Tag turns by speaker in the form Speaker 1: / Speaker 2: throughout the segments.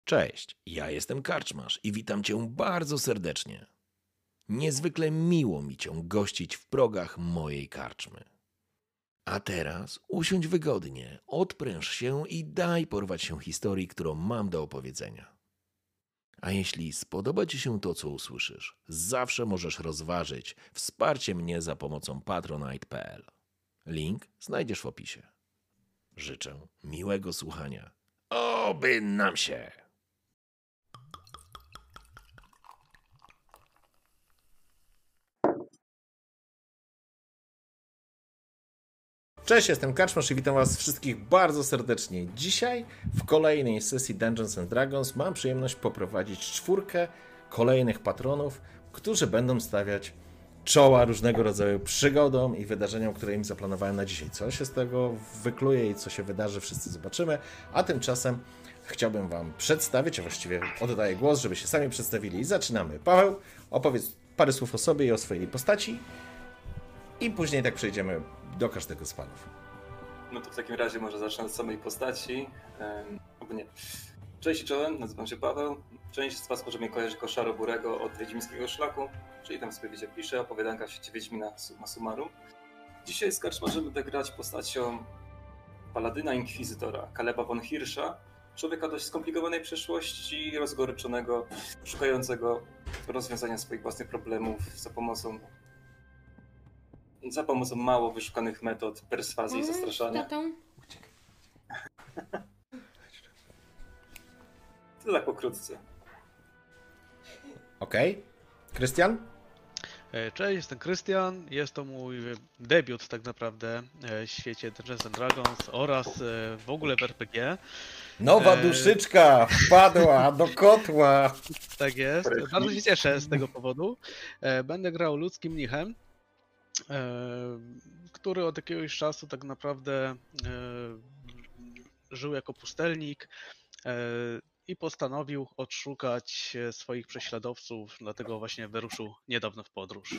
Speaker 1: Cześć, ja jestem Karczmarz i witam Cię bardzo serdecznie. Niezwykle miło mi Cię gościć w progach mojej karczmy. A teraz usiądź wygodnie, odpręż się i daj porwać się historii, którą mam do opowiedzenia. A jeśli spodoba Ci się to, co usłyszysz, zawsze możesz rozważyć wsparcie mnie za pomocą patronite.pl. Link znajdziesz w opisie. Życzę miłego słuchania. Oby nam się! Cześć, jestem Karczmarz i witam Was wszystkich bardzo serdecznie. Dzisiaj w kolejnej sesji Dungeons & Dragons mam przyjemność poprowadzić 4 kolejnych patronów, którzy będą stawiać czoła różnego rodzaju przygodom i wydarzeniom, które im zaplanowałem na dzisiaj. Co się z tego wykluje i co się wydarzy, wszyscy zobaczymy, a tymczasem chciałbym Wam przedstawić, a właściwie oddaję głos, żeby się sami przedstawili i zaczynamy. Paweł, opowiedz parę słów o sobie i o swojej postaci i później tak przejdziemy do każdego z panów.
Speaker 2: No to w takim razie może zacznę od samej postaci. Albo nie. Cześć i czołem, nazywam się Paweł. Część z Was może mnie kojarzy jako Szaroburego od Wiedźmińskiego Szlaku, czyli tam sobie wiecie, piszę opowiadanka w świecie Wiedźmina summa summarum. Dzisiaj z Karczmarzem będę grać postacią paladyna inkwizytora Kaleba von Hirscha, człowieka dość skomplikowanej przeszłości, rozgoryczonego, szukającego rozwiązania swoich własnych problemów za pomocą mało wyszukanych metod perswazji i zastraszania. To tak pokrótce.
Speaker 1: Okej. Krystian?
Speaker 3: Cześć, jestem Krystian. Jest to mój debiut tak naprawdę w świecie Dungeons & Dragons oraz w ogóle w RPG.
Speaker 1: Nowa duszyczka wpadła do kotła.
Speaker 3: Tak jest. Bardzo się cieszę z tego powodu. Będę grał ludzkim mnichem, który od jakiegoś czasu tak naprawdę żył jako pustelnik i postanowił odszukać swoich prześladowców, dlatego właśnie wyruszył niedawno w podróż.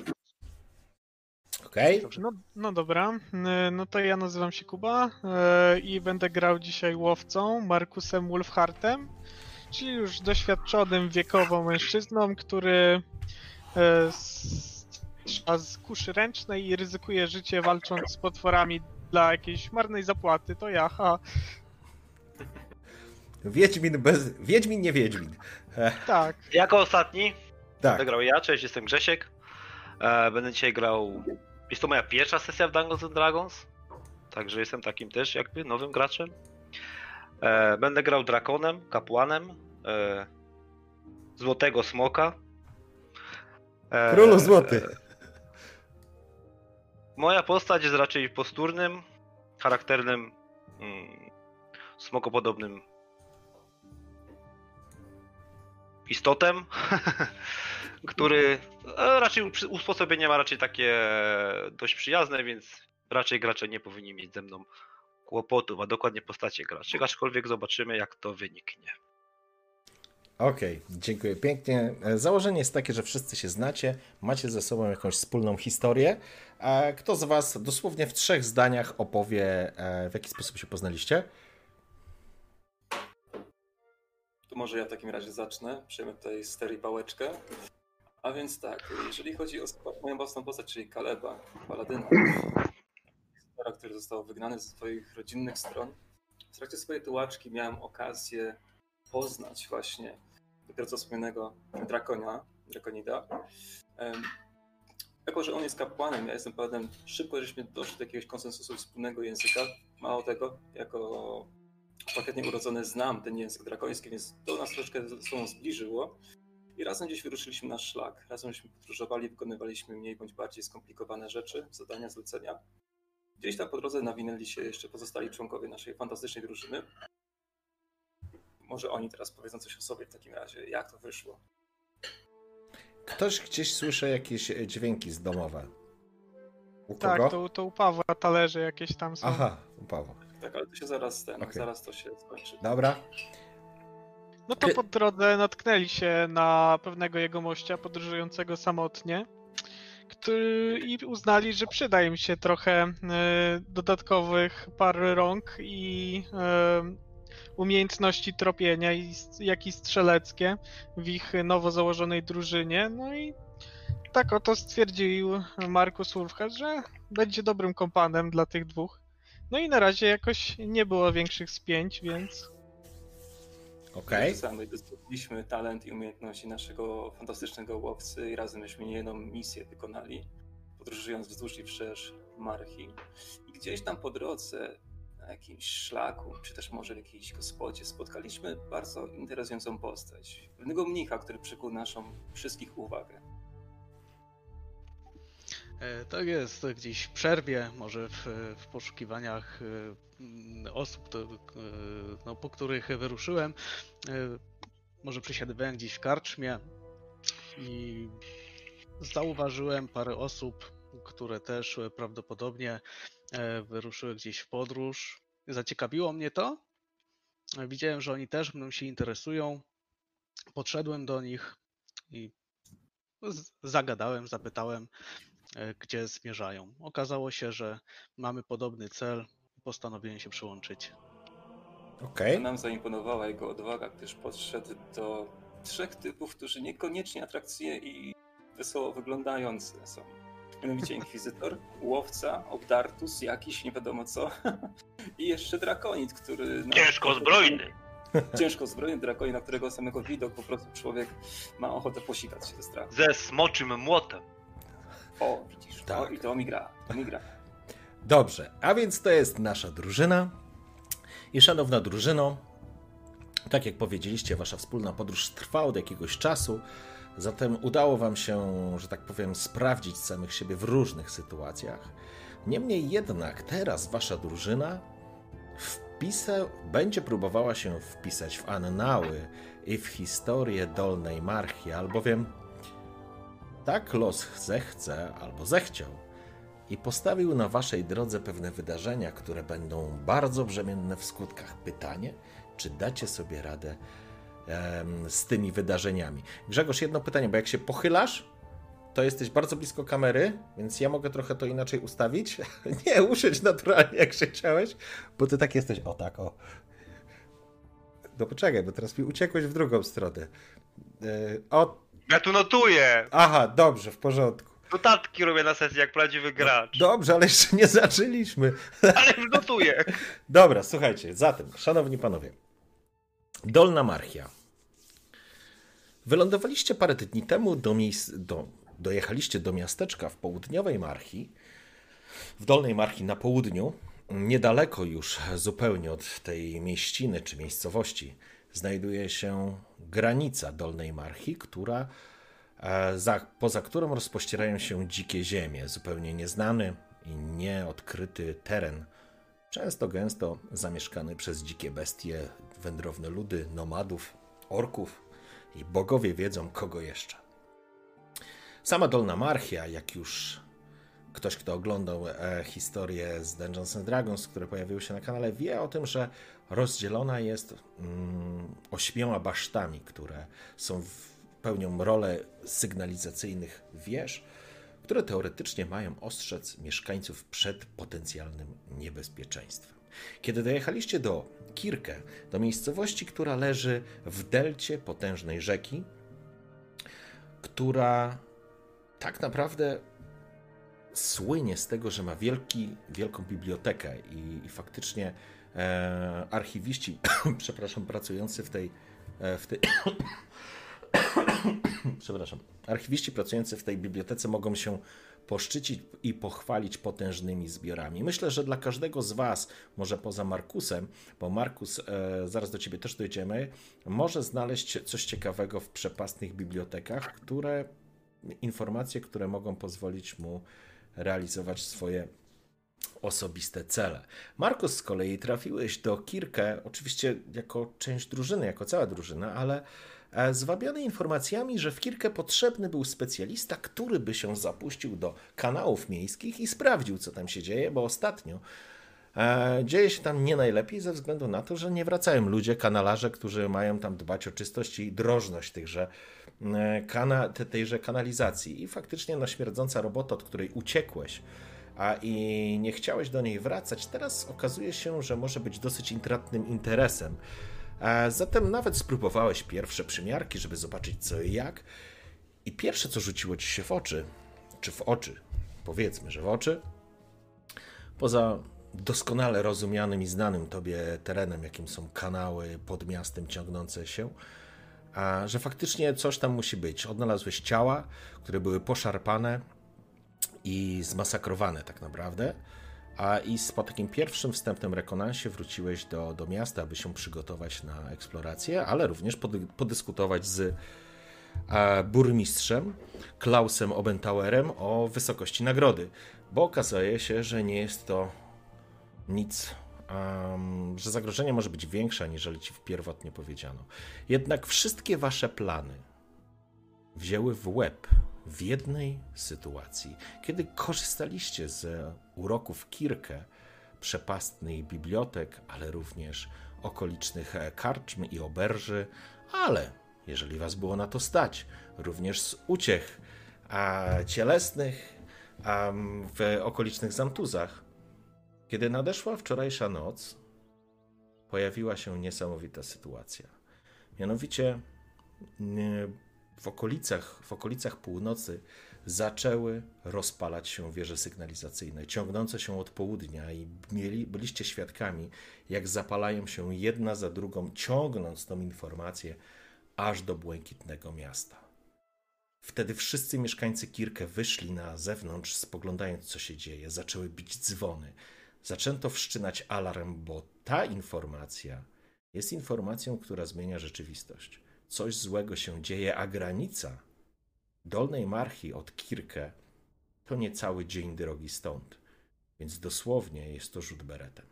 Speaker 1: Okej.
Speaker 4: No dobra, no to ja nazywam się Kuba i będę grał dzisiaj łowcą Markusem Wolfhartem, czyli już doświadczonym wiekowo mężczyzną, który trzyma z kuszy ręcznej i ryzykuje życie walcząc z potworami dla jakiejś marnej zapłaty. To ja,
Speaker 1: Wiedźmin, nie Wiedźmin.
Speaker 4: Tak.
Speaker 5: Jako ostatni
Speaker 1: Tak.
Speaker 5: będę grał ja, cześć, jestem Grzesiek. Będę dzisiaj grał... Jest to moja pierwsza sesja w Dungeons & Dragons, także jestem takim też jakby nowym graczem. Będę grał drakonem, kapłanem, złotego smoka.
Speaker 1: Królu złoty.
Speaker 5: Moja postać jest raczej posturnym, charakternym, smokopodobnym istotem, który raczej usposobienie ma raczej takie dość przyjazne, więc raczej gracze nie powinni mieć ze mną kłopotów, a dokładnie postacie graczy, aczkolwiek zobaczymy, jak to wyniknie.
Speaker 1: Okej, dziękuję pięknie. Założenie jest takie, że wszyscy się znacie, macie ze sobą jakąś wspólną historię. Kto z Was dosłownie w 3 zdaniach opowie, w jaki sposób się poznaliście?
Speaker 2: To może ja w takim razie zacznę. Przejmę tutaj stery pałeczkę. A więc tak, jeżeli chodzi o moją własną postać, czyli Kaleba, paladyna, który został wygnany ze swoich rodzinnych stron, w trakcie swojej tułaczki miałem okazję poznać właśnie dopiero co wspomnianego drakonida. Jako że on jest kapłanem, ja jestem paladinem, szybko żeśmy doszli do jakiegoś konsensusu wspólnego języka. Mało tego, jako szlachetnie urodzony znam ten język drakoński, więc to nas troszkę ze sobą zbliżyło. I razem gdzieś wyruszyliśmy na szlak. Razem żeśmy podróżowali, wykonywaliśmy mniej bądź bardziej skomplikowane rzeczy, zadania, zlecenia. Gdzieś tam po drodze nawinęli się jeszcze pozostali członkowie naszej fantastycznej drużyny. Może oni teraz powiedzą coś o sobie w takim razie, jak to wyszło.
Speaker 1: Ktoś gdzieś słyszy jakieś dźwięki z domowe. U
Speaker 4: Tak,
Speaker 1: kogo?
Speaker 4: to u Pawła talerze jakieś tam są.
Speaker 1: Aha, u Pawła.
Speaker 2: Tak, ale to się zaraz to się skończy.
Speaker 1: Dobra.
Speaker 4: No to po drodze natknęli się na pewnego jegomościa podróżującego samotnie, i uznali, że przyda im się trochę dodatkowych par rąk i umiejętności tropienia, jak i strzeleckie w ich nowo założonej drużynie. No i tak oto stwierdził Markus Wolfhard, że będzie dobrym kompanem dla tych dwóch. No i na razie jakoś nie było większych spięć, więc...
Speaker 1: Okej.
Speaker 2: Sami dostępiliśmy talent i umiejętności naszego fantastycznego łowcy i razem myśmy niejedną misję wykonali, podróżując wzdłuż i wszerz Marchi. I gdzieś tam po drodze, na jakimś szlaku, czy też może w jakiejś gospodzie, spotkaliśmy bardzo interesującą postać. Pewnego mnicha, który przykuł naszą wszystkich uwagę.
Speaker 3: Tak jest, gdzieś w przerwie, może w poszukiwaniach osób, no, po których wyruszyłem, może przesiadywałem gdzieś w karczmie i zauważyłem parę osób, które też prawdopodobnie wyruszyły gdzieś w podróż. Zaciekawiło mnie to. Widziałem, że oni też mną się interesują. Podszedłem do nich i zagadałem, zapytałem, gdzie zmierzają. Okazało się, że mamy podobny cel i postanowiłem się przyłączyć.
Speaker 1: Okej.
Speaker 2: Nam zaimponowała jego odwaga, gdyż podszedł do 3 typów, którzy niekoniecznie atrakcyjnie i wesoło wyglądający są. Mianowicie Inkwizytor, Łowca, Obdartus, jakiś, nie wiadomo co, i jeszcze Drakonid, który...
Speaker 5: Ciężko zbrojny.
Speaker 2: Ciężko zbrojny Drakonid, na którego samego widok po prostu człowiek ma ochotę posikać się ze strachu.
Speaker 5: Ze smoczym młotem.
Speaker 2: O, widzisz,
Speaker 1: Tak.
Speaker 2: o, i to mi gra.
Speaker 1: Dobrze, a więc to jest nasza drużyna. I szanowna drużyno, tak jak powiedzieliście, wasza wspólna podróż trwa od jakiegoś czasu, zatem udało wam się, że tak powiem, sprawdzić samych siebie w różnych sytuacjach. Niemniej jednak teraz wasza drużyna będzie próbowała się wpisać w annały i w historię Dolnej Marchi, albowiem tak los zechce albo zechciał i postawił na waszej drodze pewne wydarzenia, które będą bardzo brzemienne w skutkach. Pytanie, czy dacie sobie radę z tymi wydarzeniami? Grzegorz, jedno pytanie, bo jak się pochylasz, to jesteś bardzo blisko kamery, więc ja mogę trochę to inaczej ustawić. Nie, usiądź naturalnie, jak się chciałeś, bo ty tak jesteś, o tak, o. No poczekaj, bo teraz mi uciekłeś w drugą stronę.
Speaker 5: Ja tu notuję.
Speaker 1: Aha, dobrze, w porządku.
Speaker 5: Notatki robię na sesji jak prawdziwy gracz.
Speaker 1: Dobrze, ale jeszcze nie zaczęliśmy.
Speaker 5: Ale już notuję.
Speaker 1: Dobra, słuchajcie, zatem, szanowni panowie, Dolna Marchia. Wylądowaliście parę dni temu dojechaliście do miasteczka w południowej Marchi, w Dolnej Marchi na południu, niedaleko już zupełnie od tej mieściny czy miejscowości, znajduje się granica Dolnej Marchi, poza którą rozpościerają się dzikie ziemie, zupełnie nieznany i nieodkryty teren, często gęsto zamieszkany przez dzikie bestie, wędrowne ludy, nomadów, orków i bogowie wiedzą kogo jeszcze. Sama Dolna Marchia, jak już ktoś, kto oglądał historię z Dungeons and Dragons, które pojawiły się na kanale, wie o tym, że rozdzielona jest 8 basztami, które pełnią rolę sygnalizacyjnych wież, które teoretycznie mają ostrzec mieszkańców przed potencjalnym niebezpieczeństwem. Kiedy dojechaliście do Kirke, do miejscowości, która leży w delcie potężnej rzeki, która tak naprawdę słynie z tego, że ma wielką bibliotekę i faktycznie archiwiści, pracujący archiwiści pracujący w tej bibliotece mogą się poszczycić i pochwalić potężnymi zbiorami. Myślę, że dla każdego z was, może poza Markusem, bo Markus, zaraz do ciebie też dojdziemy, może znaleźć coś ciekawego w przepastnych bibliotekach, informacje, które mogą pozwolić mu realizować swoje osobiste cele. Markus, z kolei trafiłeś do Kirke, oczywiście jako część drużyny, jako cała drużyna, ale zwabiony informacjami, że w Kirke potrzebny był specjalista, który by się zapuścił do kanałów miejskich i sprawdził, co tam się dzieje, bo ostatnio dzieje się tam nie najlepiej ze względu na to, że nie wracają ludzie, kanalarze, którzy mają tam dbać o czystość i drożność tejże kanalizacji. I faktycznie śmierdząca robota, od której uciekłeś i nie chciałeś do niej wracać, teraz okazuje się, że może być dosyć intratnym interesem. Zatem nawet spróbowałeś pierwsze przymiarki, żeby zobaczyć co i jak. I pierwsze, co rzuciło ci się w oczy, powiedzmy, że w oczy, poza doskonale rozumianym i znanym tobie terenem, jakim są kanały pod miastem ciągnące się, że faktycznie coś tam musi być. Odnalazłeś ciała, które były poszarpane i zmasakrowane tak naprawdę, i po takim pierwszym wstępnym rekonansie wróciłeś do miasta, aby się przygotować na eksplorację, ale również podyskutować z burmistrzem Klausem Obentauerem o wysokości nagrody, bo okazuje się, że nie jest to nic, że zagrożenie może być większe, aniżeli ci pierwotnie powiedziano. Jednak wszystkie wasze plany wzięły w łeb w jednej sytuacji, kiedy korzystaliście z uroków Kirke, przepastnych bibliotek, ale również okolicznych karczm i oberży, ale jeżeli was było na to stać, również z uciech cielesnych w okolicznych zamtuzach. Kiedy nadeszła wczorajsza noc, pojawiła się niesamowita sytuacja. Mianowicie w okolicach północy zaczęły rozpalać się wieże sygnalizacyjne, ciągnące się od południa, i byliście świadkami, jak zapalają się jedna za drugą, ciągnąc tą informację aż do Błękitnego Miasta. Wtedy wszyscy mieszkańcy Kirke wyszli na zewnątrz, spoglądając, co się dzieje. Zaczęły bić dzwony. Zaczęto wszczynać alarm, bo ta informacja jest informacją, która zmienia rzeczywistość. Coś złego się dzieje, a granica Dolnej Marchi od Kirke to niecały dzień drogi stąd, więc dosłownie jest to rzut beretem.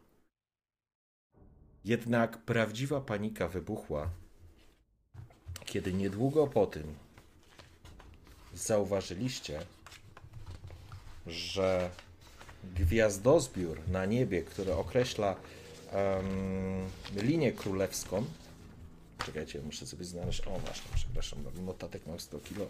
Speaker 1: Jednak prawdziwa panika wybuchła, kiedy niedługo po tym zauważyliście, że gwiazdozbiór na niebie, który określa linię królewską. Czekajcie, muszę sobie znaleźć. O, właśnie, przepraszam, notatek mam 100 kilo.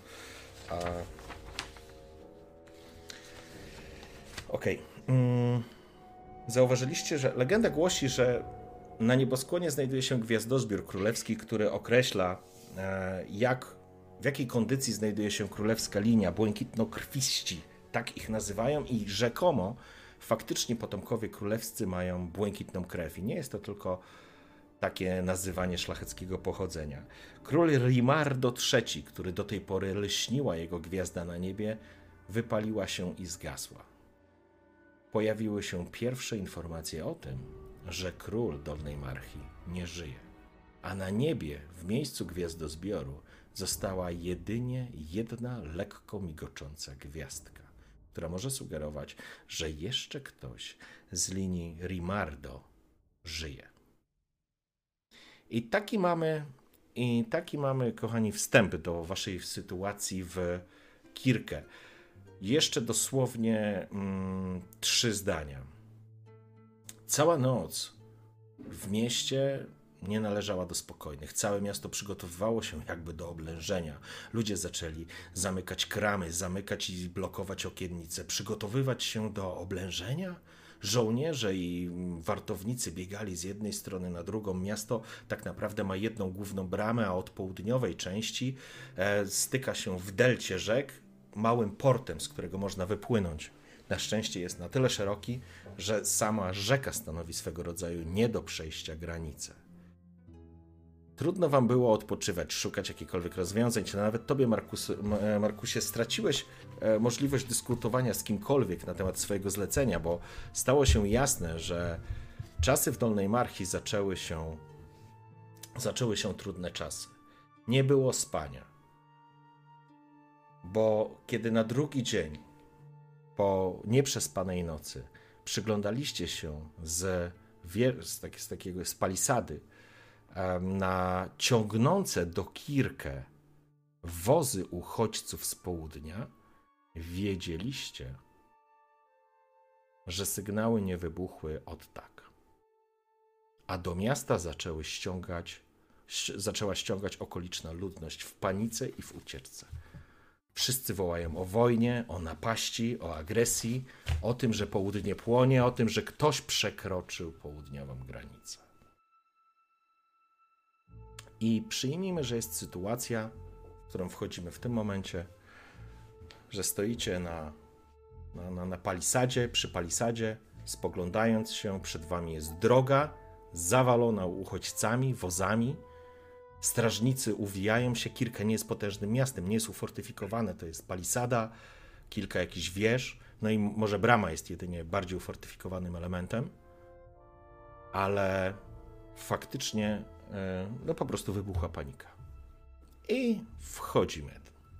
Speaker 1: Okej. Zauważyliście, że legenda głosi, że na nieboskłonie znajduje się gwiazdozbiór królewski, który określa, w jakiej kondycji znajduje się królewska linia, błękitnokrwiści, tak ich nazywają, i rzekomo faktycznie potomkowie królewscy mają błękitną krew. I nie jest to tylko takie nazywanie szlacheckiego pochodzenia. Król Rimardo III, który do tej pory lśniła jego gwiazda na niebie, wypaliła się i zgasła. Pojawiły się pierwsze informacje o tym, że król Dolnej Marchi nie żyje, a na niebie w miejscu gwiazdozbioru została jedynie jedna lekko migocząca gwiazdka, która może sugerować, że jeszcze ktoś z linii Rimardo żyje. I taki mamy, kochani, wstęp do waszej sytuacji w Kirke. Jeszcze dosłownie 3 zdania. Cała noc w mieście nie należała do spokojnych. Całe miasto przygotowywało się jakby do oblężenia. Ludzie zaczęli zamykać kramy, zamykać i blokować okiennice, przygotowywać się do oblężenia. Żołnierze i wartownicy biegali z jednej strony na drugą. Miasto tak naprawdę ma jedną główną bramę, a od południowej części styka się w delcie rzek małym portem, z którego można wypłynąć. Na szczęście jest na tyle szeroki, że sama rzeka stanowi swego rodzaju nie do przejścia granicę. Trudno wam było odpoczywać, szukać jakichkolwiek rozwiązań, czy nawet tobie, Markusie, straciłeś możliwość dyskutowania z kimkolwiek na temat swojego zlecenia, bo stało się jasne, że czasy w Dolnej Marchi zaczęły się trudne czasy. Nie było spania, bo kiedy na drugi dzień po nieprzespanej nocy przyglądaliście się z palisady na ciągnące do Kirke wozy uchodźców z południa, wiedzieliście, że sygnały nie wybuchły od tak. A do miasta zaczęła ściągać okoliczna ludność w panice i w ucieczce. Wszyscy wołają o wojnie, o napaści, o agresji, o tym, że południe płonie, o tym, że ktoś przekroczył południową granicę. I przyjmijmy, że jest sytuacja, w którą wchodzimy w tym momencie, że stoicie na palisadzie, przy palisadzie, spoglądając się, przed wami jest droga zawalona uchodźcami, wozami. Strażnicy uwijają się, Kirke nie jest potężnym miastem, nie jest ufortyfikowane, to jest palisada, kilka jakichś wież, no i może brama jest jedynie bardziej ufortyfikowanym elementem, ale faktycznie no po prostu wybuchła panika. I wchodzimy.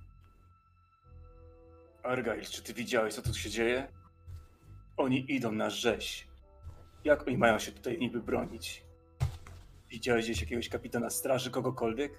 Speaker 2: Argyle, czy ty widziałeś, co tu się dzieje? Oni idą na rzeź. Jak oni mają się tutaj niby bronić? Widziałeś gdzieś jakiegoś kapitana straży, kogokolwiek?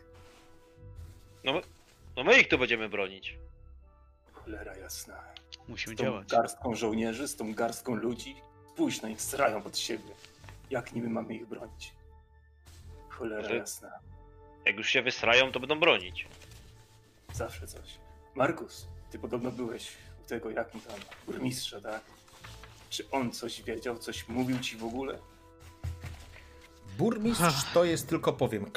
Speaker 5: No my ich tu będziemy bronić.
Speaker 2: Cholera jasna.
Speaker 3: Musimy
Speaker 2: Z tą
Speaker 3: działać.
Speaker 2: garstką żołnierzy, z tą garstką ludzi? Spójrz na nich, srają pod siebie. Jak niby mamy ich bronić? Cholera jasna.
Speaker 5: Jak już się wysrają, to będą bronić.
Speaker 2: Zawsze coś. Markus, ty podobno byłeś u tego, jak mu tam, burmistrza, tak? Czy on coś wiedział, coś mówił ci w ogóle?
Speaker 1: Burmistrz to jest, tylko powiem,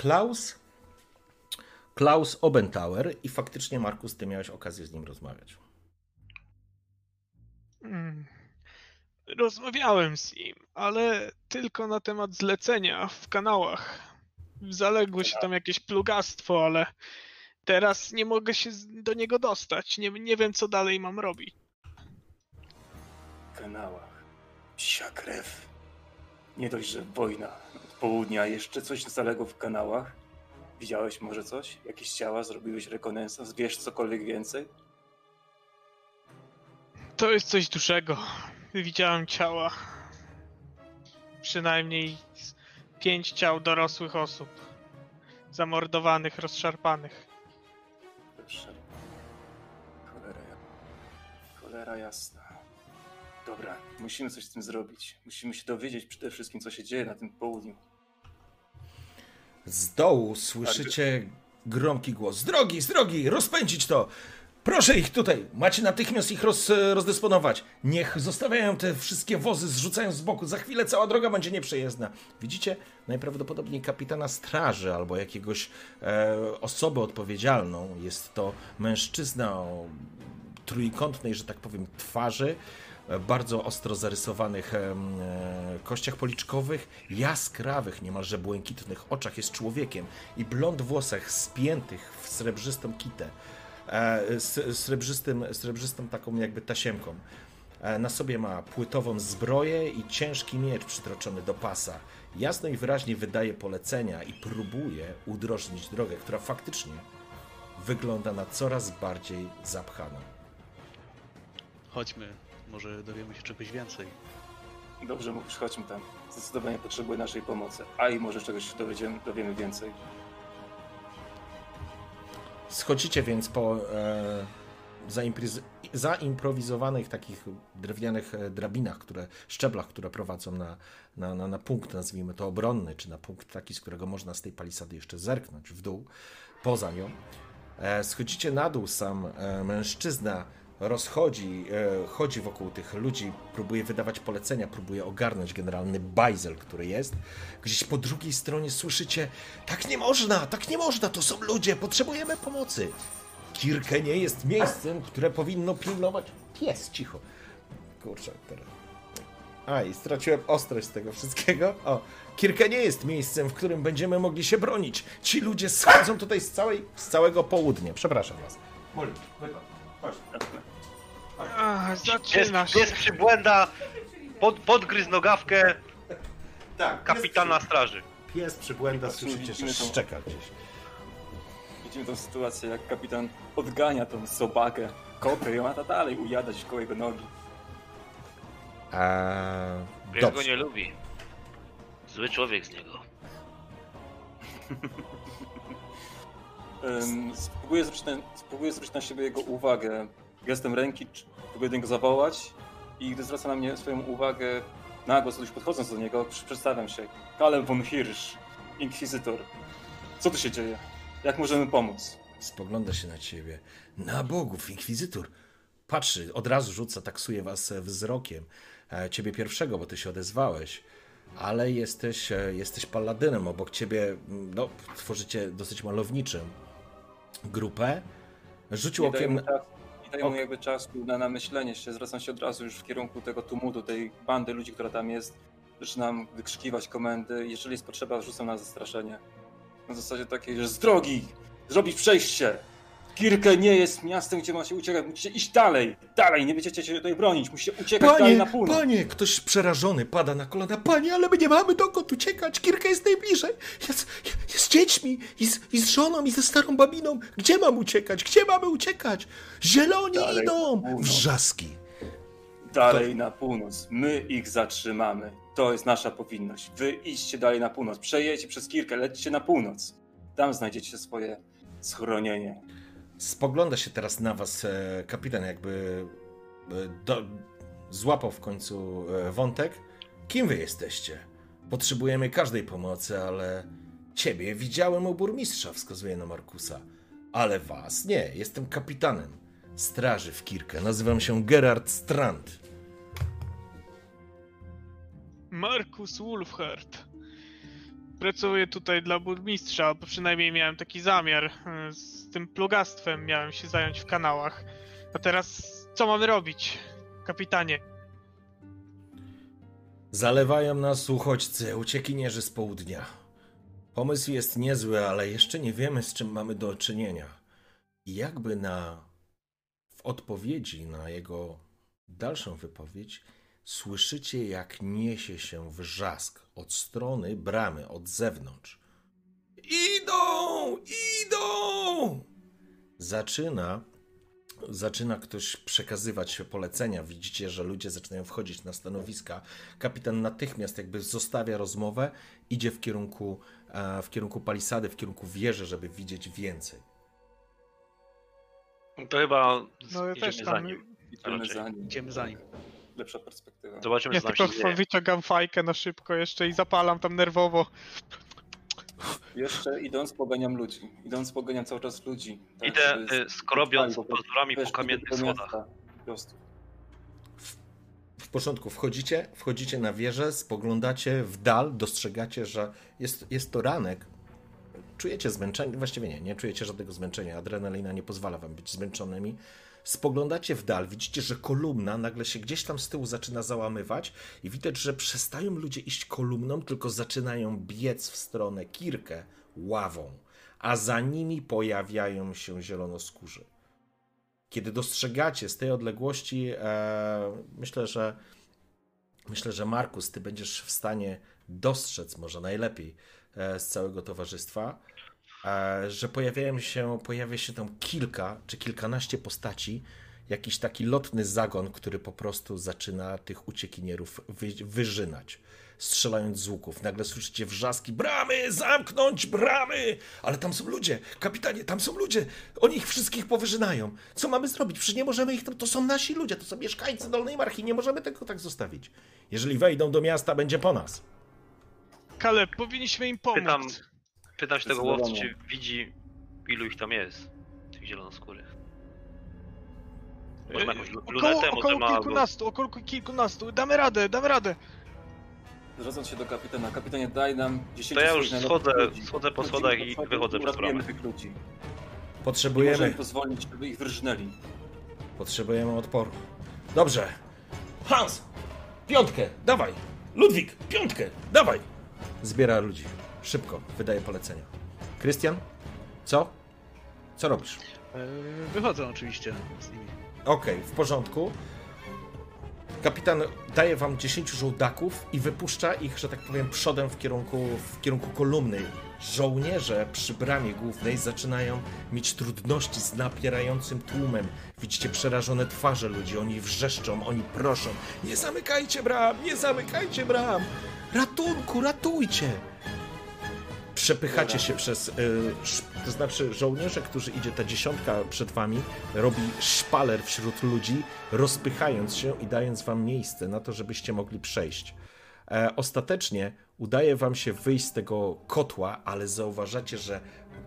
Speaker 1: Klaus Obentauer i faktycznie, Markus, ty miałeś okazję z nim rozmawiać.
Speaker 4: Rozmawiałem z nim, ale tylko na temat zlecenia w kanałach. Zaległo się tam jakieś plugastwo, ale teraz nie mogę się do niego dostać. Nie wiem, co dalej mam robić.
Speaker 2: W kanałach. Psia krew. Nie dość, że wojna od południa, jeszcze coś zaległo w kanałach. Widziałeś może coś? Jakieś ciała? Zrobiłeś rekonesans? Wiesz cokolwiek więcej?
Speaker 4: To jest coś dużego. Widziałem ciała. Przynajmniej 5 ciał dorosłych osób. Zamordowanych, rozszarpanych.
Speaker 2: Proszę. Cholera jasna. Dobra, musimy coś z tym zrobić. Musimy się dowiedzieć przede wszystkim, co się dzieje na tym południu.
Speaker 1: Z dołu słyszycie gromki głos. Z drogi, rozpędzić to! Proszę ich tutaj, macie natychmiast ich rozdysponować. Niech zostawiają te wszystkie wozy, zrzucają z boku. Za chwilę cała droga będzie nieprzejezdna. Widzicie? Najprawdopodobniej kapitana straży albo jakiegoś osobę odpowiedzialną. Jest to mężczyzna o trójkątnej, że tak powiem, twarzy, bardzo ostro zarysowanych kościach policzkowych, jaskrawych, niemalże błękitnych oczach, jest człowiekiem i blond włosach spiętych w srebrzystą kitę. Srebrzystą taką jakby tasiemką. Na sobie ma płytową zbroję i ciężki miecz przytroczony do pasa. Jasno i wyraźnie wydaje polecenia i próbuje udrożnić drogę, która faktycznie wygląda na coraz bardziej zapchaną.
Speaker 3: Chodźmy, może dowiemy się czegoś więcej.
Speaker 2: Dobrze mówisz, chodźmy tam. Zdecydowanie potrzebuję naszej pomocy. A i może czegoś się dowiemy więcej.
Speaker 1: Schodzicie więc po zaimprowizowanych takich drewnianych drabinach, szczeblach, które prowadzą na punkt, nazwijmy to obronny, czy na punkt taki, z którego można z tej palisady jeszcze zerknąć w dół, poza nią. Schodzicie na dół, sam mężczyzna chodzi wokół tych ludzi, próbuje wydawać polecenia, próbuje ogarnąć generalny bajzel, który jest. Gdzieś po drugiej stronie słyszycie: tak nie można, to są ludzie, potrzebujemy pomocy. Kirke nie jest miejscem, które powinno pilnować... Pies, cicho. Kurczę, teraz... I straciłem ostrość z tego wszystkiego. Kirke nie jest miejscem, w którym będziemy mogli się bronić. Ci ludzie schodzą tutaj z całego południa. Przepraszam was. Molly, chodź.
Speaker 4: Zaczyna się.
Speaker 5: Pies przybłęda, podgryzł nogawkę kapitana straży.
Speaker 1: Pies przybłęda, słyszycie, że szczeka gdzieś.
Speaker 2: Widzimy tą sytuację, jak kapitan odgania tą sobakę, kopie i ona ta dalej ujadać koło jego nogi.
Speaker 5: Pies go nie lubi. Zły człowiek z niego.
Speaker 2: Spróbuję zwrócić na siebie jego uwagę. Gestem ręki próbuję do niego zawołać i gdy zwraca na mnie swoją uwagę, nagło, już podchodząc do niego, przedstawiam się. Caleb von Hirsch, inkwizytor. Co tu się dzieje? Jak możemy pomóc?
Speaker 1: Spogląda się na ciebie. Na bogów, inkwizytor. Patrzy, od razu rzuca, taksuje was wzrokiem. Ciebie pierwszego, bo ty się odezwałeś. Ale jesteś paladynem. Obok ciebie, no, tworzycie dosyć malowniczym grupę. Rzucił okiem...
Speaker 2: Nie daje mu jakby czasu na myślenie się. Zwracam się od razu już w kierunku tego tumultu, tej bandy ludzi, która tam jest. Zaczynam wykrzykiwać komendy. Jeżeli jest potrzeba, rzucam na zastraszenie. Na zasadzie takiej, że z drogi! Zrobić przejście! Kirke nie jest miastem, gdzie ma się uciekać. Musicie iść dalej! Dalej! Nie będziecie się tutaj bronić. Musicie uciekać dalej na północ.
Speaker 1: Panie! Ktoś przerażony pada na kolana. Panie, ale my nie mamy dokąd uciekać. Kirke jest najbliżej. Jest z dziećmi i z żoną i ze starą babiną. Gdzie mam uciekać? Gdzie mamy uciekać? Zieloni
Speaker 2: Dalej
Speaker 1: idą!
Speaker 2: na północ.
Speaker 1: Wrzaski.
Speaker 2: Dalej na północ. My ich zatrzymamy. To jest nasza powinność. Wy idźcie dalej na północ. Przejedźcie przez Kirkę, lećcie na północ. Tam znajdziecie swoje schronienie.
Speaker 1: Spogląda się teraz na was kapitan, jakby złapał w końcu wątek. Kim wy jesteście? Potrzebujemy każdej pomocy, ale ciebie widziałem u burmistrza, wskazuje na Markusa. Ale was nie, jestem kapitanem straży w Kirkę. Nazywam się Gerard Strand.
Speaker 4: Markus Wolfhard. Pracuję tutaj dla burmistrza, bo przynajmniej miałem taki zamiar. Z tym plugastwem miałem się zająć w kanałach. A teraz co mamy robić, kapitanie?
Speaker 1: Zalewają nas uchodźcy, uciekinierzy z południa. Pomysł jest niezły, ale jeszcze nie wiemy, z czym mamy do czynienia. I jakby w odpowiedzi na jego dalszą wypowiedź słyszycie, jak niesie się wrzask od strony bramy, od zewnątrz. Idą! Idą! Zaczyna ktoś przekazywać polecenia. Widzicie, że ludzie zaczynają wchodzić na stanowiska. Kapitan natychmiast jakby zostawia rozmowę, idzie w kierunku palisady, w kierunku wieży, żeby widzieć więcej.
Speaker 5: To chyba
Speaker 4: No ja też
Speaker 5: idziemy
Speaker 4: tam...
Speaker 5: za nim.
Speaker 3: Idziemy za nim.
Speaker 2: Lepsza perspektywa.
Speaker 5: Zobaczymy,
Speaker 4: Ja
Speaker 5: co nam
Speaker 4: tylko
Speaker 5: się dzieje.
Speaker 4: wyciągam fajkę na szybko jeszcze i zapalam tam nerwowo.
Speaker 2: Jeszcze idąc poganiam ludzi. Idąc poganiam cały czas ludzi. Tak,
Speaker 5: Idę
Speaker 2: żeby
Speaker 5: skrobiąc
Speaker 2: bo
Speaker 5: pazurami po
Speaker 2: weszli
Speaker 5: kamiennych
Speaker 2: do
Speaker 5: schodach.
Speaker 2: miasta. Po prostu.
Speaker 1: W porządku, wchodzicie na wieżę, spoglądacie w dal, dostrzegacie, że jest to ranek. Czujecie zmęczenie, właściwie nie czujecie żadnego zmęczenia, adrenalina nie pozwala wam być zmęczonymi. Spoglądacie w dal, widzicie, że kolumna nagle się gdzieś tam z tyłu zaczyna załamywać i widać, że przestają ludzie iść kolumną, tylko zaczynają biec w stronę Kirkę ławą, a za nimi pojawiają się zielonoskórzy. Kiedy dostrzegacie z tej odległości, myślę, że Markus, ty będziesz w stanie dostrzec może najlepiej z całego towarzystwa, że pojawia się tam kilka czy kilkanaście postaci, jakiś taki lotny zagon, który po prostu zaczyna tych uciekinierów wyżynać, strzelając z łuków. Nagle słyszycie wrzaski: bramy, zamknąć bramy! Ale tam są ludzie, kapitanie, tam są ludzie, oni ich wszystkich powyżynają. Co mamy zrobić? Przecież nie możemy ich, to są nasi ludzie, to są mieszkańcy Dolnej Marchi, nie możemy tego tak zostawić. Jeżeli wejdą do miasta, będzie po nas.
Speaker 4: Kaleb, powinniśmy im pomóc.
Speaker 5: Pytam się tego łowcy, czy widzi, ilu ich tam jest, tych zielonoskórych. Może ma jakąś lunetę, może ma...
Speaker 4: Około kilkunastu. Damy radę.
Speaker 2: Zwracając się do kapitana. Kapitanie, daj nam 10
Speaker 5: To ja już
Speaker 2: swoich najlepszych ludzi.
Speaker 5: schodzę po schodach i wychodzę przez
Speaker 2: Uratujemy
Speaker 5: bramę.
Speaker 2: tych ludzi. Nie
Speaker 1: Potrzebujemy
Speaker 2: możemy pozwolić, żeby ich wyrżnęli.
Speaker 1: odporu. Dobrze. Hans! Piątkę, dawaj! Ludwik, piątkę, dawaj! Zbiera ludzi. Szybko, wydaje polecenia. Krystian? Co? Co robisz?
Speaker 3: Wychodzę oczywiście z nimi.
Speaker 1: Okej, w porządku. Kapitan daje wam 10 żołdaków i wypuszcza ich, że tak powiem, przodem w kierunku kolumny. Żołnierze przy bramie głównej zaczynają mieć trudności z napierającym tłumem. Widzicie przerażone twarze ludzi, oni wrzeszczą, oni proszą: nie zamykajcie bram, nie zamykajcie bram! Ratunku, ratujcie! Przepychacie się przez... to znaczy żołnierze, którzy idzie ta dziesiątka przed wami, robi szpaler wśród ludzi, rozpychając się i dając wam miejsce na to, żebyście mogli przejść. Ostatecznie udaje wam się wyjść z tego kotła, ale zauważacie, że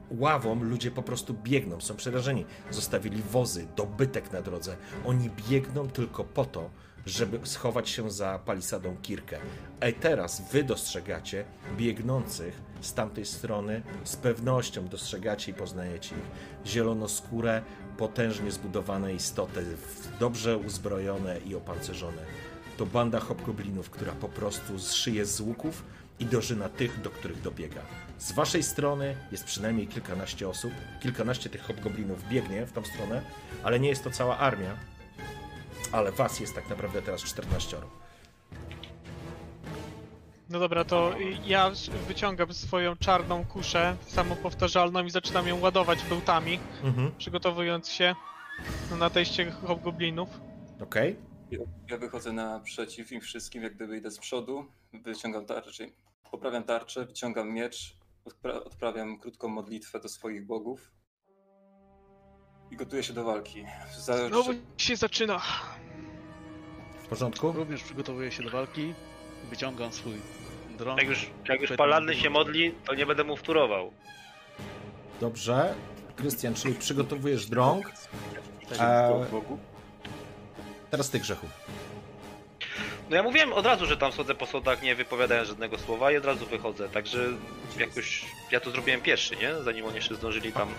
Speaker 1: ławą ludzie po prostu biegną, są przerażeni. Zostawili wozy, dobytek na drodze. Oni biegną tylko po to, żeby schować się za palisadą Kirkę. A teraz wy dostrzegacie biegnących z tamtej strony, z pewnością dostrzegacie i poznajecie ich. Zielonoskóre, potężnie zbudowane istoty, dobrze uzbrojone i opancerzone. To banda hobgoblinów, która po prostu zszyje z łuków i dożyna tych, do których dobiega. Z waszej strony jest przynajmniej kilkanaście osób, kilkanaście tych hobgoblinów biegnie w tą stronę, ale nie jest to cała armia, ale was jest tak naprawdę teraz 14.
Speaker 4: No dobra, to ja wyciągam swoją czarną kuszę samopowtarzalną i zaczynam ją ładować bełtami, przygotowując się na nadejście hobgoblinów.
Speaker 1: Okej.
Speaker 2: Ja wychodzę naprzeciw im wszystkim, jak gdyby idę z przodu, wyciągam tarczę, poprawiam tarczę, wyciągam miecz, odprawiam krótką modlitwę do swoich bogów i gotuję się do walki.
Speaker 4: Znowu się zaczyna.
Speaker 1: W porządku?
Speaker 3: Również przygotowuję się do walki, wyciągam swój dron.
Speaker 5: Jak już Paladny się modli, to nie będę mu wtórował.
Speaker 1: Dobrze. Krystian, czyli przygotowujesz drąg. Teraz ty, Grzechu.
Speaker 5: No ja mówiłem od razu, że tam schodzę po schodach, nie wypowiadając żadnego słowa i od razu wychodzę, także jakoś ja to zrobiłem pierwszy, nie? Zanim oni jeszcze zdążyli tam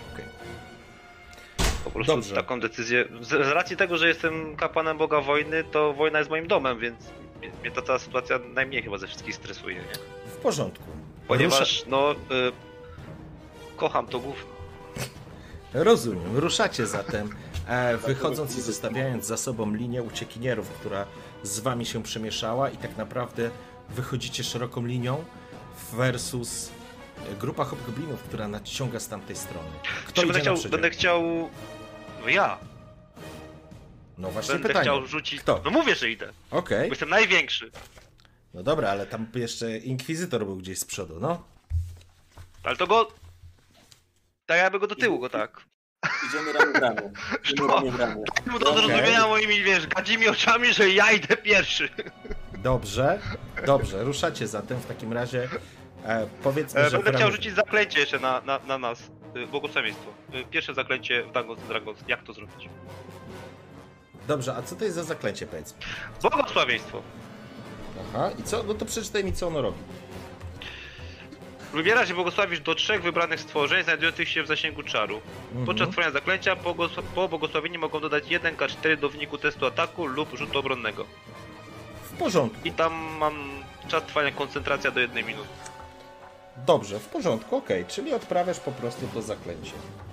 Speaker 5: po prostu
Speaker 1: Dobrze.
Speaker 5: taką decyzję. Z racji tego, że jestem kapłanem Boga Wojny, to wojna jest moim domem, więc mnie ta cała sytuacja najmniej chyba ze wszystkich stresuje, nie?
Speaker 1: W porządku.
Speaker 5: Ponieważ, kocham to gówno.
Speaker 1: Rozumiem. Ruszacie zatem, wychodząc i zostawiając za sobą linię uciekinierów, która z wami się przemieszała i tak naprawdę wychodzicie szeroką linią versus grupa hobgoblinów, która nadciąga z tamtej strony. Kto idzie na przedział?
Speaker 5: Będę chciał... Ja.
Speaker 1: No właśnie
Speaker 5: Będę
Speaker 1: pytanie.
Speaker 5: chciał rzucić...
Speaker 1: Kto?
Speaker 5: No mówię, że idę.
Speaker 1: Okej.
Speaker 5: Bo jestem największy.
Speaker 1: No dobra, ale tam jeszcze inkwizytor był gdzieś z przodu, no.
Speaker 5: Ale to go... Tak jakby go do tyłu, go tak.
Speaker 2: Idziemy ramię w ramię. Idziemy ramię w ramię.
Speaker 5: Mu do zrozumienia moimi, wiesz, gadzimi oczami, że ja idę pierwszy.
Speaker 1: Dobrze, ruszacie zatem w takim razie. Powiedzmy, że
Speaker 5: Będę chciał rzucić zaklęcie jeszcze na nas. Błogosławieństwo. Pierwsze zaklęcie w Dungeons & Dragons. Jak to zrobić?
Speaker 1: Dobrze, a co to jest za zaklęcie, powiedz?
Speaker 5: Błogosławieństwo.
Speaker 1: Aha, i co? No to przeczytaj mi, co ono robi.
Speaker 5: Wybierasz i błogosławisz do 3 wybranych stworzeń znajdujących się w zasięgu czaru. Podczas tworzenia zaklęcia po błogosławieniu mogą dodać 1K4 do wyniku testu ataku lub rzutu obronnego.
Speaker 1: W porządku.
Speaker 5: I tam mam czas trwania koncentracja do 1 minuty.
Speaker 1: Dobrze, w porządku, okej. Czyli odprawiasz po prostu to zaklęcie.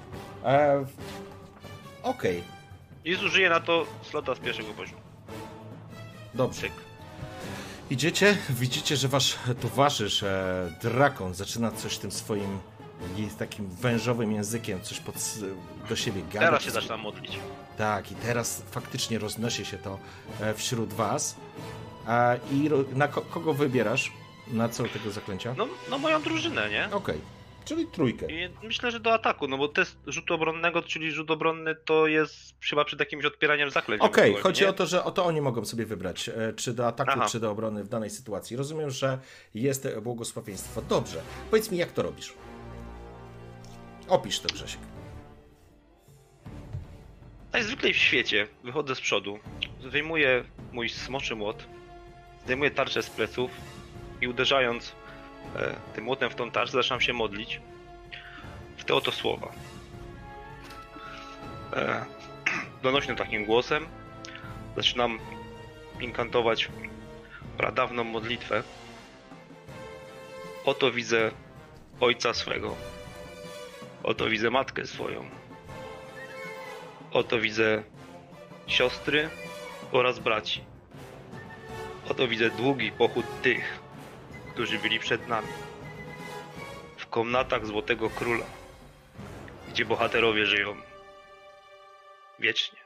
Speaker 1: Okej.
Speaker 5: I zużyję na to slota z pierwszego poziomu.
Speaker 1: Dobrze.
Speaker 5: Cyk.
Speaker 1: Idziecie, widzicie, że wasz towarzysz, Drakon, zaczyna coś tym swoim takim wężowym językiem, coś do siebie gadać.
Speaker 5: Teraz się zaczynam modlić.
Speaker 1: Tak, i teraz faktycznie roznosi się to wśród was. I na kogo wybierasz? Na co tego zaklęcia?
Speaker 5: No moją drużynę, nie?
Speaker 1: Okej, czyli trójkę.
Speaker 5: I myślę, że do ataku, no bo test rzutu obronnego, czyli rzut obronny, to jest chyba przed jakimś odpieraniem zaklęć.
Speaker 1: Okej, chodzi o to, że oni mogą sobie wybrać, czy do ataku,
Speaker 5: Aha.
Speaker 1: czy do obrony w danej sytuacji. Rozumiem, że jest błogosławieństwo. Dobrze, powiedz mi, jak to robisz? Opisz to, Grzesiek.
Speaker 5: Najzwyklej w świecie wychodzę z przodu, wyjmuję mój smoczy młot, zdejmuję tarczę z pleców i uderzając tym młotem w tą tarczę zaczynam się modlić w te oto słowa. Donośnym takim głosem zaczynam inkantować pradawną modlitwę. Oto widzę ojca swego, oto widzę matkę swoją, oto widzę siostry oraz braci. Oto widzę długi pochód tych, którzy byli przed nami. W komnatach Złotego Króla, gdzie bohaterowie żyją wiecznie.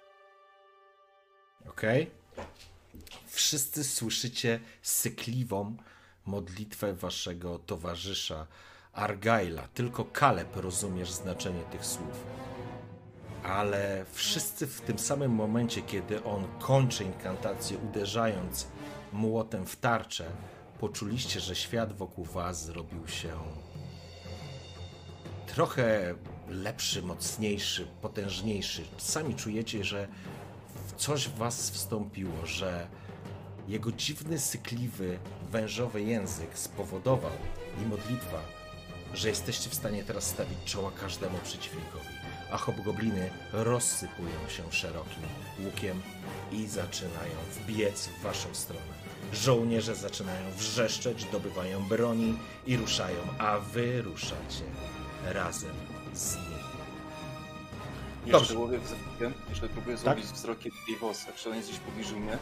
Speaker 1: Okej. Wszyscy słyszycie sykliwą modlitwę waszego towarzysza Argyla. Tylko Kaleb rozumiesz znaczenie tych słów. Ale wszyscy w tym samym momencie, kiedy on kończy inkantację, uderzając młotem w tarczę, poczuliście, że świat wokół was zrobił się trochę lepszy, mocniejszy, potężniejszy. Sami czujecie, że coś w was wstąpiło, że jego dziwny, sykliwy, wężowy język spowodował i modlitwa, że jesteście w stanie teraz stawić czoła każdemu przeciwnikowi, a hobgobliny rozsypują się szerokim łukiem i zaczynają wbiec w waszą stronę. Żołnierze zaczynają wrzeszczeć, dobywają broni i ruszają, a wy ruszacie razem z nimi.
Speaker 2: Jeszcze łowię wzrokiem, jeszcze próbuję zrobić wzrokiem Divosa, czy on jest gdzieś w pobliżu mnie?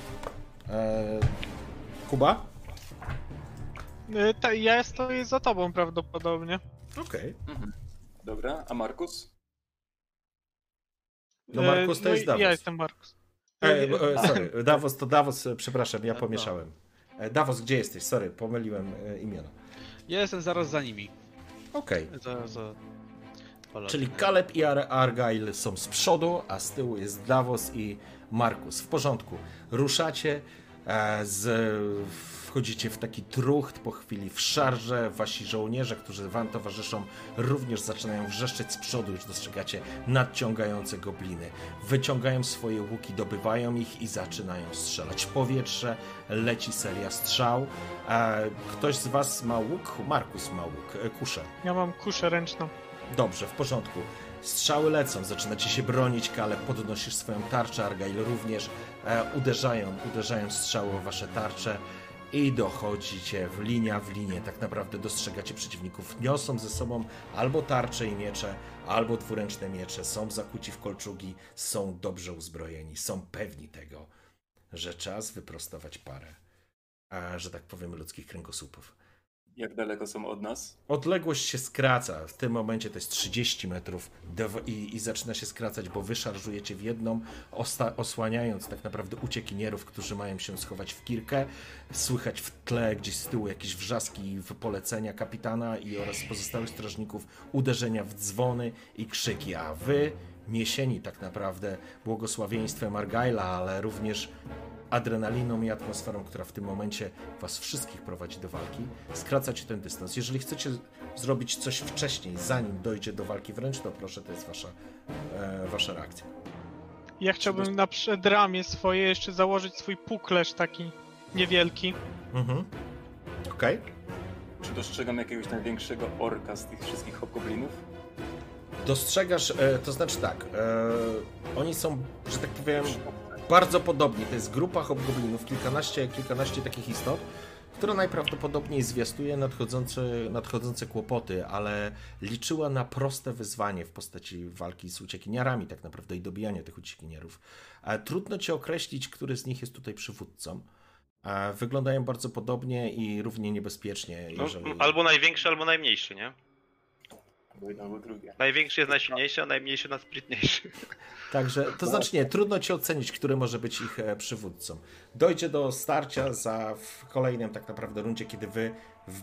Speaker 1: Kuba?
Speaker 4: Ja stoję za tobą prawdopodobnie.
Speaker 1: Okej.
Speaker 2: Dobra, a Markus?
Speaker 1: No Markus to jest Davos.
Speaker 4: Ja jestem Markus.
Speaker 1: Sorry, Davos, przepraszam, ja pomieszałem. Davos, gdzie jesteś? Sorry, pomyliłem imiona.
Speaker 3: Ja jestem zaraz za nimi.
Speaker 1: Okej.
Speaker 3: Za
Speaker 1: Czyli Caleb i Argyle są z przodu, a z tyłu jest Davos i Markus. W porządku. Ruszacie, wchodzicie w taki trucht, po chwili w szarże. Wasi żołnierze, którzy wam towarzyszą, również zaczynają wrzeszczeć z przodu. Już dostrzegacie nadciągające gobliny. Wyciągają swoje łuki, dobywają ich i zaczynają strzelać. W powietrze leci seria strzał. Ktoś z was ma łuk? Markus ma łuk. Kuszę.
Speaker 4: Ja mam kuszę ręczną.
Speaker 1: Dobrze, w porządku. Strzały lecą, zaczynacie się bronić, Caleb, podnosisz swoją tarczę, Argyle również. Uderzają strzały o wasze tarcze i dochodzicie w linię. Tak naprawdę dostrzegacie przeciwników. Niosą ze sobą albo tarcze i miecze, albo dwuręczne miecze. Są zakuci w kolczugi, są dobrze uzbrojeni. Są pewni tego, że czas wyprostować parę, że tak powiem, ludzkich kręgosłupów.
Speaker 2: Jak daleko są od nas?
Speaker 1: Odległość się skraca. W tym momencie to jest 30 metrów i zaczyna się skracać, bo wy szarżujecie w jedną, osłaniając tak naprawdę uciekinierów, którzy mają się schować w kirkę. Słychać w tle gdzieś z tyłu jakieś wrzaski, polecenia kapitana oraz pozostałych strażników, uderzenia w dzwony i krzyki, a wy, niesieni tak naprawdę błogosławieństwem Argyla, ale również adrenaliną i atmosferą, która w tym momencie was wszystkich prowadzi do walki, skracacie ten dystans. Jeżeli chcecie zrobić coś wcześniej, zanim dojdzie do walki wręcz, to proszę, to jest wasza reakcja.
Speaker 4: Ja chciałbym na przedramię swoje jeszcze założyć swój puklerz taki niewielki.
Speaker 1: Okej.
Speaker 2: Czy dostrzegam jakiegoś największego orka z tych wszystkich hobgoblinów?
Speaker 1: Dostrzegasz, to znaczy tak, oni są, że tak powiem, bardzo podobni. To jest grupa hobgoblinów, kilkanaście takich istot, która najprawdopodobniej zwiastuje nadchodzące kłopoty, ale liczyła na proste wyzwanie w postaci walki z uciekiniarami tak naprawdę i dobijania tych uciekinierów. Trudno ci określić, który z nich jest tutaj przywódcą. Wyglądają bardzo podobnie i równie niebezpiecznie. Jeżeli...
Speaker 5: Albo największy, albo najmniejszy, nie?
Speaker 2: Albo drugie.
Speaker 5: Największy jest najsilniejszy, a najmniejszy najsprytniejszy.
Speaker 1: Także, to znaczy nie, trudno ci ocenić, który może być ich przywódcą. Dojdzie do starcia w kolejnym tak naprawdę rundzie, kiedy wy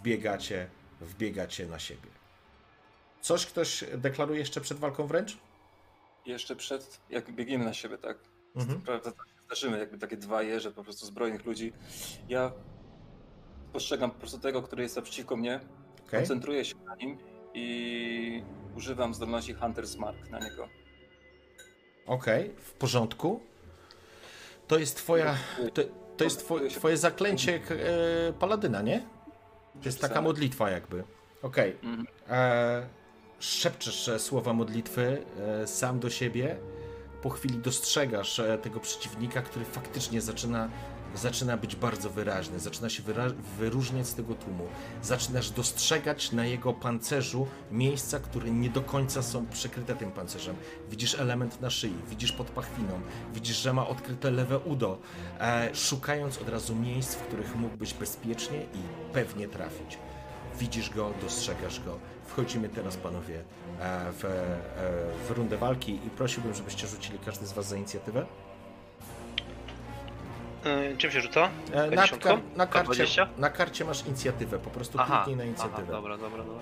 Speaker 1: wbiegacie na siebie. Coś ktoś deklaruje jeszcze przed walką wręcz?
Speaker 2: Jeszcze przed, jak biegniemy na siebie, tak? Prawda, zdarzymy jakby takie dwa jeże po prostu zbrojnych ludzi. Ja postrzegam po prostu tego, który jest naprzeciwko mnie, koncentruję się na nim i używam zdolności Hunter's Mark na niego.
Speaker 1: Okej, w porządku. To jest twoje zaklęcie paladyna, nie? To jest taka modlitwa jakby. Okej. Szepczesz słowa modlitwy sam do siebie. Po chwili dostrzegasz tego przeciwnika, który faktycznie zaczyna być bardzo wyraźny, zaczyna się wyróżniać z tego tłumu. Zaczynasz dostrzegać na jego pancerzu miejsca, które nie do końca są przykryte tym pancerzem. Widzisz element na szyi, widzisz pod pachwiną, widzisz, że ma odkryte lewe udo, szukając od razu miejsc, w których mógłbyś bezpiecznie i pewnie trafić. Widzisz go, dostrzegasz go. Wchodzimy teraz, panowie, w rundę walki i prosiłbym, żebyście rzucili każdy z was za inicjatywę.
Speaker 5: Czym się rzuca?
Speaker 1: Na karcie masz inicjatywę, po prostu kliknij na inicjatywę.
Speaker 5: Dobra.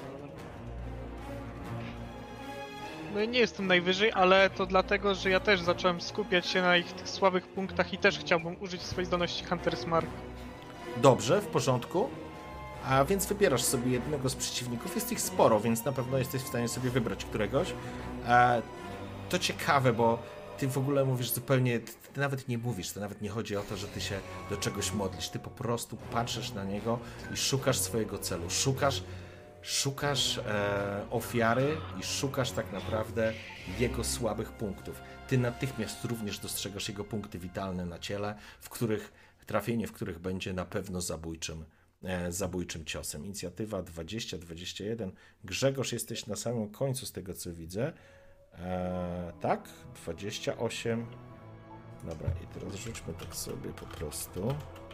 Speaker 4: No i nie jestem najwyżej, ale to dlatego, że ja też zacząłem skupiać się na ich tych słabych punktach i też chciałbym użyć swojej zdolności Hunter's Mark.
Speaker 1: Dobrze, w porządku. A więc wybierasz sobie jednego z przeciwników. Jest ich sporo, więc na pewno jesteś w stanie sobie wybrać któregoś. To ciekawe, bo ty w ogóle mówisz zupełnie, ty nawet nie mówisz, to nawet nie chodzi o to, że ty się do czegoś modlisz, ty po prostu patrzysz na niego i szukasz swojego celu, szukasz ofiary i szukasz tak naprawdę jego słabych punktów. Ty natychmiast również dostrzegasz jego punkty witalne na ciele, trafienie w których będzie na pewno zabójczym ciosem. Inicjatywa 20-21. Grzegorz, jesteś na samym końcu z tego, co widzę. Tak, 28. Dobra, i teraz rzućmy tak sobie po prostu.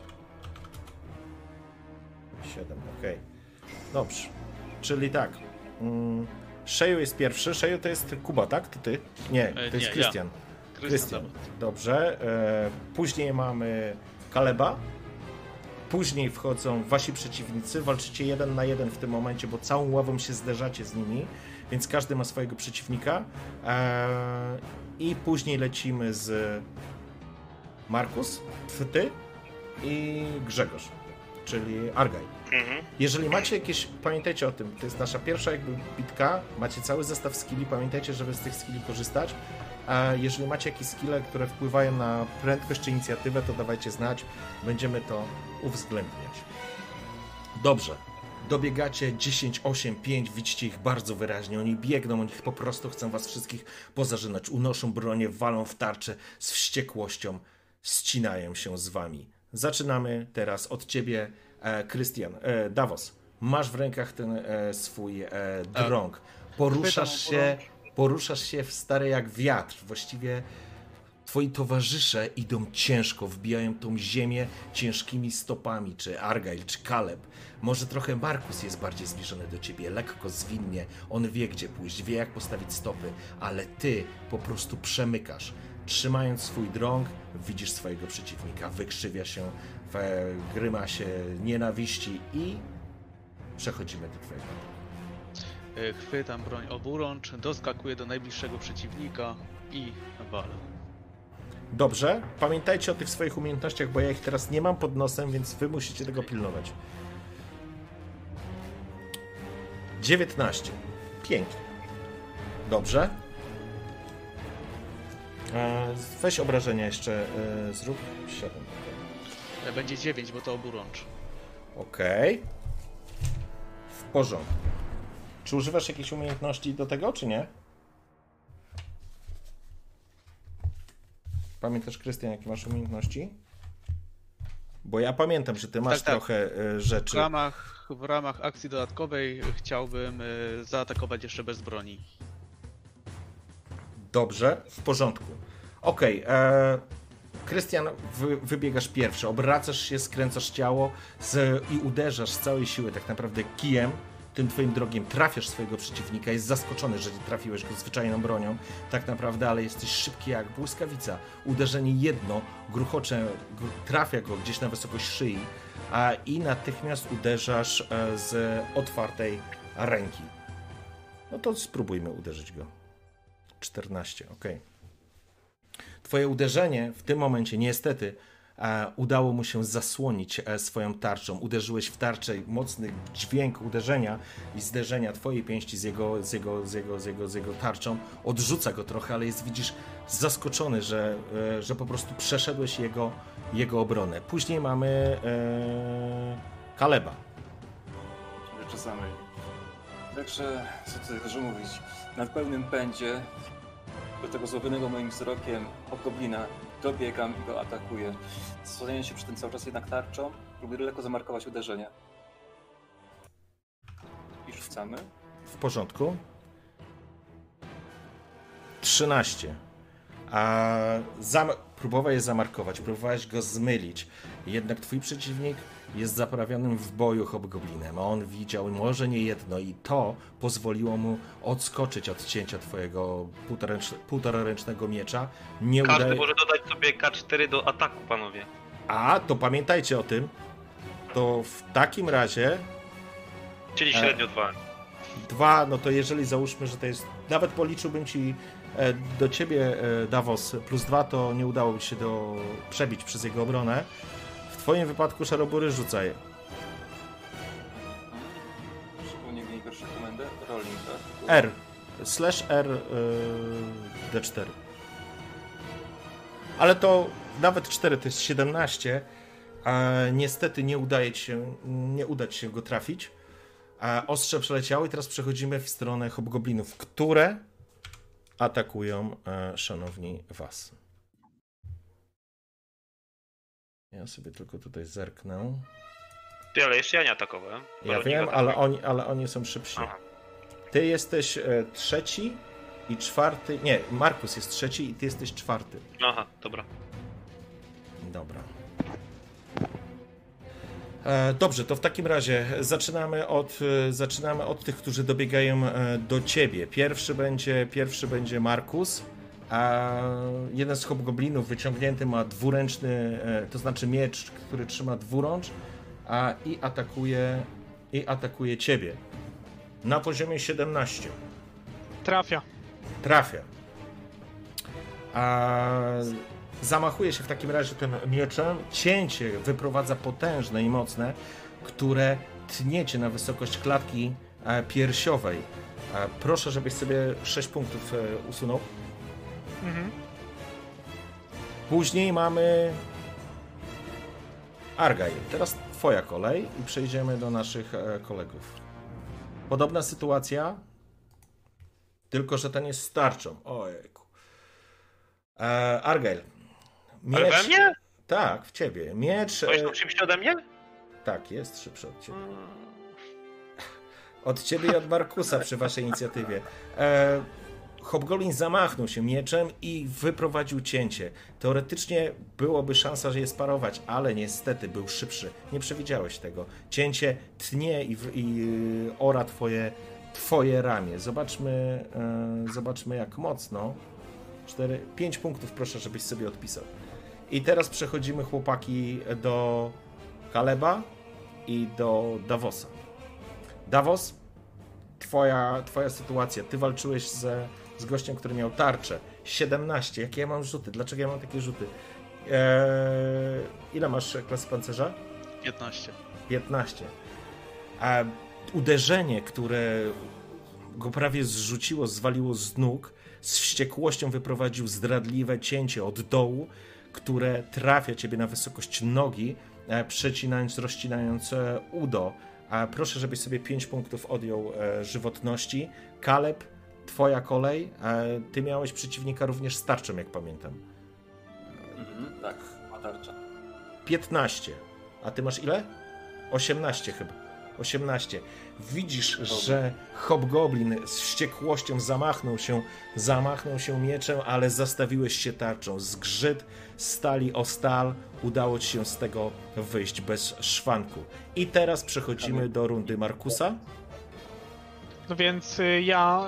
Speaker 1: 7, ok. Dobrze, czyli tak. Szeju jest pierwszy. Szeju to jest Kuba, tak? To ty? Nie, to jest Krystian.
Speaker 3: Ja.
Speaker 1: Krystian, dobrze. Później mamy Kaleba. Później wchodzą wasi przeciwnicy. Walczycie 1 na 1 w tym momencie, bo całą ławą się zderzacie z nimi. Więc każdy ma swojego przeciwnika. I później lecimy z Markus, ty i Grzegorz, czyli Argyle. Jeżeli macie jakieś, pamiętajcie o tym, to jest nasza pierwsza jakby bitka, macie cały zestaw skilli, pamiętajcie, żeby z tych skilli korzystać. A jeżeli macie jakieś skille, które wpływają na prędkość czy inicjatywę, to dawajcie znać, będziemy to uwzględniać. Dobrze. Dobiegacie 10, 8, 5, widzicie ich bardzo wyraźnie, oni biegną, oni po prostu chcą was wszystkich pozażynać, unoszą bronię, walą w tarczę z wściekłością, ccinają się z wami. Zaczynamy teraz od ciebie, Krystian. Davos, masz w rękach ten swój drąg, poruszasz się w stary jak wiatr, właściwie twoi towarzysze idą ciężko, wbijają tą ziemię ciężkimi stopami, czy Argyle, czy Kaleb. Może trochę Markus jest bardziej zbliżony do ciebie, lekko, zwinnie. On wie, gdzie pójść, wie, jak postawić stopy, ale ty po prostu przemykasz. Trzymając swój drąg, widzisz swojego przeciwnika, wykrzywia się w grymasie nienawiści i przechodzimy do twojego.
Speaker 3: Chwytam broń oburącz, doskakuję do najbliższego przeciwnika i walę.
Speaker 1: Dobrze, pamiętajcie o tych swoich umiejętnościach, bo ja ich teraz nie mam pod nosem, więc wy musicie tego pilnować. 19. Pięknie. Dobrze. Weź obrażenia jeszcze, zrób 7.
Speaker 3: Będzie 9, bo to oburącz.
Speaker 1: Okej. W porządku. Czy używasz jakiejś umiejętności do tego, czy nie? Pamiętasz, Krystian, jakie masz umiejętności? Bo ja pamiętam, że ty masz trochę rzeczy.
Speaker 3: W ramach akcji dodatkowej chciałbym zaatakować jeszcze bez broni.
Speaker 1: Dobrze, w porządku. Okej, Krystian, wybiegasz pierwszy, obracasz się, skręcasz ciało i uderzasz z całej siły tak naprawdę kijem, tym twoim drogiem, trafiasz swojego przeciwnika, jest zaskoczony, że trafiłeś go zwyczajną bronią, tak naprawdę, ale jesteś szybki jak błyskawica. Uderzenie jedno gruchocze, trafia go gdzieś na wysokość szyi i natychmiast uderzasz z otwartej ręki. No to spróbujmy uderzyć go. 14, ok. Twoje uderzenie w tym momencie niestety udało mu się zasłonić swoją tarczą. Uderzyłeś w tarczę, mocny dźwięk uderzenia i zderzenia twojej pięści z jego tarczą odrzuca go trochę, ale widzisz, zaskoczony, że po prostu przeszedłeś jego obronę. Później mamy Kaleba.
Speaker 2: Czasami. Także, co tutaj dużo mówić, na pełnym pędzie do tego złowionego moim wzrokiem hobgoblina dobiegam i go atakuję. Zasłaniając się przy tym cały czas jednak tarczą, próbuję lekko zamarkować uderzenie. I rzucamy.
Speaker 1: W porządku. 13. Próbowałeś zamarkować, próbowałeś go zmylić. Jednak twój przeciwnik jest zaprawionym w boju hobgoblinem, a on widział może nie jedno i to pozwoliło mu odskoczyć od cięcia twojego półtoraręcznego miecza.
Speaker 5: Każdy może dodać sobie K4 do ataku, panowie.
Speaker 1: To pamiętajcie o tym. To w takim razie...
Speaker 5: Czyli średnio 2.
Speaker 1: 2, no to jeżeli załóżmy, że to jest... Nawet policzyłbym ci do ciebie, Davos, +2, to nie udało ci się przebić przez jego obronę. W twoim wypadku, Szarobury, rzucaj. R. /R D4. Ale to nawet 4 to jest 17, a niestety nie uda ci się go trafić. A ostrze przeleciało i teraz przechodzimy w stronę hobgoblinów, które atakują, szanowni, was. Ja sobie tylko tutaj zerknę.
Speaker 5: Ty, ale jeszcze ja nie atakowałem.
Speaker 1: Ja wiem, ale oni są szybsi.
Speaker 5: Aha.
Speaker 1: Ty jesteś trzeci i czwarty. Nie, Markus jest trzeci i ty jesteś czwarty.
Speaker 5: Aha, dobra.
Speaker 1: Dobra. Dobrze, to w takim razie zaczynamy od tych, którzy dobiegają do ciebie. Pierwszy będzie Markus, a jeden z hobgoblinów wyciągnięty ma dwuręczny, to znaczy miecz, który trzyma dwurącz, i atakuje ciebie. Na poziomie 17. Trafia. Zamachuje się w takim razie tym mieczem. Cięcie wyprowadza potężne i mocne, które tniecie na wysokość klatki piersiowej. Proszę, żebyś sobie 6 punktów usunął. Mhm. Później mamy Argyle. Teraz twoja kolej i przejdziemy do naszych kolegów. Podobna sytuacja, tylko że ten jest z tarczą. Ojejku. Argyle.
Speaker 5: Ale we mnie?
Speaker 1: Tak, w ciebie. Miecz...
Speaker 5: To jest szybszy ode mnie?
Speaker 1: Tak, jest szybszy od ciebie. Od ciebie i od Markusa przy waszej inicjatywie. Hobgoblin zamachnął się mieczem i wyprowadził cięcie. Teoretycznie byłoby szansa, że je sparować, ale niestety był szybszy. Nie przewidziałeś tego. Cięcie tnie i ora twoje ramię. Zobaczmy jak mocno. 5 punktów proszę, żebyś sobie odpisał. I teraz przechodzimy, chłopaki, do Kaleba i do Davosa. Davos, twoja sytuacja. Ty walczyłeś z gościem, który miał tarczę. 17. Jakie ja mam rzuty? Dlaczego ja mam takie rzuty? Ile masz klasy pancerza? 15. A uderzenie, które go prawie zrzuciło, zwaliło z nóg, z wściekłością wyprowadził zdradliwe cięcie od dołu, które trafia ciebie na wysokość nogi, przecinając, rozcinając udo. Proszę, żebyś sobie 5 punktów odjął żywotności. Kaleb, twoja kolej. Ty miałeś przeciwnika również z tarczą, jak pamiętam.
Speaker 2: Tak, ma tarcza.
Speaker 1: 15. A ty masz ile? 18 chyba. 18. Widzisz, że hobgoblin z wściekłością zamachnął się mieczem, ale zastawiłeś się tarczą. Zgrzyt stali o stal. Udało ci się z tego wyjść bez szwanku. I teraz przechodzimy do rundy Markusa.
Speaker 4: No więc ja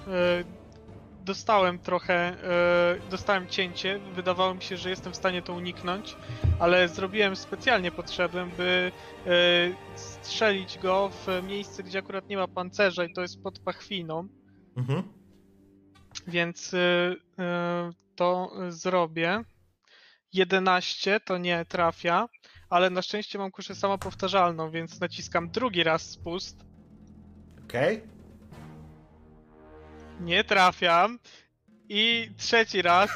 Speaker 4: dostałem cięcie, wydawało mi się, że jestem w stanie to uniknąć, ale zrobiłem specjalnie, podszedłem, by strzelić go w miejsce, gdzie akurat nie ma pancerza i to jest pod pachwiną. Mhm. Więc to zrobię. 11 to nie trafia, ale na szczęście mam kuszę samopowtarzalną, więc naciskam drugi raz spust.
Speaker 1: Okej.
Speaker 4: Nie trafiam. I trzeci raz.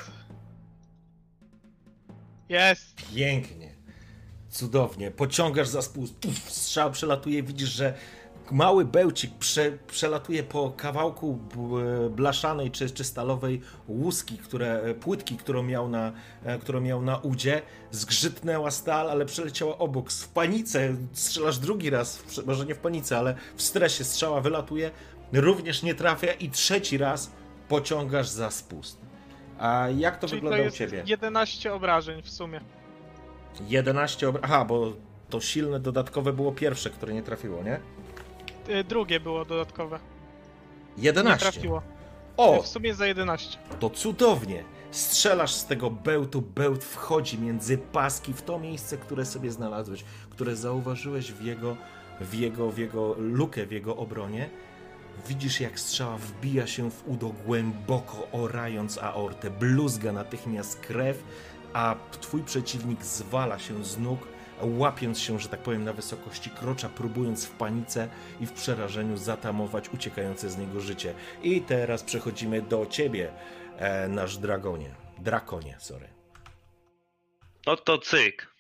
Speaker 4: Jest.
Speaker 1: Pięknie. Cudownie. Pociągasz za spust. Strzał przelatuje. Widzisz, że mały bełcik przelatuje po kawałku blaszanej czy stalowej łuski, płytki, którą miał na udzie. Zgrzytnęła stal, ale przeleciała obok. W panice strzelasz drugi raz, może nie w panice, ale w stresie strzała wylatuje. Również nie trafia i trzeci raz pociągasz za spust. A jak to wygląda u ciebie?
Speaker 4: 11 obrażeń w sumie.
Speaker 1: 11 obrażeń. Aha, bo to silne dodatkowe było pierwsze, które nie trafiło, nie?
Speaker 4: Drugie było dodatkowe.
Speaker 1: 11.
Speaker 4: Nie trafiło.
Speaker 1: O!
Speaker 4: W sumie za 11.
Speaker 1: To cudownie. Strzelasz z tego bełtu, bełt wchodzi między paski w to miejsce, które sobie znalazłeś, które zauważyłeś w jego lukę, w jego obronie. Widzisz, jak strzała wbija się w udo głęboko, orając aortę. Bluzga natychmiast krew, a twój przeciwnik zwala się z nóg, łapiąc się, że tak powiem, na wysokości krocza, próbując w panice i w przerażeniu zatamować uciekające z niego życie. I teraz przechodzimy do ciebie, nasz drakonie, sorry.
Speaker 5: No to cyk.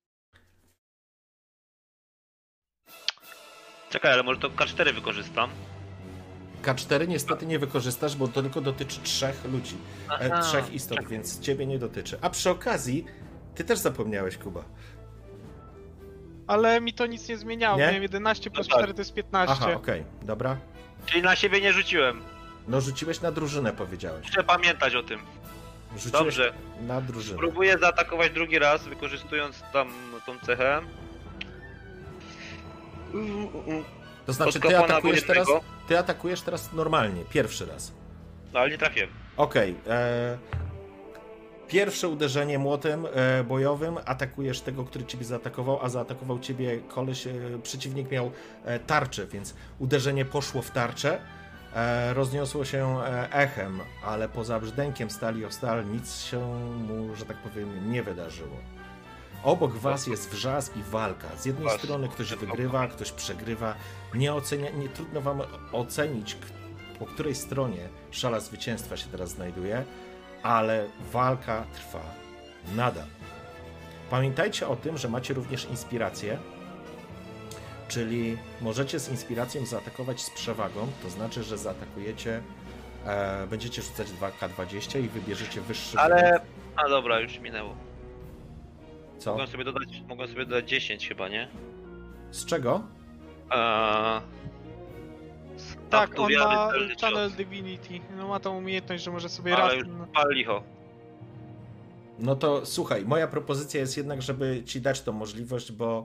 Speaker 5: Czekaj, ale może to K4 wykorzystam.
Speaker 1: K4 niestety nie wykorzystasz, bo to tylko dotyczy 3 ludzi, 3 istot, więc ciebie nie dotyczy. A przy okazji, ty też zapomniałeś, Kuba.
Speaker 4: Ale mi to nic nie zmieniało,
Speaker 1: Nie?
Speaker 4: miałem 11 plus
Speaker 5: No tak.
Speaker 4: 4 to jest 15.
Speaker 1: Aha, okej, dobra.
Speaker 5: Czyli na siebie nie rzuciłem.
Speaker 1: No rzuciłeś na drużynę, powiedziałeś.
Speaker 5: Muszę pamiętać o tym.
Speaker 1: Rzuciłeś
Speaker 5: Dobrze.
Speaker 1: na drużynę.
Speaker 5: Próbuję zaatakować drugi raz, wykorzystując tam tą cechę.
Speaker 1: To znaczy,
Speaker 5: Od kapłana wojennego.
Speaker 1: ty atakujesz teraz normalnie, pierwszy raz.
Speaker 5: No ale nie trafiłem.
Speaker 1: Okej. Pierwsze uderzenie młotem bojowym, atakujesz tego, który ciebie zaatakował, a zaatakował ciebie koleś, przeciwnik miał tarczę, więc uderzenie poszło w tarczę, rozniosło się echem, ale poza brzdękiem stali o stal nic się mu, że tak powiem, nie wydarzyło. Obok was jest wrzask i walka. Z jednej strony ktoś wygrywa, ktoś przegrywa. Nie trudno wam ocenić, po której stronie szala zwycięstwa się teraz znajduje, ale walka trwa nadal. Pamiętajcie o tym, że macie również inspirację, czyli możecie z inspiracją zaatakować z przewagą, to znaczy, że zaatakujecie, będziecie rzucać 2K20 i wybierzecie wyższy
Speaker 5: Ale...
Speaker 1: wynik.
Speaker 5: A dobra, już minęło.
Speaker 1: Co?
Speaker 5: Mogłem sobie dodać 10 chyba, nie?
Speaker 1: Z czego?
Speaker 4: Tak,
Speaker 5: Aktu
Speaker 4: on
Speaker 5: wiary,
Speaker 4: ma
Speaker 5: celny
Speaker 4: Channel
Speaker 5: cios.
Speaker 4: Divinity. No ma tą umiejętność, że może sobie
Speaker 5: Ale
Speaker 4: raz...
Speaker 5: już pal licho.
Speaker 1: No to słuchaj, moja propozycja jest jednak, żeby ci dać tą możliwość, bo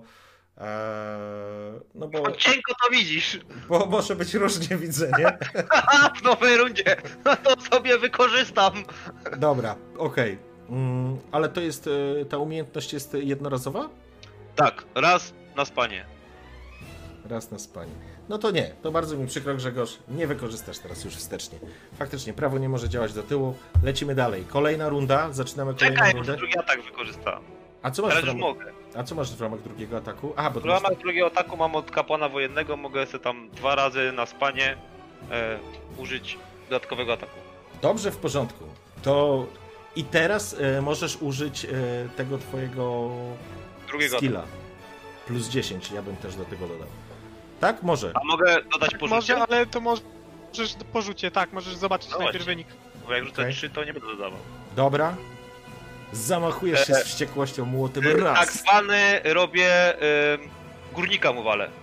Speaker 1: no bo,
Speaker 5: No cienko to widzisz.
Speaker 1: bo może być różnie, widzę, nie?
Speaker 5: W nowej rundzie. To sobie wykorzystam.
Speaker 1: Dobra, okej. Ale to jest, ta umiejętność jest jednorazowa?
Speaker 5: Tak, raz na spanie.
Speaker 1: Raz na spanie. No to nie, to bardzo mi przykro, Grzegorz, nie wykorzystasz teraz już wstecznie. Faktycznie, prawo nie może działać do tyłu. Lecimy dalej. Kolejna runda, zaczynamy kolejną
Speaker 5: Czekaj,
Speaker 1: rundę.
Speaker 5: może drugi atak wykorzystam.
Speaker 1: A co masz
Speaker 5: Teraz
Speaker 1: w
Speaker 5: już
Speaker 1: ramach,
Speaker 5: mogę.
Speaker 1: a co masz w ramach drugiego ataku? A, bo
Speaker 5: W
Speaker 1: to jest...
Speaker 5: ramach drugiego ataku mam od kapłana wojennego, mogę sobie tam 2 razy na spanie użyć dodatkowego ataku.
Speaker 1: Dobrze, w porządku. To i teraz możesz użyć tego twojego
Speaker 5: Drugiego
Speaker 1: skilla.
Speaker 5: ataku.
Speaker 1: Plus 10, ja bym też do tego dodał. Tak? Może.
Speaker 5: A mogę dodać porzucie?
Speaker 4: Może, ale to możesz po rzucie, tak, możesz zobaczyć
Speaker 5: No
Speaker 4: najpierw
Speaker 5: właśnie.
Speaker 4: wynik.
Speaker 5: Bo jak rzucę
Speaker 1: Okej.
Speaker 5: 3, to nie będę dodawał.
Speaker 1: Dobra. Zamachujesz się z wściekłością młotem
Speaker 5: Tak
Speaker 1: raz.
Speaker 5: zwany robię górnika mu walę.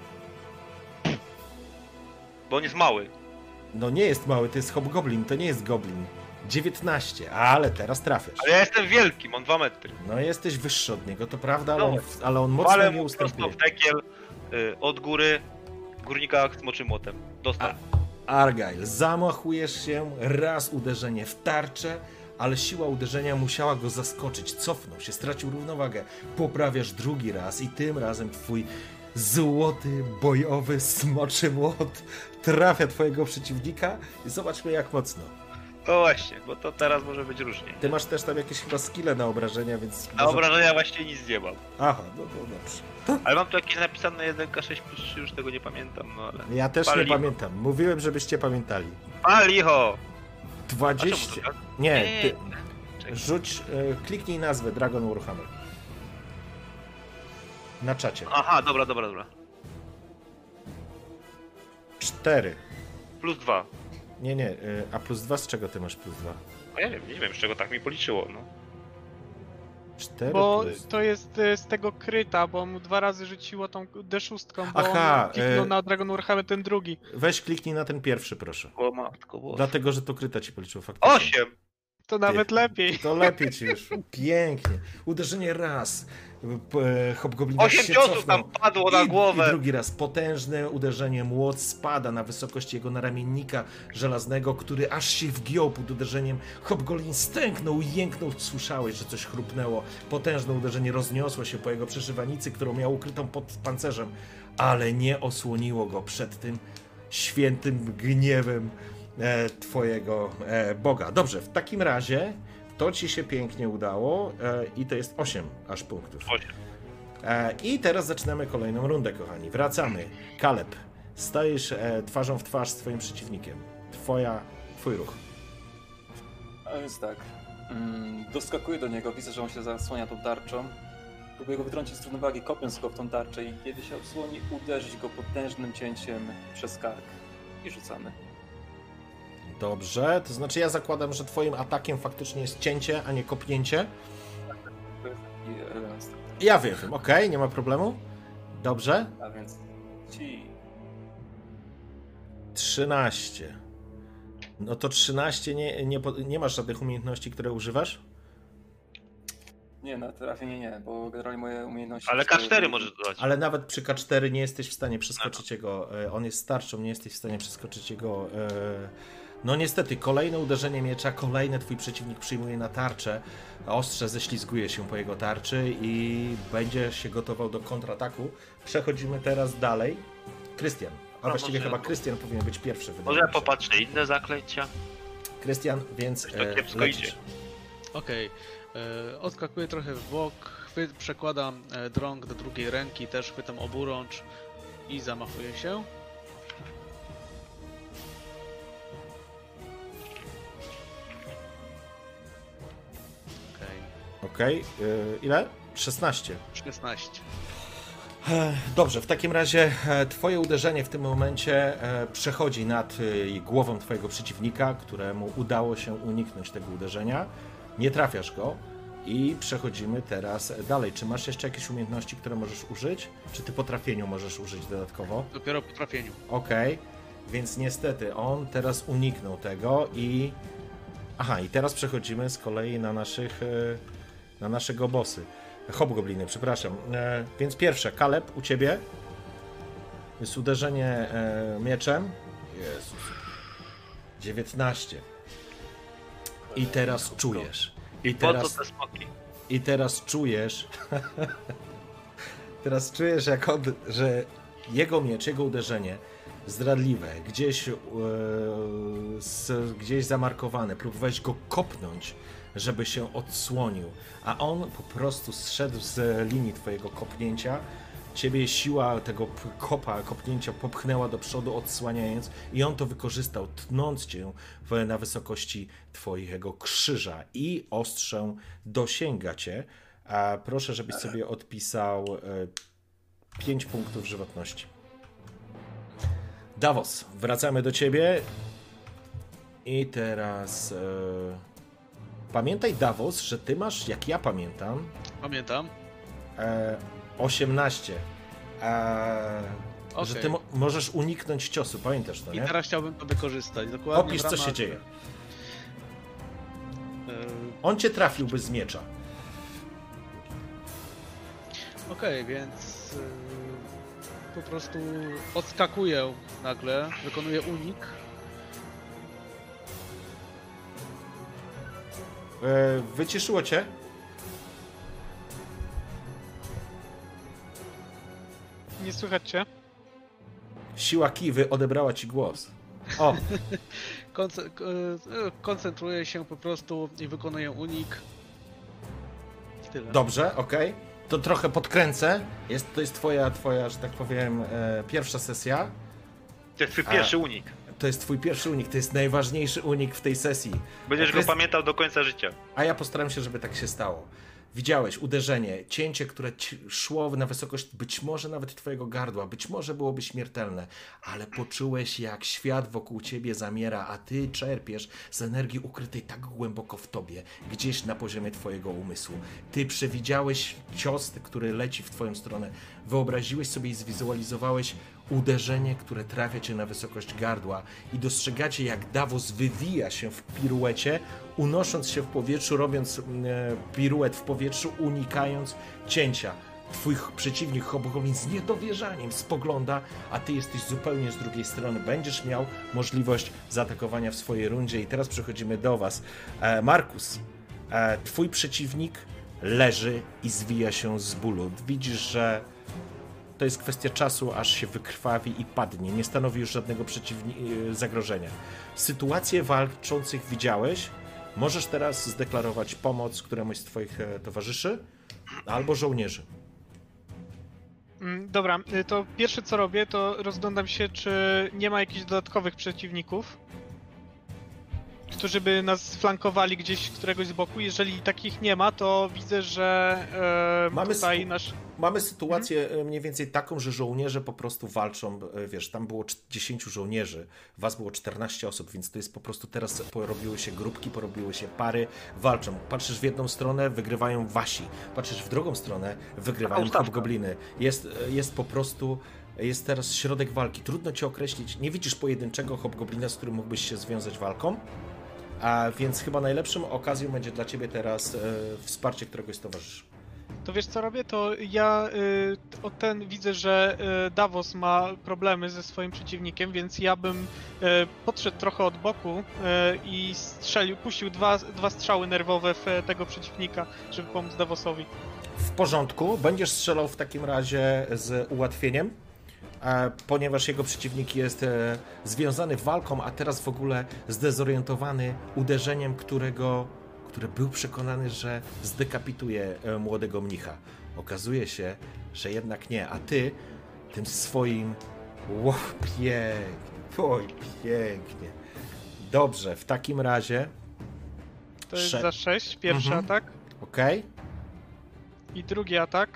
Speaker 5: Bo on jest mały.
Speaker 1: No nie jest mały, to jest hobgoblin, to nie jest goblin. 19, ale teraz trafiasz.
Speaker 5: Ale ja jestem wielki, mam 2 metry.
Speaker 1: No jesteś wyższy od niego, to prawda, ale,
Speaker 5: No.
Speaker 1: ale on mocno
Speaker 5: Walę
Speaker 1: nie
Speaker 5: mu
Speaker 1: ustępuje.
Speaker 5: prosto w dekiel od góry górnika smoczym młotem. Dostał.
Speaker 1: Argyle, zamachujesz się, raz uderzenie w tarczę, ale siła uderzenia musiała go zaskoczyć. Cofnął się, stracił równowagę. Poprawiasz drugi raz i tym razem twój złoty, bojowy, smoczy młot trafia twojego przeciwnika i zobaczmy jak mocno.
Speaker 5: No właśnie, bo to teraz może być różnie.
Speaker 1: Ty masz też tam jakieś chyba skille na obrażenia, więc...
Speaker 5: Na obrażenia właśnie nic nie mam.
Speaker 1: Aha, no to dobrze.
Speaker 5: Ale mam tu jakieś napisane 1K6 plus 3, już tego nie pamiętam, no ale...
Speaker 1: Ja też nie
Speaker 5: Palicho.
Speaker 1: pamiętam. Mówiłem, żebyście pamiętali.
Speaker 5: A licho!
Speaker 1: 20...
Speaker 5: A czemu to tak?
Speaker 1: Nie, ty...
Speaker 5: Czekaj.
Speaker 1: Rzuć, kliknij nazwę Dragon Warhammer. Na czacie.
Speaker 5: Aha, dobra.
Speaker 1: 4.
Speaker 5: Plus 2.
Speaker 1: Nie, a plus 2 z czego ty masz plus 2?
Speaker 5: No ja nie wiem z czego tak mi policzyło, no.
Speaker 1: 4
Speaker 4: Bo
Speaker 1: plus...
Speaker 4: to jest z tego kryta, bo mu 2 razy rzuciło tą D6, bo
Speaker 1: Aha,
Speaker 4: on kliknął na Dragon Warhammer ten drugi.
Speaker 1: Weź kliknij na ten pierwszy, proszę.
Speaker 5: O matko, bo...
Speaker 1: Dlatego, że to kryta ci policzyło faktycznie.
Speaker 5: 8!
Speaker 4: To nawet lepiej.
Speaker 1: To lepiej ci już. Pięknie. Uderzenie raz. Hobgoblin
Speaker 5: 8
Speaker 1: się
Speaker 5: ciosów
Speaker 1: cofnął.
Speaker 5: tam padło na
Speaker 1: I
Speaker 5: głowę!
Speaker 1: drugi raz potężne uderzenie, młot spada na wysokość jego naramiennika żelaznego, który aż się wgiął pod uderzeniem. Hobgoblin stęknął i jęknął. Słyszałeś, że coś chrupnęło. Potężne uderzenie rozniosło się po jego przeszywanicy, którą miał ukrytą pod pancerzem, ale nie osłoniło go przed tym świętym gniewem twojego Boga. Dobrze, w takim razie to ci się pięknie udało i to jest 8 aż punktów.
Speaker 5: 8.
Speaker 1: I teraz zaczynamy kolejną rundę, kochani. Wracamy. Kaleb, stajesz twarzą w twarz z twoim przeciwnikiem. Twój ruch.
Speaker 2: A więc tak. Doskakuję do niego, widzę, że on się zasłania tą tarczą. Próbuję go wytrącić z równowagi, kopiąc go w tą tarczę i kiedy się odsłoni, uderzyć go potężnym cięciem przez kark. I rzucamy.
Speaker 1: Dobrze, to znaczy ja zakładam, że twoim atakiem faktycznie jest cięcie, a nie kopnięcie.
Speaker 2: To jest taki element.
Speaker 1: Ja wiem, okej, nie ma problemu. Dobrze.
Speaker 2: A więc
Speaker 1: 13. No to 13 nie masz żadnych umiejętności, które używasz?
Speaker 2: Nie, na trafienie nie, bo generalnie moje umiejętności...
Speaker 5: Ale K4 możesz dodać.
Speaker 1: Ale nawet przy K4 nie jesteś w stanie przeskoczyć jego... On jest starczą, nie jesteś w stanie przeskoczyć jego... No niestety, kolejne uderzenie miecza, kolejny twój przeciwnik przyjmuje na tarczę. Ostrze ześlizguje się po jego tarczy i będzie się gotował do kontrataku. Przechodzimy teraz dalej. Krystian. A właściwie
Speaker 5: może-
Speaker 1: chyba Krystian powinien być pierwszy. wydaje
Speaker 5: Może ja
Speaker 1: mi się.
Speaker 5: popatrzę inne zaklęcia?
Speaker 1: Krystian, więc
Speaker 5: To kiepsko
Speaker 1: lecisz.
Speaker 5: idzie.
Speaker 3: Okej. Odskakuję trochę w bok, przekładam drąg do drugiej ręki, też chwytam oburącz i zamachuję się.
Speaker 1: Okej, ile? 16.
Speaker 3: 16.
Speaker 1: Dobrze, w takim razie twoje uderzenie w tym momencie przechodzi nad głową twojego przeciwnika, któremu udało się uniknąć tego uderzenia. Nie trafiasz go i przechodzimy teraz dalej. Czy masz jeszcze jakieś umiejętności, które możesz użyć? Czy ty po trafieniu możesz użyć dodatkowo?
Speaker 3: Dopiero po trafieniu.
Speaker 1: Okej, więc niestety on teraz uniknął tego i... Aha, i teraz przechodzimy z kolei na naszego bossy. Hobgobliny, przepraszam. Więc pierwsze, Kaleb, u ciebie jest uderzenie mieczem. Jezus. 19. I teraz czujesz.
Speaker 5: Po co te smoki?
Speaker 1: I teraz czujesz. Teraz czujesz, że jego miecz, jego uderzenie zdradliwe, gdzieś zamarkowane. Próbowałeś go kopnąć, żeby się odsłonił, a on po prostu zszedł z linii twojego kopnięcia. Ciebie siła tego kopnięcia popchnęła do przodu, odsłaniając, i on to wykorzystał, tnąc cię na wysokości twojego krzyża i ostrzem dosięga cię. A proszę, żebyś sobie odpisał 5 punktów żywotności. Davos, wracamy do ciebie. I teraz... Pamiętaj, Davos, że ty masz, jak ja pamiętam...
Speaker 3: Pamiętam.
Speaker 1: 18. Że ty
Speaker 3: Okej.
Speaker 1: możesz uniknąć ciosu, pamiętasz to,
Speaker 3: I
Speaker 1: nie?
Speaker 3: teraz chciałbym to wykorzystać. Dokładnie
Speaker 1: Opisz,
Speaker 3: w
Speaker 1: co
Speaker 3: ramach-
Speaker 1: się dzieje.
Speaker 3: E,
Speaker 1: On cię trafiłby z miecza.
Speaker 3: Okej, więc po prostu odskakuję nagle, wykonuję unik.
Speaker 1: Wyciszyło cię?
Speaker 4: Nie słychać cię?
Speaker 1: Siła Kiwy odebrała ci głos. O,
Speaker 3: Koncentruję się po prostu i wykonuję unik. I tyle.
Speaker 1: dobrze, okej. To trochę podkręcę. To jest twoja, że tak powiem, pierwsza sesja.
Speaker 5: To jest twój pierwszy unik.
Speaker 1: To jest twój pierwszy unik, to jest najważniejszy unik w tej sesji.
Speaker 5: Będziesz go pamiętał do końca życia.
Speaker 1: A ja postaram się, żeby tak się stało. Widziałeś uderzenie, cięcie, które szło na wysokość być może nawet twojego gardła, być może byłoby śmiertelne, ale poczułeś, jak świat wokół ciebie zamiera, a ty czerpiesz z energii ukrytej tak głęboko w tobie, gdzieś na poziomie twojego umysłu. Ty przewidziałeś cios, który leci w twoją stronę, wyobraziłeś sobie i zwizualizowałeś uderzenie, które trafia cię na wysokość gardła i dostrzegacie, jak Davos wywija się w piruecie, unosząc się w powietrzu, robiąc piruet w powietrzu, unikając cięcia. Twój przeciwnik Hobgoblin z niedowierzaniem spogląda, a ty jesteś zupełnie z drugiej strony. Będziesz miał możliwość zaatakowania w swojej rundzie i teraz przechodzimy do was. Markus, twój przeciwnik leży i zwija się z bólu. Widzisz, że to jest kwestia czasu, aż się wykrwawi i padnie. Nie stanowi już żadnego zagrożenia. Sytuację walczących widziałeś. Możesz teraz zdeklarować pomoc któremuś z twoich towarzyszy albo żołnierzy.
Speaker 4: Dobra, to pierwsze co robię, to rozglądam się, czy nie ma jakichś dodatkowych przeciwników, którzy by nas flankowali gdzieś któregoś z boku. Jeżeli takich nie ma, to widzę, że
Speaker 1: Mamy sytuację mniej więcej taką, że żołnierze po prostu walczą, wiesz, tam było 10 żołnierzy, was było 14 osób, więc to jest po prostu teraz porobiły się grupki, porobiły się pary, walczą. Patrzysz w jedną stronę, wygrywają wasi, patrzysz w drugą stronę, wygrywają hobgobliny. Jest po prostu... Jest teraz środek walki. Trudno ci określić. Nie widzisz pojedynczego hobgoblina, z którym mógłbyś się związać walką, a więc chyba najlepszą okazją będzie dla ciebie teraz wsparcie któregoś z towarzyszy.
Speaker 4: To wiesz co robię? To ja widzę, że Davos ma problemy ze swoim przeciwnikiem, więc ja bym podszedł trochę od boku i puścił dwa strzały nerwowe w tego przeciwnika, żeby pomóc Davosowi.
Speaker 1: W porządku. Będziesz strzelał w takim razie z ułatwieniem, ponieważ jego przeciwnik jest związany walką, a teraz w ogóle zdezorientowany uderzeniem, który był przekonany, że zdekapituje młodego mnicha. Okazuje się, że jednak nie, a ty tym swoim... pięknie. Dobrze, w takim razie...
Speaker 4: To jest za 6, pierwszy atak.
Speaker 1: Okej.
Speaker 4: I drugi atak.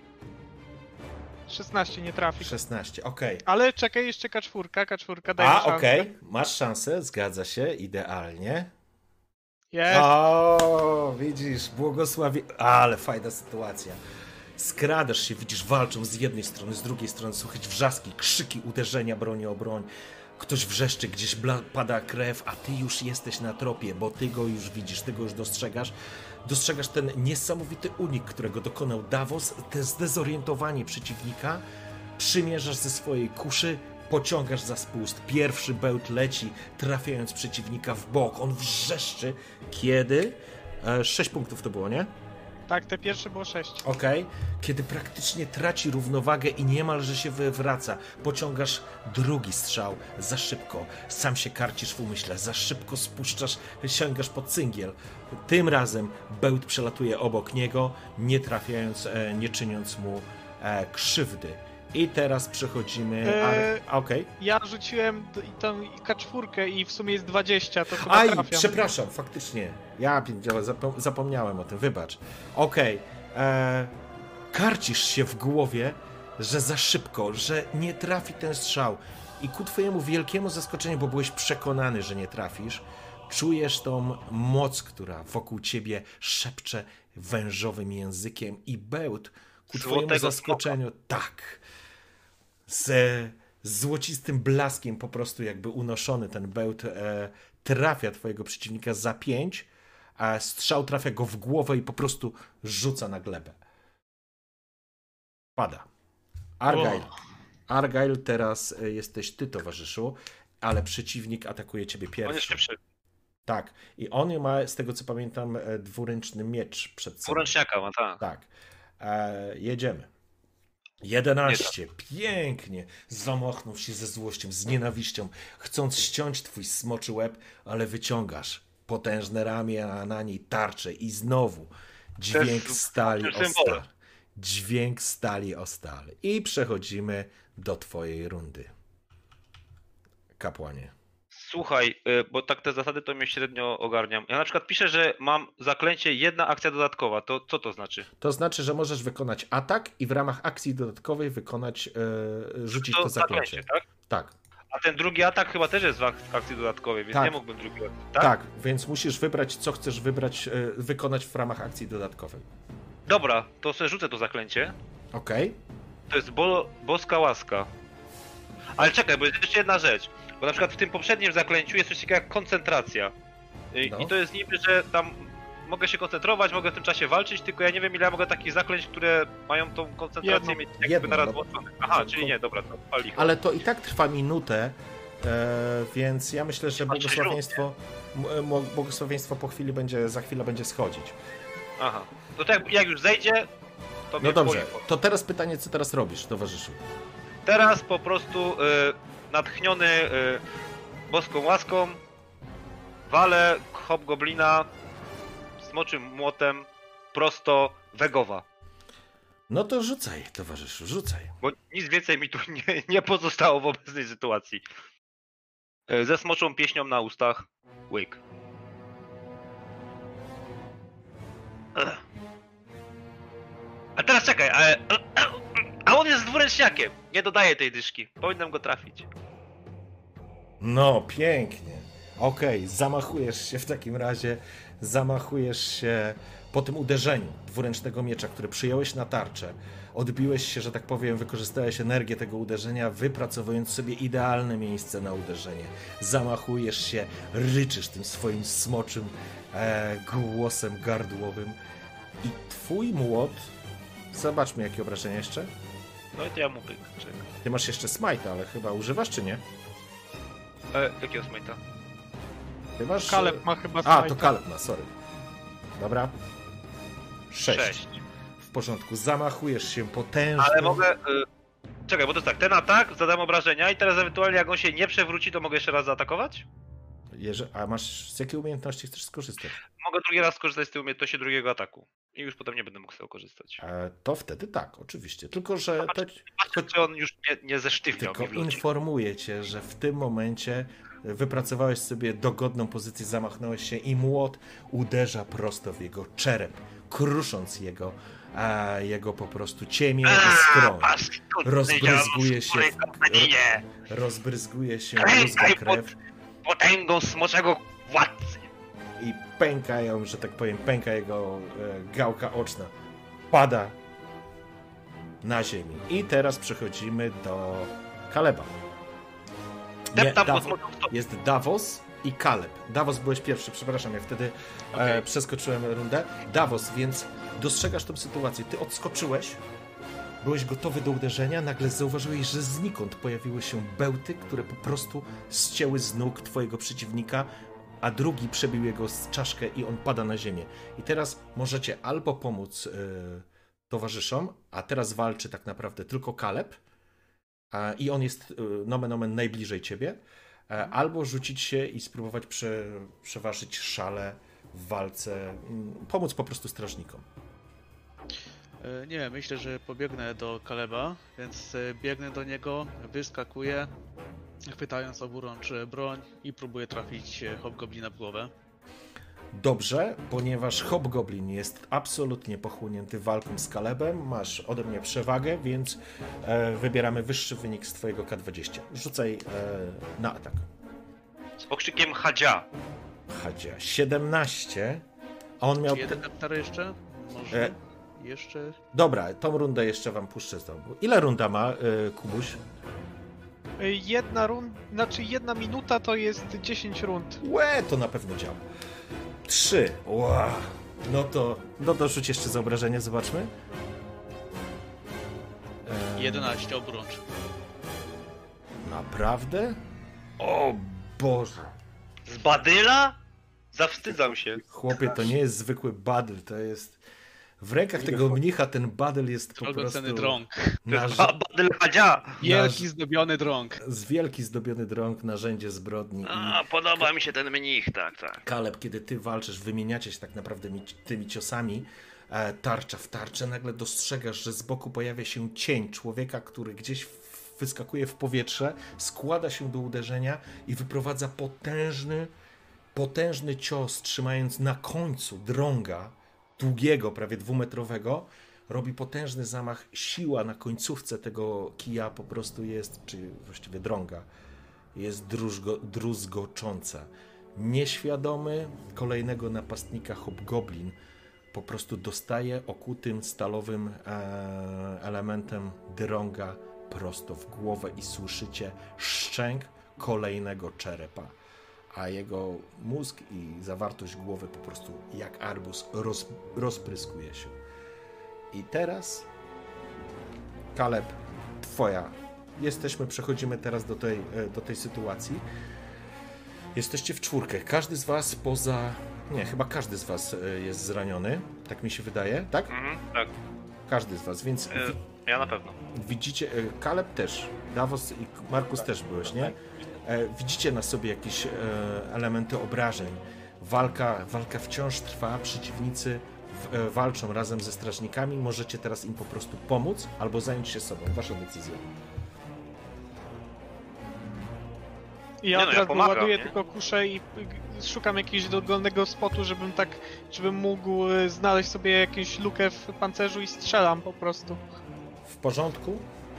Speaker 4: 16 nie trafi.
Speaker 1: 16, okej.
Speaker 4: Ale czekaj, jeszcze K4 daje szansę.
Speaker 1: Okej, masz szansę, zgadza się, idealnie.
Speaker 4: Jest.
Speaker 1: O, widzisz, ale fajna sytuacja. Skradasz się, widzisz, walczą z jednej strony, z drugiej strony słychać wrzaski, krzyki, uderzenia broni o broń. Ktoś wrzeszczy, gdzieś pada krew, a ty już jesteś na tropie, bo ty go już widzisz, ty go już dostrzegasz. Dostrzegasz ten niesamowity unik, którego dokonał Davos, te zdezorientowanie przeciwnika, przymierzasz ze swojej kuszy, pociągasz za spust. Pierwszy bełt leci, trafiając przeciwnika w bok. On wrzeszczy, kiedy... 6 punktów to było, nie?
Speaker 4: Tak, te pierwsze było 6.
Speaker 1: Okej. Kiedy praktycznie traci równowagę i niemalże się wywraca. Pociągasz drugi strzał za szybko. Sam się karcisz w umyśle. Za szybko spuszczasz, sięgasz po cyngiel. Tym razem bełt przelatuje obok niego, nie trafiając, nie czyniąc mu krzywdy. I teraz przechodzimy... Okej.
Speaker 4: Ja rzuciłem tą K4 i w sumie jest 20, to chyba
Speaker 1: Aj,
Speaker 4: trafiam.
Speaker 1: przepraszam, faktycznie. Ja pierdzielę, zapomniałem o tym, wybacz. Okej. Karcisz się w głowie, że za szybko, że nie trafi ten strzał. I ku twojemu wielkiemu zaskoczeniu, bo byłeś przekonany, że nie trafisz, czujesz tą moc, która wokół ciebie szepcze wężowym językiem i bełt ku twojemu zaskoczeniu, tak, z złocistym blaskiem po prostu jakby unoszony ten bełt trafia twojego przeciwnika za 5, a strzał trafia go w głowę i po prostu rzuca na glebę. Pada. Argyle, teraz jesteś ty, towarzyszu, ale przeciwnik atakuje ciebie pierwszy.
Speaker 5: On jest szybszy.
Speaker 1: Tak. I on ma, z tego co pamiętam, dwuręczny miecz przed sobą.
Speaker 5: Dwuręczniaka ma, tak.
Speaker 1: Tak. Jedziemy. 11. Pięknie. Zamachnął się ze złością, z nienawiścią, chcąc ściąć twój smoczy łeb, ale wyciągasz potężne ramię, a na niej tarczę i znowu dźwięk stali o stal. Dźwięk stali o stal. I przechodzimy do twojej rundy. Kapłanie.
Speaker 5: Słuchaj, bo tak te zasady to mnie średnio ogarniam. Ja na przykład piszę, że mam zaklęcie, jedna akcja dodatkowa. To co to znaczy?
Speaker 1: To znaczy, że możesz wykonać atak i w ramach akcji dodatkowej rzucić to zaklęcie.
Speaker 5: Tak?
Speaker 1: Tak.
Speaker 5: A ten drugi atak chyba też jest w akcji dodatkowej, więc
Speaker 1: tak.
Speaker 5: nie mógłbym drugiego. Tak?
Speaker 1: Tak, więc musisz wybrać, co chcesz wykonać w ramach akcji dodatkowej.
Speaker 5: Dobra, to sobie rzucę to zaklęcie.
Speaker 1: Okej.
Speaker 5: To jest boska łaska. Ale czekaj, bo jest jeszcze jedna rzecz. Bo na przykład w tym poprzednim zaklęciu jest coś takiego jak koncentracja. I to jest niby, że tam mogę się koncentrować, mogę w tym czasie walczyć, tylko ja nie wiem ile ja mogę takich zaklęć, które mają tą koncentrację mieć jakby naraz włączone. Aha, czyli nie, dobra, to pali.
Speaker 1: Ale to i tak trwa minutę, więc ja myślę, że błogosławieństwo za chwilę będzie schodzić.
Speaker 5: Aha, no to jak już zejdzie, to mnie
Speaker 1: dobrze, to teraz pytanie, co teraz robisz, towarzyszu?
Speaker 5: Teraz po prostu natchniony boską łaską walę hobgoblina smoczym młotem prosto Wegowa.
Speaker 1: No to rzucaj, towarzyszu, rzucaj.
Speaker 5: Bo nic więcej mi tu nie pozostało w obecnej sytuacji. Ze smoczą pieśnią na ustach. Łyk. A teraz czekaj, a on jest dwuręczniakiem. Nie dodaję tej dyszki. Powinienem go trafić.
Speaker 1: No, pięknie. Okej, zamachujesz się w takim razie, zamachujesz się po tym uderzeniu dwuręcznego miecza, który przyjąłeś na tarczę. Odbiłeś się, że tak powiem, wykorzystałeś energię tego uderzenia, wypracowując sobie idealne miejsce na uderzenie. Zamachujesz się, ryczysz tym swoim smoczym głosem gardłowym i twój młot... Zobaczmy, jakie obrażenia jeszcze.
Speaker 5: No i to ja mu pyk. Czekaj.
Speaker 1: Ty masz jeszcze smite'a, ale chyba używasz, czy nie?
Speaker 5: Jakiego smajta?
Speaker 1: Ty masz...
Speaker 4: Kaleb ma chyba
Speaker 1: A,
Speaker 4: smajta.
Speaker 1: to Kaleb ma, sorry. Dobra. 6.
Speaker 5: 6.
Speaker 1: W porządku, zamachujesz się potężnym...
Speaker 5: Ale mogę... Czekaj, bo to jest tak, ten atak, zadam obrażenia i teraz ewentualnie jak on się nie przewróci, to mogę jeszcze raz zaatakować?
Speaker 1: A masz z jakiej umiejętności chcesz skorzystać?
Speaker 5: Mogę drugi raz skorzystać z tej umiejętności drugiego ataku. I już potem nie będę mógł z tego korzystać.
Speaker 1: To wtedy tak, oczywiście. Tylko, że...
Speaker 5: Patrzę, czy on już nie zesztywniał
Speaker 1: Tylko
Speaker 5: mi w locie.
Speaker 1: informuję cię, że w tym momencie wypracowałeś sobie dogodną pozycję, zamachnąłeś się i młot uderza prosto w jego czerep, krusząc jego po prostu ciemię i skroń. Rozbryzguje się bluzga krew
Speaker 5: Potęgą smoczego władcy.
Speaker 1: i pękają, że tak powiem, pęka jego gałka oczna. Pada na ziemi. I teraz przechodzimy do Kaleba. Nie, jest Davos i Kaleb. Davos byłeś pierwszy, przepraszam, ja wtedy przeskoczyłem rundę. Davos, więc dostrzegasz tę sytuację. Ty odskoczyłeś, byłeś gotowy do uderzenia, nagle zauważyłeś, że znikąd pojawiły się bełty, które po prostu ścięły z nóg twojego przeciwnika, a drugi przebił jego czaszkę i on pada na ziemię. I teraz możecie albo pomóc towarzyszom, a teraz walczy tak naprawdę tylko Kaleb, i on jest nomen omen najbliżej ciebie, albo rzucić się i spróbować przeważyć szale w walce, pomóc po prostu strażnikom.
Speaker 3: Nie, myślę, że pobiegnę do Kaleba, więc biegnę do niego, wyskakuję, chwytając oburącz broń i próbuję trafić Hobgoblina w głowę.
Speaker 1: Dobrze, ponieważ Hobgoblin jest absolutnie pochłonięty walką z Kalebem, masz ode mnie przewagę, więc wybieramy wyższy wynik z twojego K20. Rzucaj na atak.
Speaker 5: Z okrzykiem Hadzia.
Speaker 1: Hadzia. 17, a on miał...
Speaker 3: Czy jeden kaptar jeszcze? Może jeszcze?
Speaker 1: Dobra, tą rundę jeszcze wam puszczę znowu. Ile runda ma, Kubuś?
Speaker 4: Jedna minuta to jest 10 rund.
Speaker 1: To na pewno działa. 3. Wow. No to rzuć jeszcze za obrażenie, zobaczmy.
Speaker 3: 11 obrącz.
Speaker 1: Naprawdę? O Boże.
Speaker 5: Z badyla? Zawstydzam się.
Speaker 1: Chłopie, to nie jest zwykły badyl, to jest... W rękach tego mnicha ten badyl jest po prostu...
Speaker 3: Drogocenny drąg.
Speaker 5: Badyl Hadzia!
Speaker 3: Wielki zdobiony drąg.
Speaker 1: Wielki zdobiony drąg, narzędzie zbrodni.
Speaker 5: Podoba mi się ten mnich, tak.
Speaker 1: Kaleb, kiedy ty walczysz, wymieniacie się tak naprawdę tymi ciosami, tarcza w tarczę, nagle dostrzegasz, że z boku pojawia się cień człowieka, który gdzieś wyskakuje w powietrze, składa się do uderzenia i wyprowadza potężny cios, trzymając na końcu drąga, długiego, prawie 2-metrowego, robi potężny zamach. Siła na końcówce tego kija po prostu jest, czy właściwie drąga, jest druzgocząca. Nieświadomy kolejnego napastnika Hobgoblin po prostu dostaje okutym stalowym elementem drąga prosto w głowę i słyszycie szczęk kolejnego czerepa, a jego mózg i zawartość głowy po prostu jak arbuz rozpryskuje się. I teraz Kaleb, twoja. Przechodzimy teraz do tej sytuacji. Jesteście w czwórkę. Każdy z was chyba każdy z was jest zraniony. Tak mi się wydaje, tak?
Speaker 5: Tak.
Speaker 1: Każdy z was, więc...
Speaker 5: Ja na pewno.
Speaker 1: Widzicie, Kaleb też, Davos i Markus też byłeś, nie? Widzicie na sobie jakieś elementy obrażeń. Walka wciąż trwa, przeciwnicy walczą razem ze strażnikami, możecie teraz im po prostu pomóc albo zająć się sobą. Wasza decyzja.
Speaker 4: Ja od razu
Speaker 5: pomagam,
Speaker 4: ładuję
Speaker 5: nie?
Speaker 4: tylko kuszę i szukam jakiegoś dogolnego spotu, żebym mógł znaleźć sobie jakąś lukę w pancerzu i strzelam po prostu.
Speaker 1: W porządku?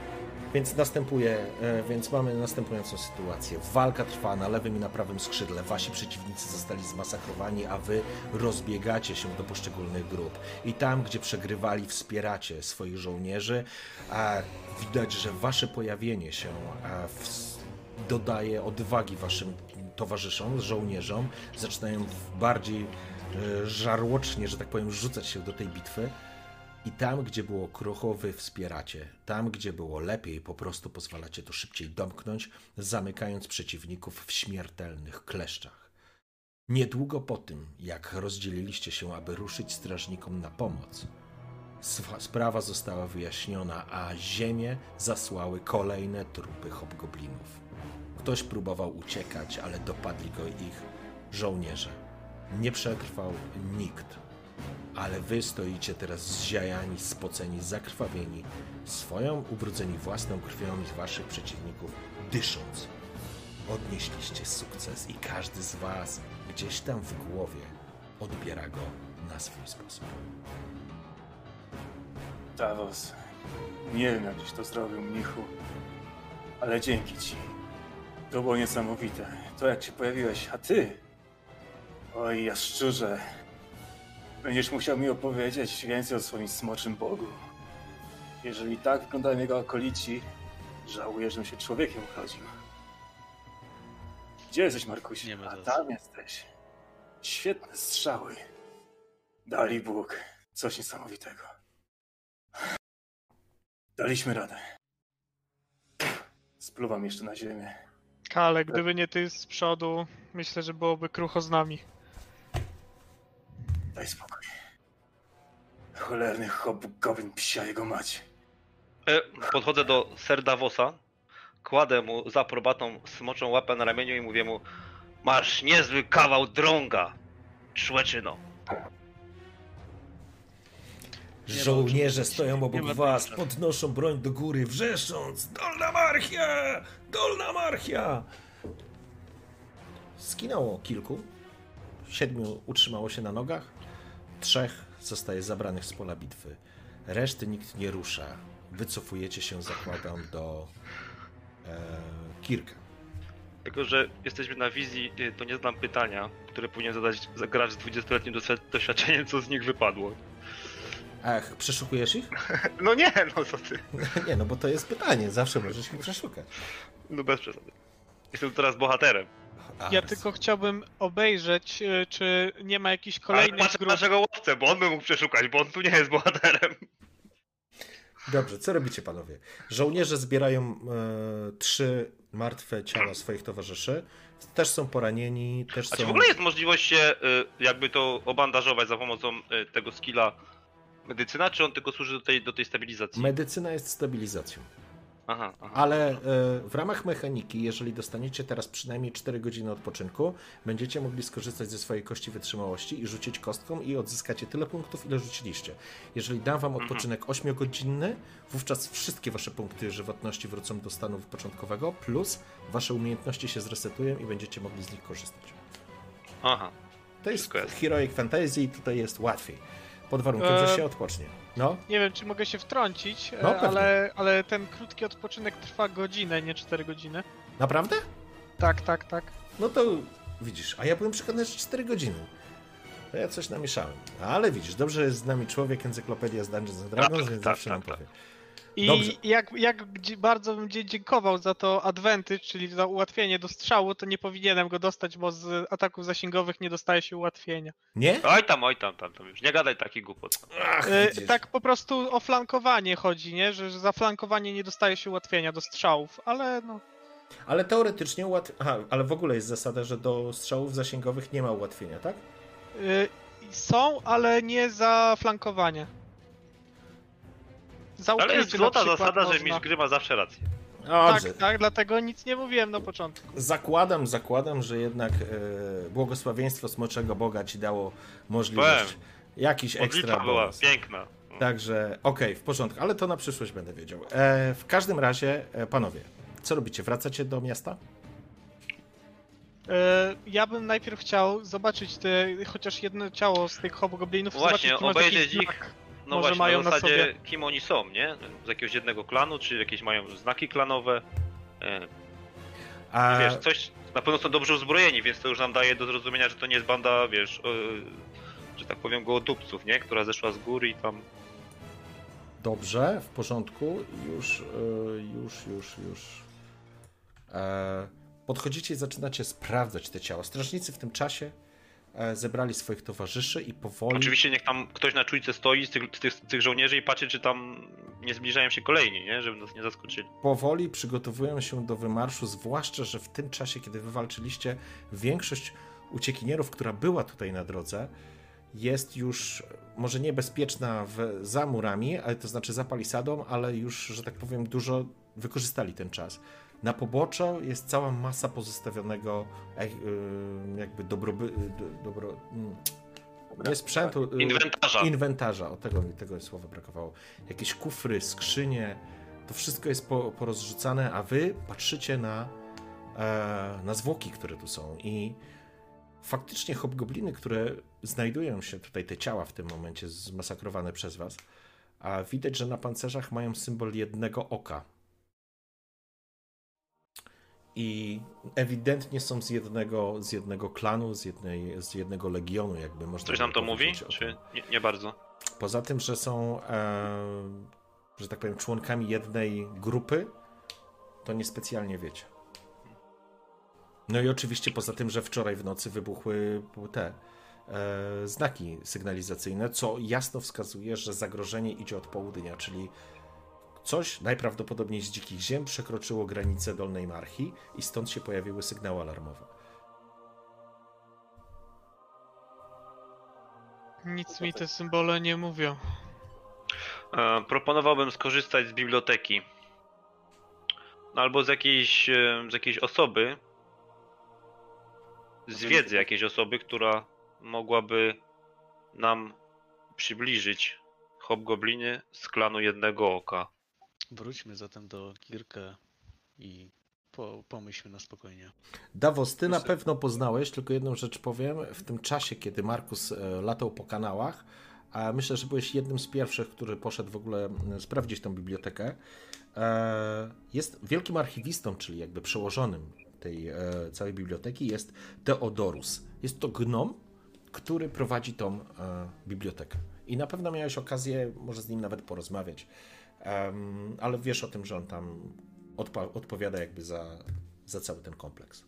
Speaker 1: Więc mamy następującą sytuację. Walka trwa na lewym i na prawym skrzydle. Wasi przeciwnicy zostali zmasakrowani, a wy rozbiegacie się do poszczególnych grup. I tam, gdzie przegrywali, wspieracie swoich żołnierzy. A widać, że wasze pojawienie się dodaje odwagi waszym towarzyszom, żołnierzom. Zaczynają bardziej żarłocznie, że tak powiem, rzucać się do tej bitwy. I tam, gdzie było krucho, wy wspieracie. Tam, gdzie było lepiej, po prostu pozwalacie to szybciej domknąć, zamykając przeciwników w śmiertelnych kleszczach. Niedługo po tym, jak rozdzieliliście się, aby ruszyć strażnikom na pomoc, sprawa została wyjaśniona, a ziemię zasłały kolejne trupy hobgoblinów. Ktoś próbował uciekać, ale dopadli go ich żołnierze. Nie przetrwał nikt. Ale wy stoicie teraz zziajani, spoceni, zakrwawieni, ubrudzeni własną krwią i waszych przeciwników, dysząc. Odnieśliście sukces i każdy z was gdzieś tam w głowie odbiera go na swój sposób.
Speaker 6: Davos, nie wiem, jak żeś to zrobił, mnichu, ale dzięki ci. To było niesamowite. To, jak się pojawiłeś, a ty? Oj, jaszczurze. Będziesz musiał mi opowiedzieć więcej o swoim smoczym bogu. Jeżeli tak wyglądają jego okolici, żałuję, żebym się człowiekiem uchodził. Gdzie jesteś, Markusie?
Speaker 3: Nie ma
Speaker 6: A
Speaker 3: za co.
Speaker 6: tam jesteś. Świetne strzały. Dali Bóg. Coś niesamowitego. Daliśmy radę. Spluwam jeszcze na ziemię.
Speaker 4: Ale gdyby nie ty z przodu, myślę, że byłoby krucho z nami.
Speaker 6: Daj spokój. Cholerny hobgoblin, psia jego mać.
Speaker 5: Podchodzę do Ser Davosa, kładę mu za aprobatą smoczą łapę na ramieniu i mówię mu: masz niezły kawał drąga, człeczyno.
Speaker 1: Żołnierze stoją obok
Speaker 3: nie ma
Speaker 1: was,
Speaker 3: tej
Speaker 1: podnoszą broń do góry, wrzeszcząc: Dolna Marchia! Dolna Marchia! Skinęło kilku. 7 utrzymało się na nogach. 3 zostaje zabranych z pola bitwy. Reszty nikt nie rusza. Wycofujecie się, zakładam, do Kirka.
Speaker 5: Tylko że jesteśmy na wizji, to nie znam pytania, które powinien zadać gracz z 20-letnim doświadczeniem, co z nich wypadło.
Speaker 1: Ach, przeszukujesz ich?
Speaker 5: No nie, no co ty.
Speaker 1: Nie, no bo to jest pytanie. Zawsze możesz ich przeszukać.
Speaker 5: No bez przesady. Jestem teraz bohaterem.
Speaker 4: Ja tylko chciałbym obejrzeć, czy nie ma jakichś
Speaker 5: Ale
Speaker 4: kolejnych
Speaker 5: patrzę na
Speaker 4: grup.
Speaker 5: naszego łowcę, bo on by mógł przeszukać, bo on tu nie jest bohaterem.
Speaker 1: Dobrze, co robicie, panowie? Żołnierze zbierają 3 martwe ciała swoich towarzyszy. Też są poranieni, też
Speaker 5: A czy
Speaker 1: są...
Speaker 5: w ogóle jest możliwość się jakby to obandażować za pomocą tego skilla medycyna, czy on tylko służy do tej stabilizacji?
Speaker 1: Medycyna jest stabilizacją.
Speaker 5: Aha.
Speaker 1: Ale w ramach mechaniki, jeżeli dostaniecie teraz przynajmniej 4 godziny odpoczynku, będziecie mogli skorzystać ze swojej kości wytrzymałości i rzucić kostką i odzyskacie tyle punktów, ile rzuciliście. Jeżeli dam wam odpoczynek 8-godzinny, wówczas wszystkie wasze punkty żywotności wrócą do stanu początkowego, plus wasze umiejętności się zresetują i będziecie mogli z nich korzystać.
Speaker 5: Aha.
Speaker 1: To jest
Speaker 5: Wszystko jasne.
Speaker 1: Heroic Fantasy i tutaj jest łatwiej. Pod warunkiem, że się odpocznie. No,
Speaker 4: Nie wiem, czy mogę się wtrącić,
Speaker 1: No, pewnie.
Speaker 4: ale ten krótki odpoczynek trwa godzinę, nie 4 godziny.
Speaker 1: naprawdę?
Speaker 4: Tak.
Speaker 1: No to widzisz, a ja byłem przekonany, że 4 godziny. To ja coś namieszałem. Ale widzisz, dobrze jest z nami człowiek, Encyklopedia z Dungeons and Dragons,
Speaker 5: Tak,
Speaker 1: więc
Speaker 5: tak,
Speaker 1: zawsze nam
Speaker 5: tak,
Speaker 1: powie.
Speaker 4: I
Speaker 1: Dobrze.
Speaker 4: bardzo bym dziękował za to advantage, czyli za ułatwienie do strzału, to nie powinienem go dostać, bo z ataków zasięgowych nie dostaje się ułatwienia.
Speaker 1: Nie?
Speaker 5: Oj tam już. Nie gadaj takich głupot.
Speaker 1: Ach, widzisz.
Speaker 4: Tak po prostu o flankowanie chodzi, nie? Że za flankowanie nie dostaje się ułatwienia do strzałów, ale no...
Speaker 1: Ale teoretycznie Aha, ale w ogóle jest zasada, że do strzałów zasięgowych nie ma ułatwienia, tak?
Speaker 4: Są, ale nie za flankowanie. Za
Speaker 5: Ale
Speaker 4: ukrycie
Speaker 5: jest
Speaker 4: na
Speaker 5: złota
Speaker 4: przykład
Speaker 5: zasada, że
Speaker 4: można.
Speaker 5: mistrz gry ma zawsze rację.
Speaker 1: Dobrze.
Speaker 4: Tak, dlatego nic nie mówiłem na początku.
Speaker 1: Zakładam, że jednak błogosławieństwo Smoczego Boga ci dało możliwość jakiś ekstra
Speaker 5: Modlitwa była
Speaker 1: bonus.
Speaker 5: piękna.
Speaker 1: Także okej, w porządku, ale to na przyszłość będę wiedział. W każdym razie, panowie, co robicie? Wracacie do miasta?
Speaker 4: Ja bym najpierw chciał zobaczyć chociaż jedno ciało z tych hobgoblinów.
Speaker 5: Właśnie,
Speaker 4: zobaczyć, czy może
Speaker 5: obejrzeć
Speaker 4: jakiś
Speaker 5: ich.
Speaker 4: znak
Speaker 5: No
Speaker 4: może
Speaker 5: właśnie,
Speaker 4: mają
Speaker 5: na
Speaker 4: na
Speaker 5: zasadzie
Speaker 4: sobie.
Speaker 5: kim oni są, nie? Z jakiegoś jednego klanu, czy jakieś mają znaki klanowe.
Speaker 1: A,
Speaker 5: Wiesz, coś, na pewno są dobrze uzbrojeni, więc to już nam daje do zrozumienia, że to nie jest banda, wiesz, że tak powiem, gołodupców, nie? Która zeszła z góry i tam...
Speaker 1: Dobrze, w porządku. Już. Podchodzicie i zaczynacie sprawdzać te ciała. Strażnicy w tym czasie zebrali swoich towarzyszy i powoli...
Speaker 5: Oczywiście niech tam ktoś na czujce stoi z tych żołnierzy i patrzy, czy tam nie zbliżają się kolejni, nie? Żeby nas nie zaskoczyli.
Speaker 1: Powoli przygotowują się do wymarszu, zwłaszcza, że w tym czasie, kiedy wy walczyliście, większość uciekinierów, która była tutaj na drodze, jest już może niebezpieczna za murami, ale to znaczy za palisadą, ale już, że tak powiem, dużo wykorzystali ten czas. Na poboczu jest cała masa pozostawionego jakby nie sprzętu, inwentarza, o tego słowa brakowało. Jakieś kufry, skrzynie, to wszystko jest porozrzucane, a wy patrzycie na zwłoki, które tu są i faktycznie hobgobliny, które znajdują się tutaj, te ciała w tym momencie zmasakrowane przez was, a widać, że na pancerzach mają symbol jednego oka. I ewidentnie są z jednego klanu, z jednego legionu, jakby można
Speaker 5: Coś nam to mówi?
Speaker 1: powiedzieć
Speaker 5: Czy nie bardzo?
Speaker 1: Poza tym, że są, że tak powiem, członkami jednej grupy, to niespecjalnie wiecie. No i oczywiście poza tym, że wczoraj w nocy wybuchły te znaki sygnalizacyjne, co jasno wskazuje, że zagrożenie idzie od południa, czyli coś najprawdopodobniej z dzikich ziem przekroczyło granicę Dolnej Marchi i stąd się pojawiły sygnały alarmowe.
Speaker 4: Nic mi te symbole nie mówią.
Speaker 5: Proponowałbym skorzystać z biblioteki. No, albo z jakiejś osoby, z wiedzy jakiejś osoby, która mogłaby nam przybliżyć hobgobliny z klanu jednego oka.
Speaker 3: Wróćmy zatem do Kirke i pomyślmy na spokojnie.
Speaker 1: Davos, ty na pewno poznałeś, tylko jedną rzecz powiem, w tym czasie, kiedy Markus latał po kanałach, a myślę, że byłeś jednym z pierwszych, który poszedł w ogóle sprawdzić tą bibliotekę, jest wielkim archiwistą, czyli jakby przełożonym tej całej biblioteki, jest Theodorus. Jest to gnom, który prowadzi tą bibliotekę. I na pewno miałeś okazję może z nim nawet porozmawiać, ale wiesz o tym, że on tam odpowiada jakby za cały ten kompleks.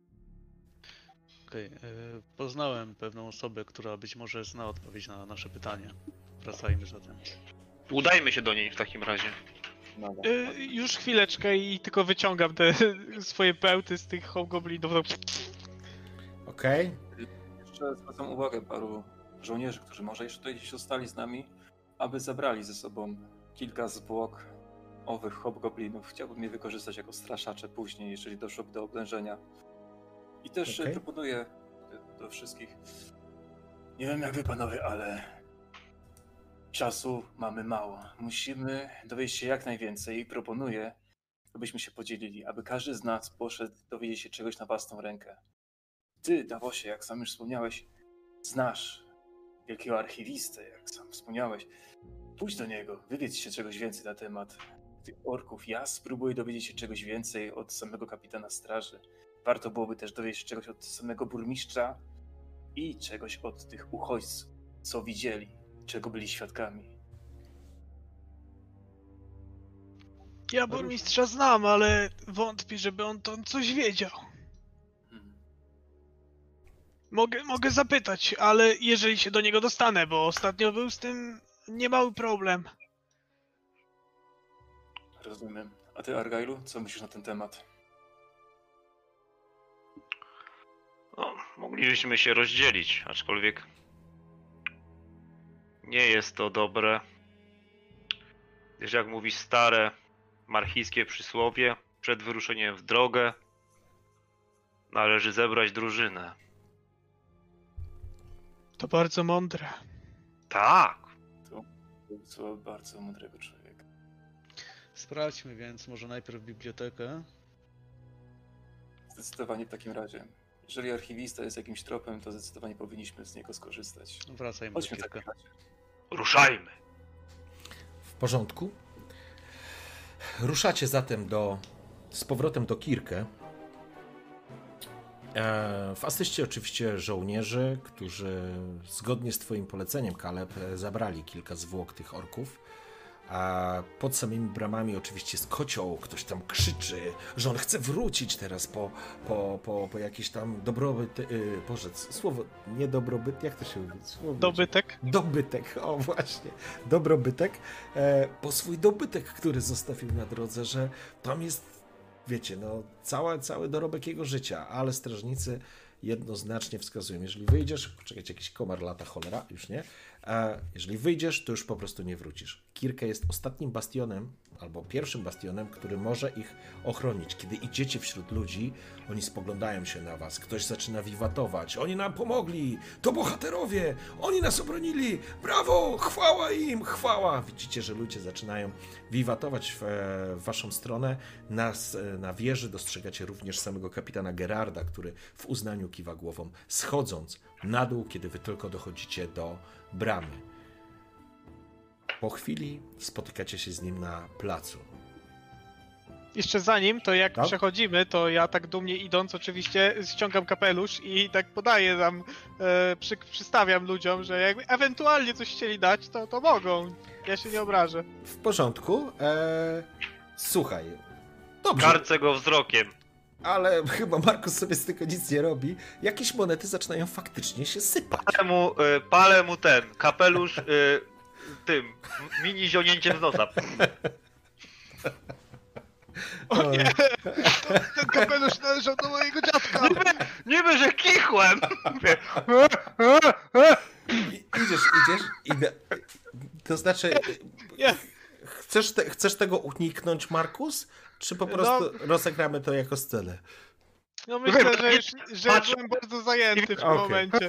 Speaker 3: Okej, poznałem pewną osobę, która być może zna odpowiedź na nasze pytanie. Wracajmy zatem.
Speaker 5: Udajmy się do niej w takim razie.
Speaker 4: Już chwileczkę i tylko wyciągam te swoje pełty z tych hobgoblinów.
Speaker 1: Okej.
Speaker 2: Jeszcze zwracam uwagę paru żołnierzy, którzy może jeszcze tutaj gdzieś zostali z nami, aby zabrali ze sobą kilka zwłok owych hobgoblinów. Chciałbym je wykorzystać jako straszacze później, jeżeli doszłoby do oblężenia. I też proponuję do wszystkich, nie wiem jak wy panowie, ale czasu mamy mało. Musimy dowiedzieć się jak najwięcej i proponuję, abyśmy się podzielili, aby każdy z nas poszedł dowiedzieć się czegoś na własną rękę. Ty, Davosie, jak sam już wspomniałeś, znasz wielkiego archiwistę, jak sam wspomniałeś. Pójdź do niego, wywiedz się czegoś więcej na temat tych orków. Ja spróbuję dowiedzieć się czegoś więcej od samego kapitana straży. Warto byłoby też dowiedzieć się czegoś od samego burmistrza i czegoś od tych uchodźców, co widzieli, czego byli świadkami.
Speaker 4: Ja burmistrza znam, ale wątpię, żeby on tam coś wiedział. Mogę zapytać, ale jeżeli się do niego dostanę, bo ostatnio był z tym niemały problem.
Speaker 2: Rozumiem. A ty, Argylu, co myślisz na ten temat?
Speaker 5: No, moglibyśmy się rozdzielić, aczkolwiek nie jest to dobre. Wiesz, jak mówi stare marchijskie przysłowie, przed wyruszeniem w drogę należy zebrać drużynę.
Speaker 4: To bardzo mądre.
Speaker 5: Tak.
Speaker 6: To był słowo bardzo mądrego człowieka.
Speaker 3: Sprawdźmy więc może najpierw bibliotekę.
Speaker 6: Zdecydowanie w takim razie. Jeżeli archiwista jest jakimś tropem, to zdecydowanie powinniśmy z niego skorzystać.
Speaker 3: Wracajmy do
Speaker 6: Chodźmy w
Speaker 3: kilka.
Speaker 6: takim razie.
Speaker 5: Ruszajmy.
Speaker 1: W porządku. Ruszacie zatem z powrotem do Kirkę. W asyście oczywiście żołnierzy, którzy zgodnie z twoim poleceniem, Kaleb, zabrali kilka zwłok tych orków. A pod samymi bramami oczywiście jest kocioł, ktoś tam krzyczy, że on chce wrócić teraz po jakiś tam dobrobyt, Boże, słowo, nie dobrobyt, jak to się mówi? Słowo,
Speaker 4: Dobytek?
Speaker 1: Dobytek, o właśnie, dobrobytek, po swój dobytek, który zostawił na drodze, że tam jest, wiecie, no cały dorobek jego życia, ale strażnicy jednoznacznie wskazują, jeżeli wyjdziesz, czekajcie, jakiś komar lata, cholera, już nie, jeżeli wyjdziesz, to już po prostu nie wrócisz. Kirka jest ostatnim bastionem, albo pierwszym bastionem, który może ich ochronić. Kiedy idziecie wśród ludzi, oni spoglądają się na was, ktoś zaczyna wiwatować, oni nam pomogli, to bohaterowie, oni nas obronili, brawo, chwała im, chwała. Widzicie, że ludzie zaczynają wiwatować w waszą stronę. Na wieży dostrzegacie również samego kapitana Gerarda, który w uznaniu kiwa głową, schodząc na dół, kiedy wy tylko dochodzicie do bramy. Po chwili spotykacie się z nim na placu.
Speaker 4: Jeszcze zanim, to jak
Speaker 1: Tak?
Speaker 4: przechodzimy, to ja tak dumnie idąc oczywiście ściągam kapelusz i tak podaję tam, przystawiam ludziom, że jakby ewentualnie coś chcieli dać, to mogą. Ja się nie obrażę.
Speaker 1: W porządku. Słuchaj. Dobrze,
Speaker 5: Karcę go wzrokiem.
Speaker 1: ale chyba Markus sobie z tego nic nie robi. Jakieś monety zaczynają faktycznie się sypać.
Speaker 5: Palę mu ten kapelusz tym mini zionięciem z nosa.
Speaker 4: O nie! Ten kapelusz należał do mojego dziadka!
Speaker 5: Niby, że kichłem!
Speaker 1: Idziesz i... To znaczy...
Speaker 4: Nie.
Speaker 1: Chcesz tego uniknąć, Markus? Czy po prostu rozegramy to jako scenę?
Speaker 4: No myślę, że
Speaker 5: Patrz.
Speaker 4: byłem bardzo zajęty w tym
Speaker 1: Okej.
Speaker 4: momencie.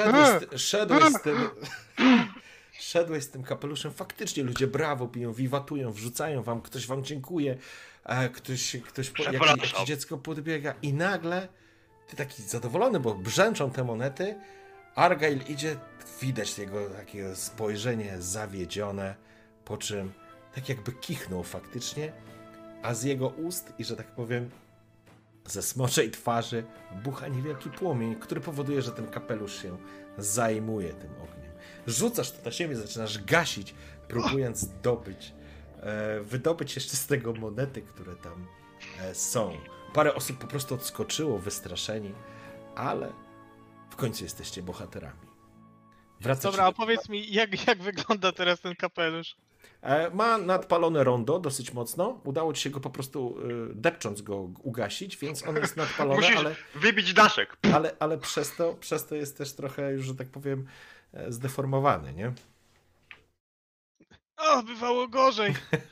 Speaker 1: Szedłeś z tym kapeluszem, faktycznie ludzie brawo biją, wiwatują, wrzucają wam, ktoś wam dziękuję, jakieś dziecko podbiega i nagle ty taki zadowolony, bo brzęczą te monety, Argyle idzie, widać jego takie spojrzenie zawiedzione, po czym tak jakby kichnął faktycznie, a z jego ust i że tak powiem ze smoczej twarzy bucha niewielki płomień, który powoduje, że ten kapelusz się zajmuje tym ogniem. Rzucasz to na ziemię, zaczynasz gasić, próbując wydobyć jeszcze z tego monety, które tam są. Parę osób po prostu odskoczyło, wystraszeni, ale w końcu jesteście bohaterami.
Speaker 4: Dobra, opowiedz mi, jak wygląda teraz ten kapelusz?
Speaker 1: Ma nadpalone rondo dosyć mocno. Udało ci się go po prostu depcząc go ugasić, więc on jest nadpalony,
Speaker 5: Musisz
Speaker 1: ale...
Speaker 5: wybić daszek.
Speaker 1: Ale przez to jest też trochę już, że tak powiem, zdeformowany, nie?
Speaker 4: O, bywało gorzej.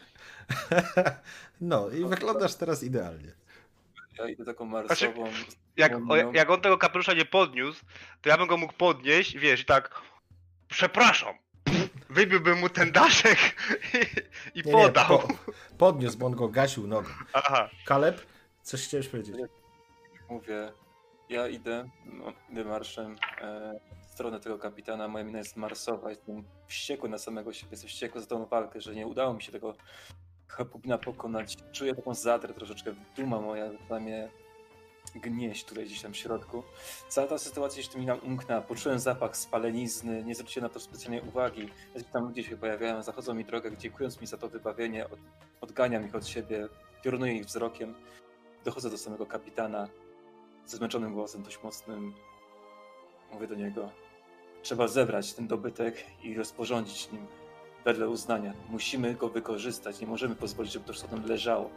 Speaker 1: No i wyglądasz teraz idealnie.
Speaker 6: Ja idę taką marsową...
Speaker 5: Jak on tego kapelusza nie podniósł, to ja bym go mógł podnieść, wiesz, i tak przepraszam. Wybiłbym mu ten daszek i podał.
Speaker 1: Podniósł, bo on go gasił nogą.
Speaker 5: Aha.
Speaker 1: Kaleb, coś chciałeś powiedzieć?
Speaker 6: Mówię, ja idę marszem w stronę tego kapitana, moja mina jest marsowa, jestem wściekły na samego siebie, jestem wściekły za tą walkę, że nie udało mi się tego chapugna pokonać. Czuję taką zadrę troszeczkę, duma moja za mnie gnieść tutaj gdzieś tam w środku. Cała ta sytuacja się tu mi nam umknęła, poczułem zapach spalenizny, nie zwróciłem na to specjalnej uwagi. Gdzieś tam ludzie się pojawiają, zachodzą mi drogę, dziękując mi za to wybawienie, odganiam ich od siebie, piorunuję ich wzrokiem, dochodzę do samego kapitana, ze zmęczonym głosem, dość mocnym, mówię do niego: trzeba zebrać ten dobytek i rozporządzić nim wedle uznania. Musimy go wykorzystać, nie możemy pozwolić, żeby to wszystko tam leżało.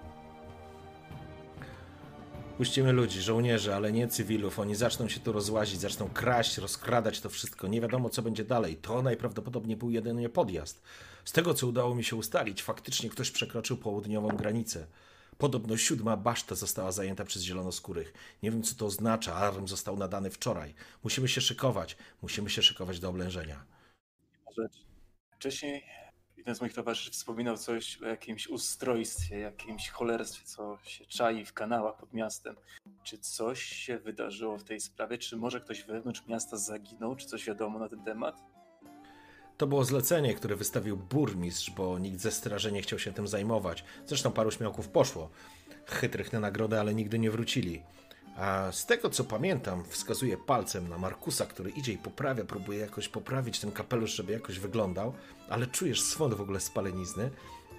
Speaker 1: Puścimy ludzi, żołnierzy, ale nie cywilów. Oni zaczną się tu rozłazić, zaczną kraść, rozkradać to wszystko. Nie wiadomo, co będzie dalej. To najprawdopodobniej był jedynie podjazd. Z tego, co udało mi się ustalić, faktycznie ktoś przekroczył południową granicę. Podobno 7. baszta została zajęta przez zielonoskórych. Nie wiem, co to oznacza. Alarm został nadany wczoraj. Musimy się szykować do oblężenia.
Speaker 6: rzecz. Wcześniej jeden z moich towarzyszy wspominał coś o jakimś ustrojstwie, jakimś cholerstwie, co się czai w kanałach pod miastem. Czy coś się wydarzyło w tej sprawie? Czy może ktoś wewnątrz miasta zaginął? Czy coś wiadomo na ten temat?
Speaker 1: To było zlecenie, które wystawił burmistrz, bo nikt ze straży nie chciał się tym zajmować. Zresztą paru śmiałków poszło. Chytrych na nagrodę, ale nigdy nie wrócili. A z tego co pamiętam, wskazuje palcem na Markusa, który idzie i poprawia, próbuje jakoś poprawić ten kapelusz, żeby jakoś wyglądał, ale czujesz swąd w ogóle spalenizny.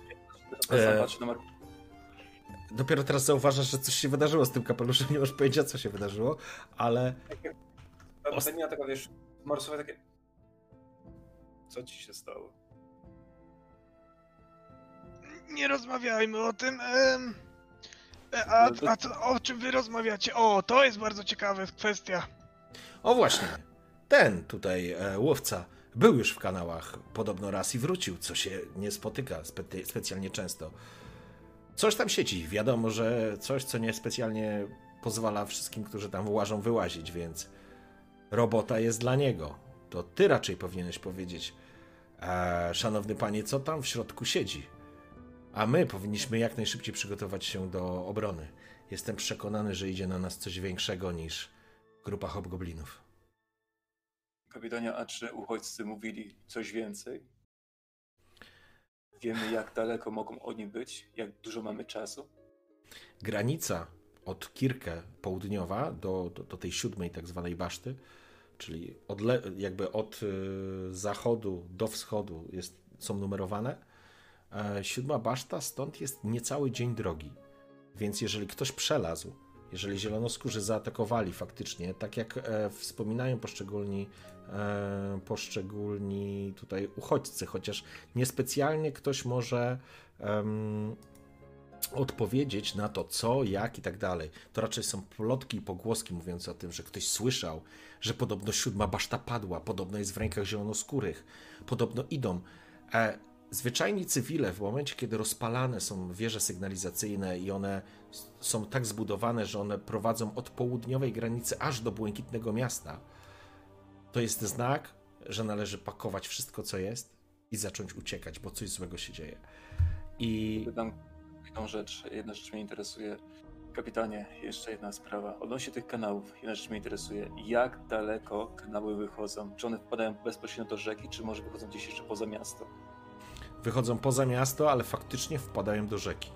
Speaker 1: Dopiero teraz zauważasz, że coś się wydarzyło z tym kapeluszem, nie masz pojęcia, co się wydarzyło, ale...
Speaker 2: Ostatnia taka, wiesz, morsowe takie...
Speaker 6: Co ci się stało?
Speaker 4: Nie rozmawiajmy o tym. O czym wy rozmawiacie? O, to jest bardzo ciekawa kwestia.
Speaker 1: O właśnie, ten tutaj łowca był już w kanałach podobno raz i wrócił, co się nie spotyka specjalnie często. Coś tam siedzi, wiadomo, że coś, co nie specjalnie pozwala wszystkim, którzy tam łażą, wyłazić, więc robota jest dla niego. To ty raczej powinieneś powiedzieć, szanowny panie, co tam w środku siedzi. A my powinniśmy jak najszybciej przygotować się do obrony. Jestem przekonany, że idzie na nas coś większego niż grupa hobgoblinów.
Speaker 6: Kapitanie, a czy uchodźcy mówili coś więcej? Wiemy, jak daleko mogą oni być? Jak dużo mamy czasu?
Speaker 1: Granica od Kirke południowa do tej 7. tak zwanej baszty, czyli jakby od zachodu do wschodu są numerowane. 7. baszta stąd jest niecały dzień drogi. Więc jeżeli ktoś przelazł, jeżeli zielonoskórzy zaatakowali faktycznie, tak jak wspominają poszczególni tutaj uchodźcy, chociaż niespecjalnie ktoś może odpowiedzieć na to, co, jak i tak dalej. To raczej są plotki i pogłoski mówiące o tym, że ktoś słyszał, że podobno 7. baszta padła, podobno jest w rękach zielonoskórych, podobno idą. Zwyczajni cywile w momencie, kiedy rozpalane są wieże sygnalizacyjne i one są tak zbudowane, że one prowadzą od południowej granicy aż do Błękitnego Miasta, to jest znak, że należy pakować wszystko, co jest i zacząć uciekać, bo coś złego się dzieje. I...
Speaker 6: Dodam jedną rzecz. Jedna rzecz mnie interesuje. Kapitanie, jeszcze jedna sprawa. Odnośnie tych kanałów, jedna rzecz mnie interesuje. Jak daleko kanały wychodzą? Czy one wpadają bezpośrednio do rzeki, czy może wychodzą gdzieś jeszcze poza miasto?
Speaker 1: Wychodzą poza miasto, ale faktycznie wpadają do rzeki.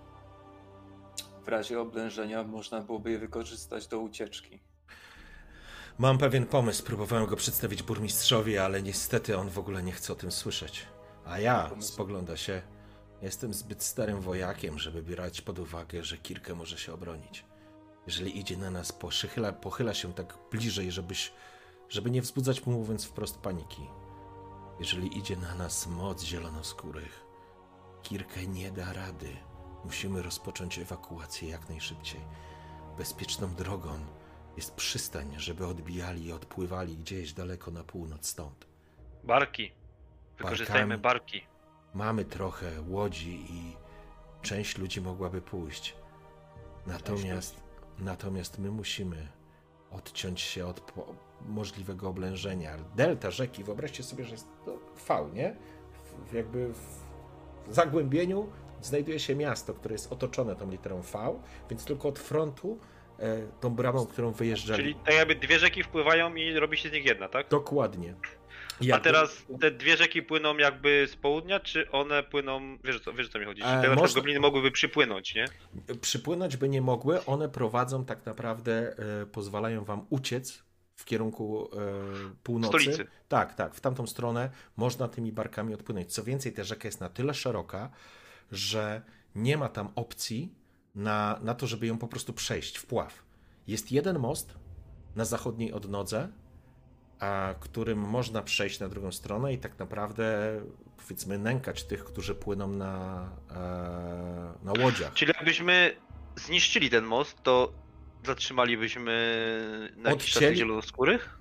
Speaker 6: W razie oblężenia można byłoby je wykorzystać do ucieczki.
Speaker 1: Mam pewien pomysł, próbowałem go przedstawić burmistrzowi, ale niestety on w ogóle nie chce o tym słyszeć. A ja, spogląda się, jestem zbyt starym wojakiem, żeby brać pod uwagę, że Kirke może się obronić. Jeżeli idzie na nas, pochyla się tak bliżej, żeby nie wzbudzać mu, mówiąc wprost, paniki. Jeżeli idzie na nas moc zielonoskórych, Kirke nie da rady. Musimy rozpocząć ewakuację jak najszybciej. Bezpieczną drogą jest przystań, żeby odbijali i odpływali gdzieś daleko na północ stąd.
Speaker 5: Barki. Wykorzystajmy barki.
Speaker 1: Mamy trochę łodzi i część ludzi mogłaby pójść. Natomiast my musimy odciąć się od możliwego oblężenia. Delta rzeki, wyobraźcie sobie, że jest to V, nie? Jakby w zagłębieniu znajduje się miasto, które jest otoczone tą literą V, więc tylko od frontu, tą bramą, którą wyjeżdżali.
Speaker 5: Czyli tak jakby dwie rzeki wpływają i robi się z nich jedna, tak?
Speaker 1: Dokładnie.
Speaker 5: A teraz te dwie rzeki płyną jakby z południa, czy one płyną, wiesz o co mi chodzi? Czy te gobliny mogłyby przypłynąć, nie?
Speaker 1: Przypłynąć by nie mogły, one prowadzą tak naprawdę, pozwalają wam uciec w kierunku północy.
Speaker 5: Stolicy.
Speaker 1: Tak, w tamtą stronę można tymi barkami odpłynąć. Co więcej, ta rzeka jest na tyle szeroka, że nie ma tam opcji na to, żeby ją po prostu przejść, wpław. Jest jeden most na zachodniej odnodze, którym można przejść na drugą stronę i tak naprawdę, powiedzmy, nękać tych, którzy płyną na łodziach.
Speaker 5: Czyli jakbyśmy zniszczyli ten most, to zatrzymalibyśmy na jakiś czas zielonoskórych?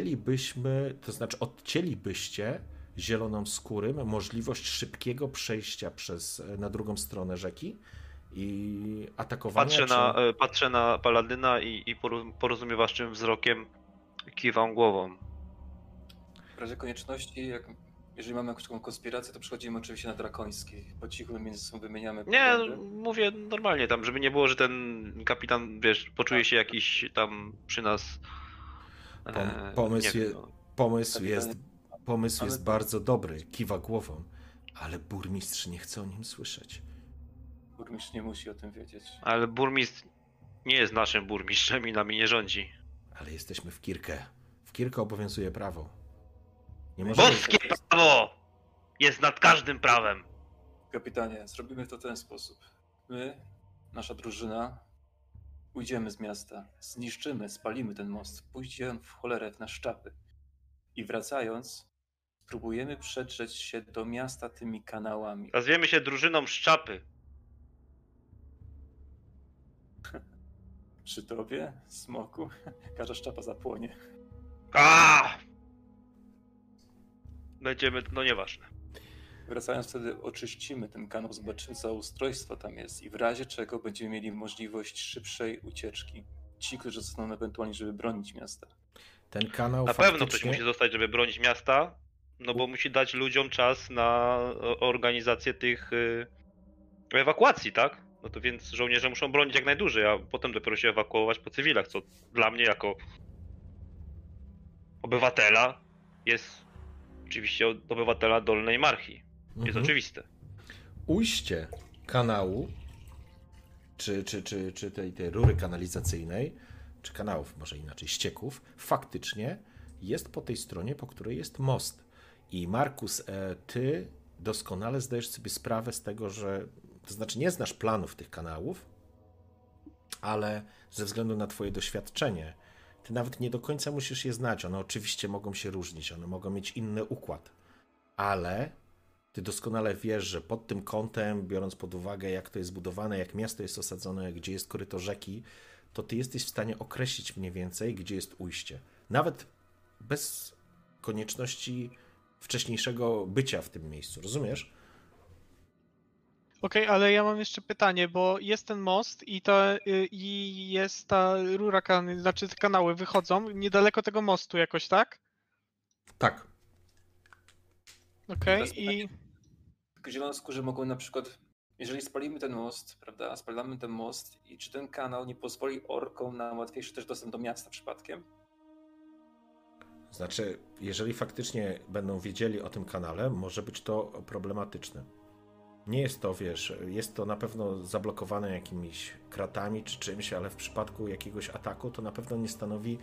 Speaker 1: Odcięlibyście zielonoskórym możliwość szybkiego przejścia na drugą stronę rzeki i atakowania.
Speaker 5: Patrzę na Paladyna i porozumiewawczym wzrokiem kiwam głową.
Speaker 6: W razie konieczności, jak
Speaker 2: jeżeli mamy jakąś taką konspirację, to przechodzimy oczywiście na drakoński. Po cichu między sobą wymieniamy
Speaker 5: Nie,
Speaker 2: poglądy.
Speaker 5: mówię normalnie tam, żeby nie było, że ten kapitan, wiesz, poczuje się jakiś tam przy nas...
Speaker 1: Pomysł,
Speaker 5: nie wiem, no.
Speaker 1: pomysł
Speaker 2: Ale
Speaker 1: jest
Speaker 2: to-
Speaker 1: bardzo dobry, kiwa głową, ale burmistrz nie chce o nim słyszeć.
Speaker 2: Burmistrz nie musi o tym wiedzieć.
Speaker 5: Ale burmistrz nie jest naszym burmistrzem i nami nie rządzi.
Speaker 1: Ale jesteśmy w Kirkę. W Kirkę obowiązuje prawo. Nie możemy...
Speaker 5: Boskie prawo jest nad każdym prawem.
Speaker 2: Kapitanie, zrobimy to w ten sposób. My, nasza drużyna, ujdziemy z miasta, zniszczymy, spalimy ten most, pójdziemy w cholerę na szczapy. I wracając, spróbujemy przedrzeć się do miasta tymi kanałami.
Speaker 5: Nazwiemy się drużyną Szczapy.
Speaker 2: Przy tobie, smoku, każda szczapa zapłonie.
Speaker 5: Będziemy, no nieważne.
Speaker 2: Wracając wtedy oczyścimy ten kanał, zobaczymy co ustrojstwo tam jest i w razie czego będziemy mieli możliwość szybszej ucieczki. Ci, którzy zostaną ewentualnie, żeby bronić miasta.
Speaker 1: Ten kanał
Speaker 5: Na
Speaker 1: faktycznie...
Speaker 5: pewno ktoś musi zostać, żeby bronić miasta, no bo musi dać ludziom czas na organizację tych ewakuacji, tak? No to więc żołnierze muszą bronić jak najdłużej, a potem dopiero się ewakuować po cywilach, co dla mnie jako obywatela jest oczywiście od obywatela Dolnej Marchi. Jest oczywiste.
Speaker 1: Ujście kanału, czy tej rury kanalizacyjnej, czy kanałów, może inaczej, ścieków, faktycznie jest po tej stronie, po której jest most. I Markus, ty doskonale zdajesz sobie sprawę z tego, że, to znaczy nie znasz planów tych kanałów, ale ze względu na twoje doświadczenie, ty nawet nie do końca musisz je znać. One oczywiście mogą się różnić, one mogą mieć inny układ, ale ty doskonale wiesz, że pod tym kątem, biorąc pod uwagę, jak to jest zbudowane, jak miasto jest osadzone, gdzie jest koryto rzeki, to ty jesteś w stanie określić mniej więcej, gdzie jest ujście. Nawet bez konieczności wcześniejszego bycia w tym miejscu, rozumiesz?
Speaker 4: Okej, ale ja mam jeszcze pytanie, bo jest ten most i jest ta rura, znaczy te kanały wychodzą niedaleko tego mostu jakoś, tak?
Speaker 1: Tak.
Speaker 4: Okej,
Speaker 2: Teraz
Speaker 4: i
Speaker 2: Tylko zielonoskórzy mogą na przykład, jeżeli spalimy ten most, prawda, spalamy ten most i czy ten kanał nie pozwoli orkom na łatwiejszy też dostęp do miasta przypadkiem?
Speaker 1: Znaczy, jeżeli faktycznie będą wiedzieli o tym kanale, może być to problematyczne. Nie jest to, wiesz, jest to na pewno zablokowane jakimiś kratami czy czymś, ale w przypadku jakiegoś ataku to na pewno nie stanowi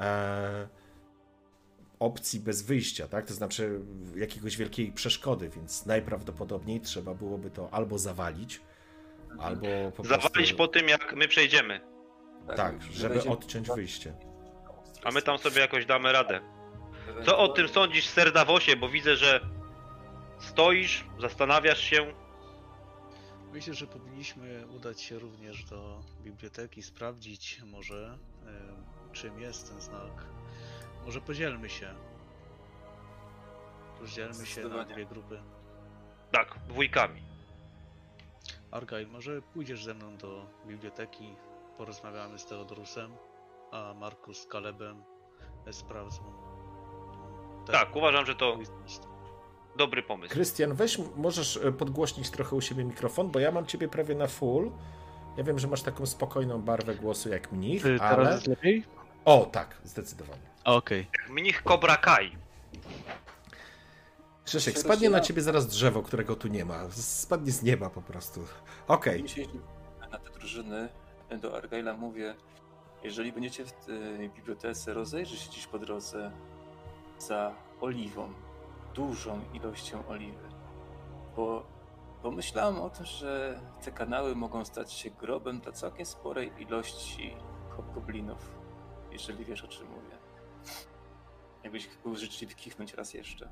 Speaker 1: opcji bez wyjścia, tak? To znaczy jakiegoś wielkiej przeszkody, więc najprawdopodobniej trzeba byłoby to albo zawalić, albo po
Speaker 5: Zawalić
Speaker 1: prostu...
Speaker 5: po tym, jak my przejdziemy.
Speaker 1: Tak, żeby
Speaker 2: będzie-
Speaker 1: odciąć wyjście.
Speaker 5: A my tam sobie jakoś damy radę. Co o tym sądzisz, Serdawosie? Bo widzę, że stoisz, zastanawiasz się.
Speaker 3: Myślę, że powinniśmy udać się również do biblioteki, sprawdzić może czym jest ten znak. Może podzielmy się. Rozdzielmy się na
Speaker 2: Zdecydowanie.
Speaker 3: dwie grupy.
Speaker 5: Tak, dwójkami.
Speaker 3: Argyle, może pójdziesz ze mną do biblioteki, porozmawiamy z Theodorusem, a Markus z Calebem sprawdzą.
Speaker 5: Tak, uważam, że to
Speaker 3: list.
Speaker 5: dobry pomysł.
Speaker 1: Krystian, weź, możesz podgłośnić trochę u siebie mikrofon, bo ja mam ciebie prawie na full. Ja wiem, że masz taką spokojną barwę głosu jak mnich,
Speaker 3: Teraz
Speaker 1: ale...
Speaker 3: jest lepiej?
Speaker 1: O, tak, zdecydowanie.
Speaker 3: Okej.
Speaker 5: Mnich Cobra Kai.
Speaker 1: Krzysiek,
Speaker 2: się
Speaker 1: spadnie na
Speaker 2: rozdziela-
Speaker 1: ciebie zaraz drzewo, którego tu nie ma. Spadnie z nieba po prostu. Okej.
Speaker 2: Mi się na te drużyny do Argyla mówię, jeżeli będziecie w tej bibliotece, rozejrzyj się dziś po drodze za oliwą, dużą ilością oliwy, bo pomyślałem o tym, że te kanały mogą stać się grobem dla całkiem sporej ilości hobgoblinów, jeżeli wiesz o czym mówię. Jakbyś był życzliwy kichnąć raz jeszcze.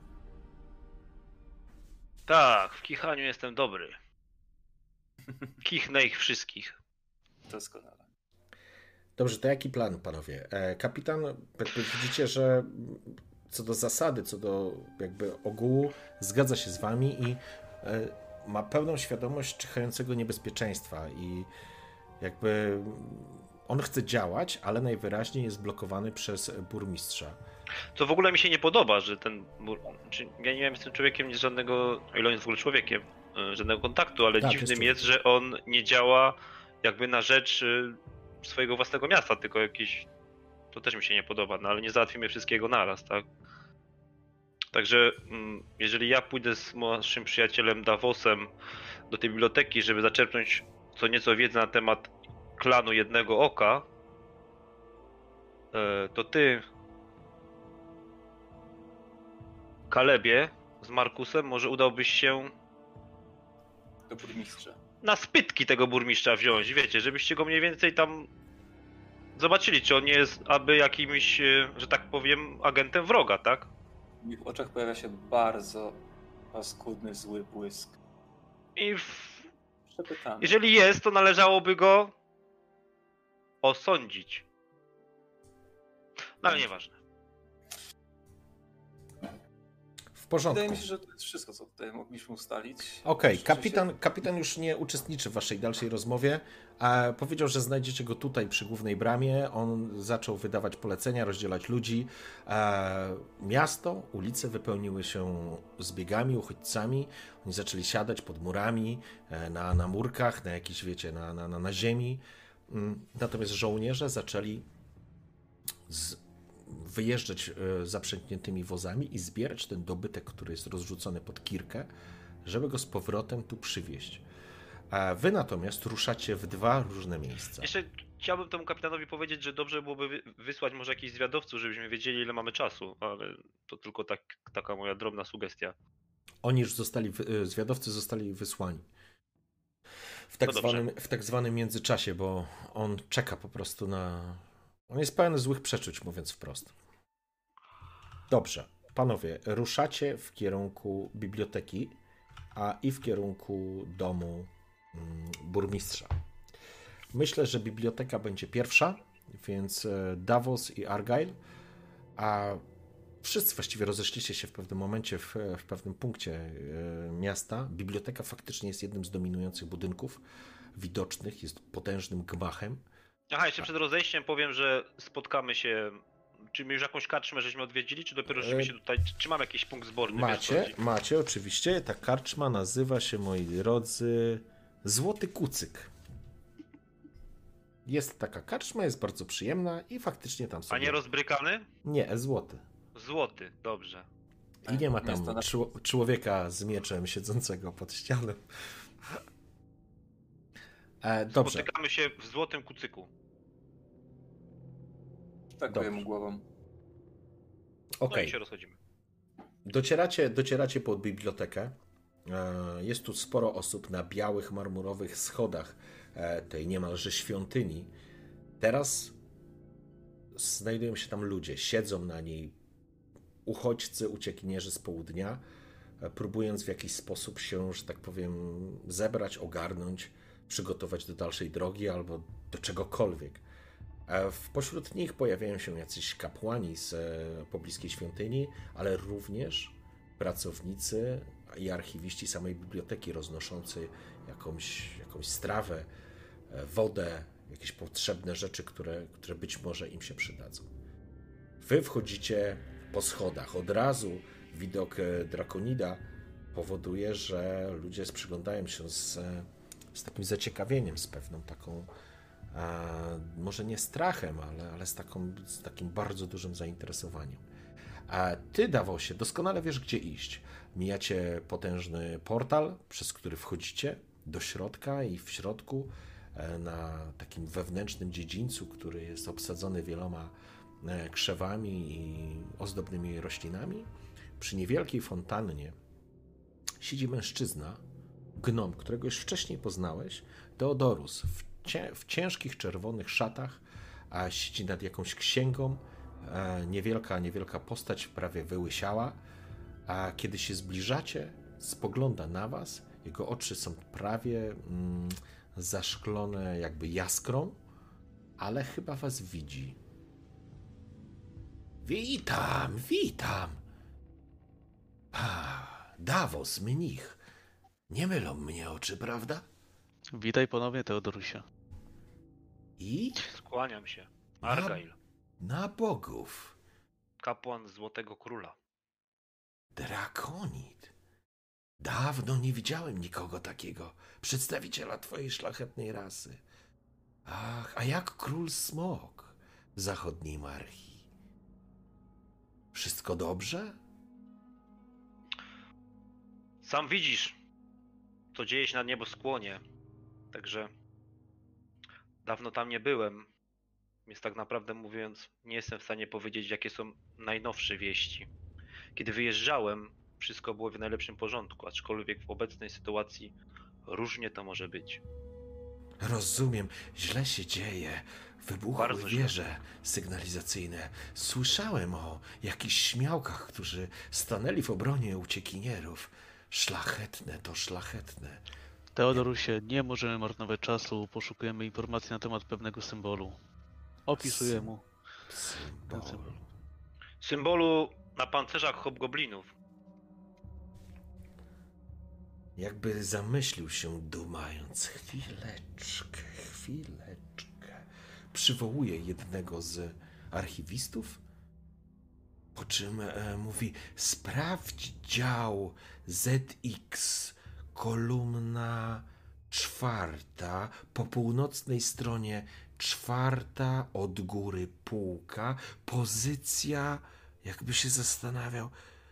Speaker 5: Tak, w kichaniu jestem dobry. Kichnę ich wszystkich.
Speaker 2: Doskonale.
Speaker 1: Dobrze, to jaki plan, panowie? Kapitan, widzicie, że co do zasady, co do jakby ogółu, zgadza się z wami i ma pełną świadomość czyhającego niebezpieczeństwa i jakby on chce działać, ale najwyraźniej jest blokowany przez burmistrza.
Speaker 5: Co w ogóle mi się nie podoba, że ja nie miałem z tym człowiekiem żadnego, o ile on jest w ogóle człowiekiem, żadnego kontaktu, ale
Speaker 1: Tak,
Speaker 5: dziwnym
Speaker 1: jest
Speaker 5: jest, że on nie działa jakby na rzecz swojego własnego miasta, tylko jakieś... To też mi się nie podoba, no ale nie załatwimy wszystkiego naraz, tak? Także jeżeli ja pójdę z naszym przyjacielem Davosem do tej biblioteki, żeby zaczerpnąć co nieco wiedzy na temat klanu Jednego Oka, to ty, Kalebie, z Markusem może udałbyś się
Speaker 6: Do burmistrza.
Speaker 5: na spytki tego burmistrza wziąć, wiecie, żebyście go mniej więcej tam zobaczyli, czy on nie jest aby jakimś, że tak powiem, agentem wroga, tak?
Speaker 6: W moich oczach pojawia się bardzo paskudny, zły błysk. Przepytany.
Speaker 5: Jeżeli jest, to należałoby go osądzić. No ale nieważne.
Speaker 1: W porządku.
Speaker 6: Wydaje mi się, że to jest wszystko, co tutaj mogliśmy ustalić.
Speaker 1: Okej,
Speaker 6: Rzeczywiście-
Speaker 1: kapitan już nie uczestniczy w waszej dalszej rozmowie. Powiedział, że znajdziecie go tutaj przy głównej bramie. On zaczął wydawać polecenia, rozdzielać ludzi. Miasto, ulice wypełniły się zbiegami, uchodźcami. Oni zaczęli siadać pod murami, na murkach, na jakiejś, wiecie, na ziemi. Natomiast żołnierze zaczęli wyjeżdżać zaprzęgniętymi wozami i zbierać ten dobytek, który jest rozrzucony pod kirkę, żeby go z powrotem tu przywieźć. A wy natomiast ruszacie w dwa różne miejsca.
Speaker 5: Jeszcze chciałbym temu kapitanowi powiedzieć, że dobrze byłoby wysłać może jakichś zwiadowców, żebyśmy wiedzieli, ile mamy czasu, ale to tylko taka moja drobna sugestia.
Speaker 1: Oni już zwiadowcy zostali wysłani. W tak zwanym międzyczasie, bo on czeka po prostu na... On jest pełen złych przeczuć, mówiąc wprost. Dobrze, panowie, ruszacie w kierunku biblioteki, i w kierunku domu burmistrza. Myślę, że biblioteka będzie pierwsza, więc Davos i Argyle, a wszyscy właściwie rozeszliście się w pewnym momencie, w pewnym punkcie miasta. Biblioteka faktycznie jest jednym z dominujących budynków widocznych, jest potężnym gmachem.
Speaker 5: Aha, jeszcze przed rozejściem powiem, że spotkamy się. Czy my już jakąś karczmę żeśmy odwiedzili, czy dopiero żeśmy się tutaj. Czy mamy jakiś punkt zborny?
Speaker 1: Macie, oczywiście. Ta karczma nazywa się, moi drodzy, Złoty Kucyk. Jest taka karczma, jest bardzo przyjemna i faktycznie tam sobie...
Speaker 5: A nie rozbrykany?
Speaker 1: Nie, złoty.
Speaker 5: Złoty, dobrze.
Speaker 1: I nie ma tam człowieka z mieczem siedzącego pod ścianą. Dobrze.
Speaker 5: Spotykamy się w Złotym Kucyku.
Speaker 6: Tak powiem głową.
Speaker 5: No i się rozchodzimy.
Speaker 1: Docieracie pod bibliotekę. Jest tu sporo osób na białych, marmurowych schodach tej niemalże świątyni. Teraz znajdują się tam ludzie, siedzą na niej uchodźcy, uciekinierzy z południa, próbując w jakiś sposób się, że tak powiem, zebrać, ogarnąć, przygotować do dalszej drogi albo do czegokolwiek. Pośród nich pojawiają się jacyś kapłani z pobliskiej świątyni, ale również pracownicy i archiwiści samej biblioteki roznoszący jakąś strawę, wodę, jakieś potrzebne rzeczy, które być może im się przydadzą. Wy wchodzicie po schodach. Od razu widok Drakonida powoduje, że ludzie przyglądają się z takim zaciekawieniem, z pewną taką może nie strachem, ale z takim bardzo dużym zainteresowaniem. A ty, Davosie, doskonale wiesz, gdzie iść. Mijacie potężny portal, przez który wchodzicie do środka i w środku na takim wewnętrznym dziedzińcu, który jest obsadzony wieloma krzewami i ozdobnymi roślinami, przy niewielkiej fontannie siedzi mężczyzna, gnom, którego już wcześniej poznałeś, Theodorus, w ciężkich czerwonych szatach, a siedzi nad jakąś księgą. Niewielka postać, prawie wyłysiała, a kiedy się zbliżacie, spogląda na was. Jego oczy są prawie zaszklone jakby jaskrą, ale chyba was widzi. Witam. Davos, mnich. Nie mylą mnie oczy, prawda?
Speaker 3: Witaj ponownie, Teodorusie.
Speaker 1: I?
Speaker 5: Skłaniam się. Argyle.
Speaker 1: Na bogów.
Speaker 5: kapłan Złotego Króla.
Speaker 1: Drakonid. Dawno nie widziałem nikogo takiego. Przedstawiciela twojej szlachetnej rasy. Ach, a jak król Smok w zachodniej Marchi? Wszystko dobrze?
Speaker 5: Sam widzisz, co dzieje się na nieboskłonie. Także dawno tam nie byłem. Więc tak naprawdę mówiąc, nie jestem w stanie powiedzieć, jakie są najnowsze wieści. Kiedy wyjeżdżałem, wszystko było w najlepszym porządku, aczkolwiek w obecnej sytuacji różnie to może być.
Speaker 1: Rozumiem, źle się dzieje. Wybuchły
Speaker 5: Bardzo źle.
Speaker 1: wieże sygnalizacyjne. Słyszałem o jakichś śmiałkach, którzy stanęli w obronie uciekinierów. Szlachetne to szlachetne.
Speaker 3: Teodorusie, nie możemy marnować czasu, poszukujemy informacji na temat pewnego symbolu. Opisuję mu ten
Speaker 1: Symbol.
Speaker 3: symbol.
Speaker 5: Symbolu na pancerzach hobgoblinów.
Speaker 1: Jakby zamyślił się, dumając. Chwileczkę. Przywołuje jednego z archiwistów, po czym mówi: sprawdź dział ZX, kolumna 4, po północnej stronie 4 od góry półka, pozycja, jakby się zastanawiał,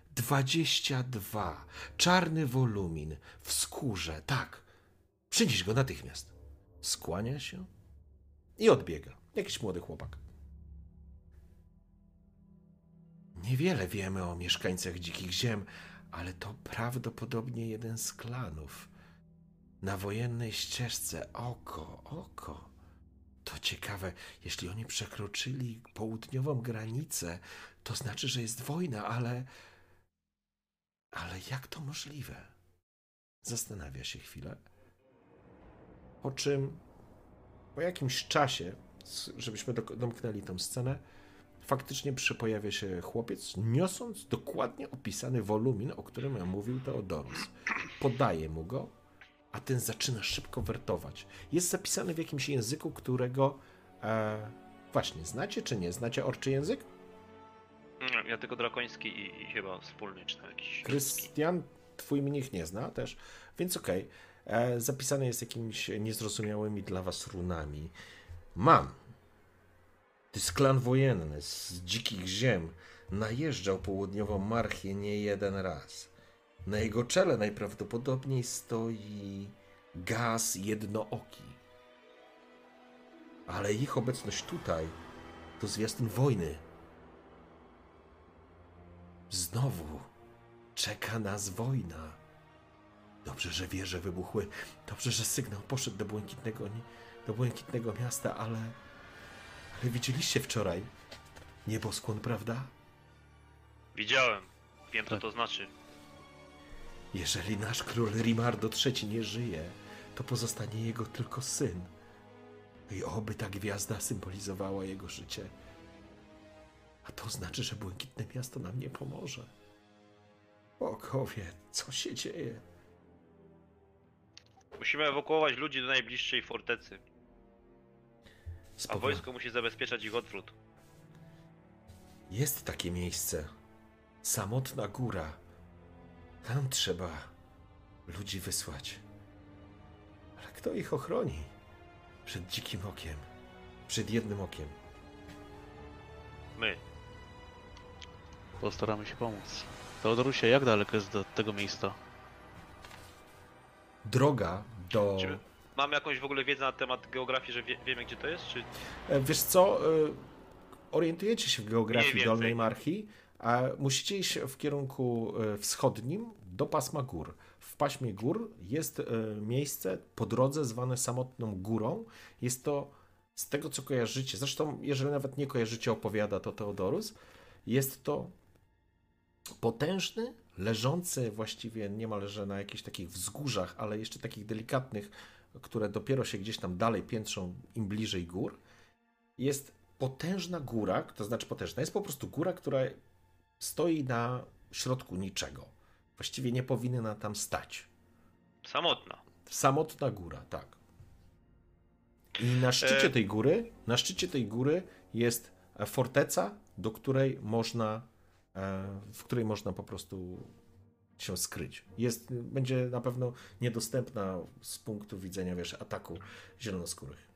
Speaker 1: 22. Czarny wolumin w skórze. Tak. Przynieś go natychmiast. Skłania się i odbiega. Jakiś młody chłopak. Niewiele wiemy o mieszkańcach Dzikich Ziem, ale to prawdopodobnie jeden z klanów. Na wojennej ścieżce oko. To ciekawe, jeśli oni przekroczyli południową granicę, to znaczy, że jest wojna, ale jak to możliwe? Zastanawia się chwilę. Po czym po jakimś czasie, żebyśmy domknęli tą scenę, faktycznie pojawia się chłopiec, niosąc dokładnie opisany wolumin, o którym mówił Teodorus. Podaje mu go, a ten zaczyna szybko wertować. Jest zapisany w jakimś języku, którego właśnie, znacie czy nie? Znacie orczy język?
Speaker 5: Ja tylko drakoński i chyba wspólny, czy tam jakiś...
Speaker 1: Krystian, twój mnich nie zna też, więc okej. Zapisane jest jakimiś niezrozumiałymi dla was runami. Mam. To jest klan wojenny z Dzikich Ziem. Najeżdżał południową Marchię nie jeden raz. Na jego czele najprawdopodobniej stoi Gaz Jednooki. Ale ich obecność tutaj to zwiastun wojny. Znowu czeka nas wojna. Dobrze, że wieże wybuchły. Dobrze, że sygnał poszedł do błękitnego miasta, ale widzieliście wczoraj nieboskłon, prawda?
Speaker 5: Widziałem. Wiem, co to znaczy.
Speaker 1: Jeżeli nasz król Rimardo III nie żyje, to pozostanie jego tylko syn. I oby ta gwiazda symbolizowała jego życie. A to znaczy, że błękitne miasto nam nie pomoże. Bogowie, co się dzieje?
Speaker 5: Musimy ewakuować ludzi do najbliższej fortecy. A wojsko musi zabezpieczać ich odwrót.
Speaker 1: Jest takie miejsce. Samotna góra. Tam trzeba ludzi wysłać. Ale kto ich ochroni? Przed dzikim okiem. Przed jednym okiem.
Speaker 5: My.
Speaker 3: Postaramy się pomóc. Teodorusie, jak daleko jest do tego miejsca?
Speaker 1: Droga do...
Speaker 5: Czy mamy jakąś w ogóle wiedzę na temat geografii, że wiemy, gdzie to jest? Czy...
Speaker 1: Wiesz co? Orientujecie się w
Speaker 5: Mniej
Speaker 1: geografii
Speaker 5: więcej.
Speaker 1: Dolnej Marchi, a musicie iść w kierunku wschodnim do pasma gór. W paśmie gór jest miejsce po drodze zwane Samotną Górą. Jest to, z tego co kojarzycie, zresztą jeżeli nawet nie kojarzycie, opowiada to Teodorus, jest to potężny, leżący właściwie niemalże na jakichś takich wzgórzach, ale jeszcze takich delikatnych, które dopiero się gdzieś tam dalej piętrzą im bliżej gór. Jest potężna góra, to znaczy potężna, jest po prostu góra, która stoi na środku niczego. Właściwie nie powinna tam stać.
Speaker 5: Samotna.
Speaker 1: Samotna góra, tak. I na szczycie tej góry jest forteca w której można po prostu się skryć. Będzie na pewno niedostępna z punktu widzenia, ataku zielonoskórych.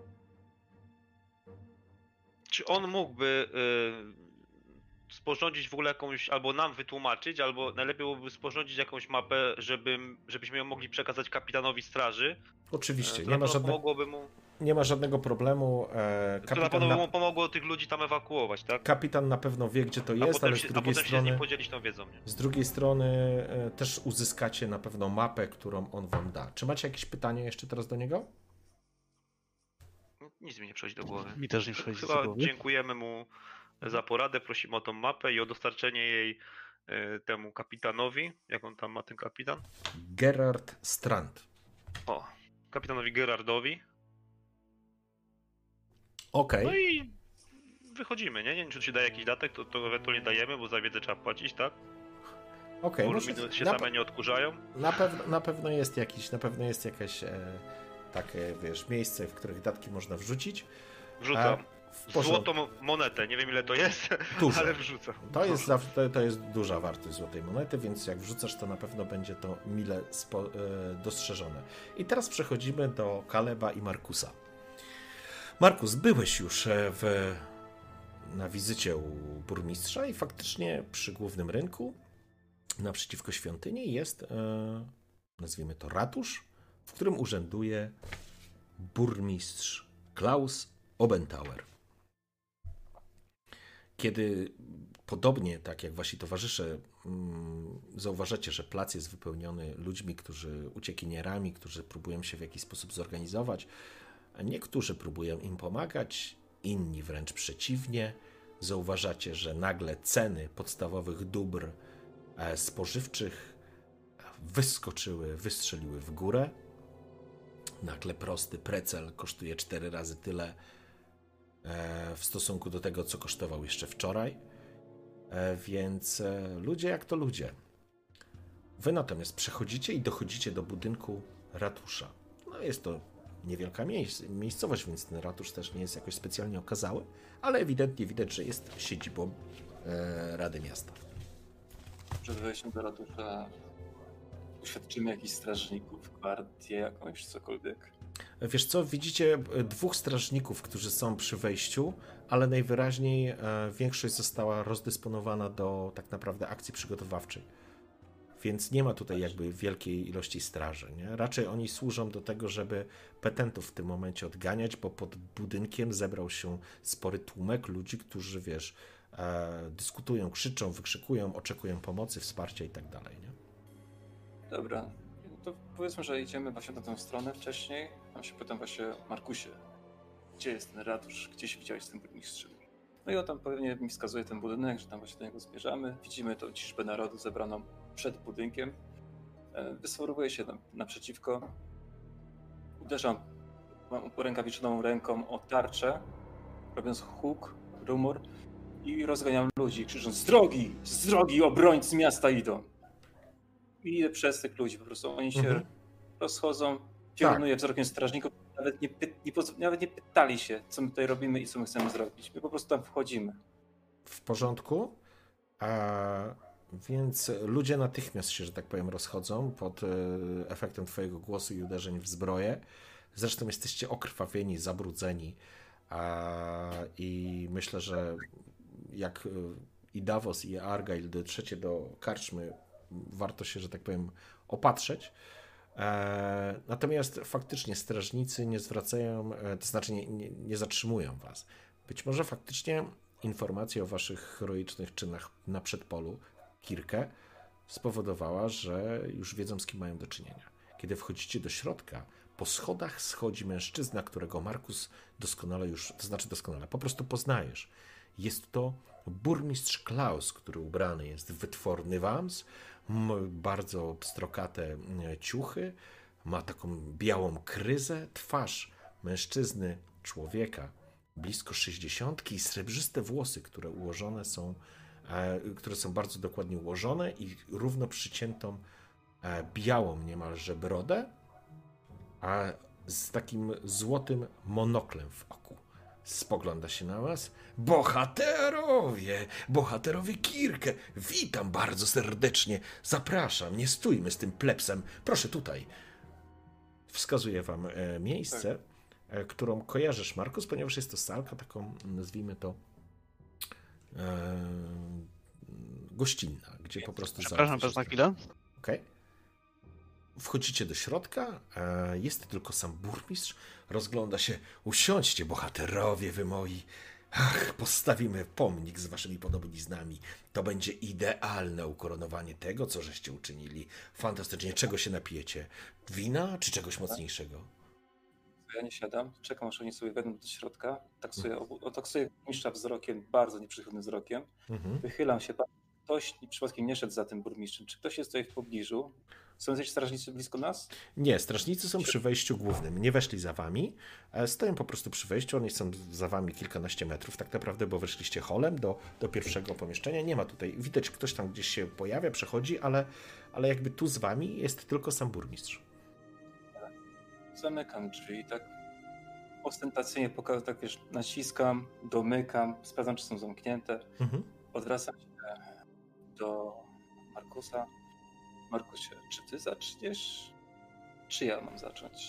Speaker 5: Czy on mógłby sporządzić w ogóle jakąś, albo nam wytłumaczyć, albo najlepiej byłoby sporządzić jakąś mapę, żebyśmy ją mogli przekazać kapitanowi straży?
Speaker 1: Oczywiście,
Speaker 5: Pomogłoby mu...
Speaker 1: nie ma żadnego problemu.
Speaker 5: To na pewno by mu pomogło tych ludzi tam ewakuować, tak?
Speaker 1: Kapitan na pewno wie, gdzie to jest, ale
Speaker 5: a potem się z nim podzielić tą wiedzą. Nie?
Speaker 1: Z drugiej strony też uzyskacie na pewno mapę, którą on wam da. Czy macie jakieś pytania jeszcze teraz do niego?
Speaker 5: Nic mi nie przychodzi do głowy.
Speaker 3: Mi też nie przychodzi do
Speaker 5: Chyba
Speaker 3: głowy.
Speaker 5: dziękujemy mu za poradę, prosimy o tą mapę i o dostarczenie jej temu kapitanowi. Jak on tam ma, ten kapitan?
Speaker 1: Gerard Strand.
Speaker 5: O, kapitanowi Gerardowi.
Speaker 1: Okej.
Speaker 5: No i wychodzimy, nie? Nie wiem, czy się daje jakiś datek, to ewentualnie dajemy, bo za wiedzę trzeba płacić, tak?
Speaker 1: Okej.
Speaker 5: Bo się same nie odkurzają.
Speaker 1: Na pewno jest jakieś takie, miejsce, w których datki można wrzucić.
Speaker 5: Wrzucam. Złotą monetę, nie wiem ile to jest,
Speaker 1: Dużo.
Speaker 5: ale wrzucam.
Speaker 1: To jest duża wartość złotej monety, więc jak wrzucasz, to na pewno będzie to mile dostrzeżone. I teraz przechodzimy do Kaleba i Markusa. Markus, byłeś już na wizycie u burmistrza i faktycznie przy głównym rynku naprzeciwko świątyni jest, nazwijmy to, ratusz, w którym urzęduje burmistrz Klaus Obentauer. Kiedy podobnie, tak jak wasi towarzysze, zauważacie, że plac jest wypełniony ludźmi, uciekinierami, którzy próbują się w jakiś sposób zorganizować, a niektórzy próbują im pomagać, inni wręcz przeciwnie. Zauważacie, że nagle ceny podstawowych dóbr spożywczych wystrzeliły w górę. Nagle prosty precel kosztuje 4 razy tyle w stosunku do tego, co kosztował jeszcze wczoraj. Więc ludzie jak to ludzie. Wy natomiast przechodzicie i dochodzicie do budynku ratusza. No jest to niewielka miejscowość, więc ten ratusz też nie jest jakoś specjalnie okazały, ale ewidentnie widać, że jest siedzibą Rady Miasta.
Speaker 2: Przed wejściem do ratusza uświadczymy jakichś strażników, gwardię jakąś, cokolwiek.
Speaker 1: Wiesz co, widzicie 2 strażników, którzy są przy wejściu, ale najwyraźniej większość została rozdysponowana do tak naprawdę akcji przygotowawczej. Więc nie ma tutaj jakby wielkiej ilości straży. Nie? Raczej oni służą do tego, żeby petentów w tym momencie odganiać, bo pod budynkiem zebrał się spory tłumek ludzi, którzy, dyskutują, krzyczą, wykrzykują, oczekują pomocy, wsparcia i tak dalej. Nie?
Speaker 2: Dobra, to powiedzmy, że idziemy właśnie na tę stronę wcześniej. Tam się pytam właśnie, Markusie, gdzie jest ten ratusz? Gdzie się widziałeś z tym burmistrzem? No i on tam pewnie mi wskazuje ten budynek, że tam właśnie do niego zmierzamy. Widzimy tą ciżbę narodu zebraną przed budynkiem. Wysforowuję się naprzeciwko. Uderzam rękawiczną ręką o tarczę, robiąc huk, rumor i rozganiam ludzi, krzycząc: z drogi, obrońcy miasta idą! I idę przez tych ludzi, po prostu oni się rozchodzą, kieruję wzrokiem strażników, nawet nie pytali się, co my tutaj robimy i co my chcemy zrobić. My po prostu tam wchodzimy.
Speaker 1: W porządku. Więc ludzie natychmiast się, że tak powiem, rozchodzą pod efektem twojego głosu i uderzeń w zbroję. Zresztą jesteście okrwawieni, zabrudzeni. I myślę, że jak i Davos, i Argyle dotrzecie do karczmy, warto się, że tak powiem, opatrzeć. Natomiast faktycznie strażnicy nie zwracają, to znaczy nie zatrzymują was. Być może faktycznie informacja o waszych heroicznych czynach na przedpolu, Kirkę, spowodowała, że już wiedzą, z kim mają do czynienia. Kiedy wchodzicie do środka, po schodach schodzi mężczyzna, którego Markus doskonale, po prostu poznajesz. Jest to burmistrz Klaus, który ubrany jest w wytworny wams, bardzo pstrokate ciuchy, ma taką białą kryzę, twarz mężczyzny, człowieka blisko 60 i srebrzyste włosy, które są bardzo dokładnie ułożone i równo przyciętą białą niemalże brodę, a z takim złotym monoklem w oku. Spogląda się na was. Bohaterowie! Bohaterowie Kirke! Witam bardzo serdecznie. Zapraszam, nie stójmy z tym plebsem. Proszę tutaj. Wskazuję wam miejsce, którą kojarzysz, Markus, ponieważ jest to salka taką, nazwijmy to, gościnna, gdzie po prostu...
Speaker 3: Przepraszam, bez na chwilę.
Speaker 1: Okej. Wchodzicie do środka, jest tylko sam burmistrz, rozgląda się. Usiądźcie, bohaterowie wy moi. Ach, postawimy pomnik z waszymi podobiznami. To będzie idealne ukoronowanie tego, co żeście uczynili. Fantastycznie. Czego się napijecie? Wina czy czegoś mocniejszego?
Speaker 2: Ja nie siadam, czekam, aż oni sobie wejdą do środka, taksuję mistrza wzrokiem, bardzo nieprzychylnym wzrokiem. Wychylam się, ktoś przypadkiem nie szedł za tym burmistrzem. Czy ktoś jest tutaj w pobliżu? Są jakieś strażnicy blisko nas?
Speaker 1: Nie, strażnicy są przy wejściu głównym. Nie weszli za wami. Stoją po prostu przy wejściu. Oni są za wami kilkanaście metrów tak naprawdę, bo weszliście holem do pierwszego pomieszczenia. Nie ma tutaj. Widać, ktoś tam gdzieś się pojawia, przechodzi, ale jakby tu z wami jest tylko sam burmistrz.
Speaker 2: Zamykam drzwi, tak ostentacyjnie tak wiesz, naciskam, domykam, sprawdzam, czy są zamknięte. Odwracam się do Markusa. Markusie, czy ty zaczniesz, czy ja mam zacząć?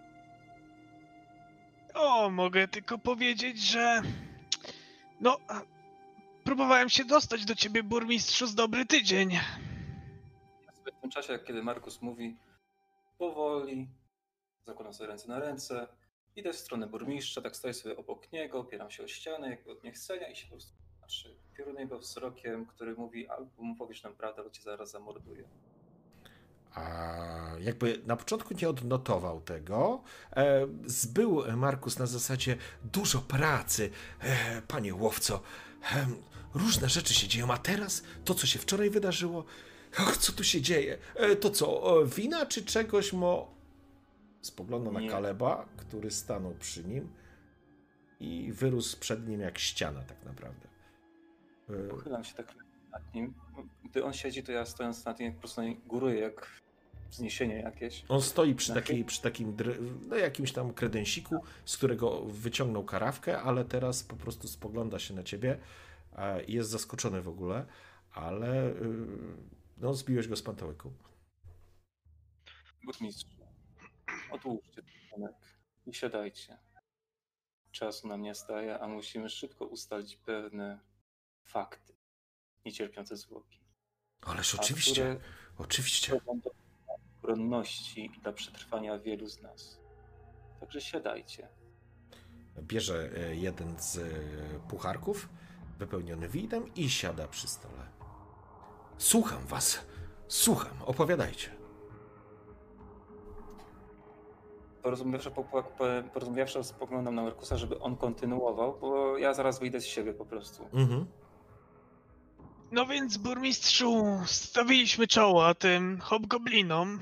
Speaker 4: Mogę tylko powiedzieć, że... No, próbowałem się dostać do ciebie, burmistrzu, z dobry tydzień.
Speaker 2: Ja sobie w tym czasie, kiedy Markus mówi, powoli zakładam sobie ręce na ręce, idę w stronę burmistrza, tak stoję sobie obok niego, opieram się o ścianę, jakby od niechcenia i się po prostu patrzy. Kieruję go wzrokiem, który mówi, albo mu powiesz nam prawdę, albo cię zaraz zamorduję.
Speaker 1: A jakby na początku nie odnotował tego. Zbył Markus na zasadzie dużo pracy. Panie łowco, różne rzeczy się dzieją, a teraz to, co się wczoraj wydarzyło, co tu się dzieje? To co, wina czy czegoś Spogląda na Kaleba, który stanął przy nim i wyrósł przed nim jak ściana tak naprawdę.
Speaker 2: Pochylam się tak nad nim. Gdy on siedzi, to ja stojąc nad nim po prostu góruję jak wzniesienie jakieś.
Speaker 1: On stoi przy takim jakimś tam kredensiku, z którego wyciągnął karawkę, ale teraz po prostu spogląda się na ciebie i jest zaskoczony w ogóle, ale zbiłeś go z pantołyku.
Speaker 2: Burmistrzu, odłóżcie dzwonek i siadajcie. Czasu nam nie staje, a musimy szybko ustalić pewne fakty niecierpiące zwłoki.
Speaker 1: Ależ oczywiście, oczywiście.
Speaker 2: Do obronności i dla przetrwania wielu z nas. Także siadajcie.
Speaker 1: Bierze jeden z pucharków, wypełniony winem i siada przy stole. Słucham was, opowiadajcie.
Speaker 2: Porozmawiawszy, spoglądam na Markusa, żeby on kontynuował, bo ja zaraz wyjdę z siebie po prostu.
Speaker 4: No więc, burmistrzu, stawiliśmy czoła tym hobgoblinom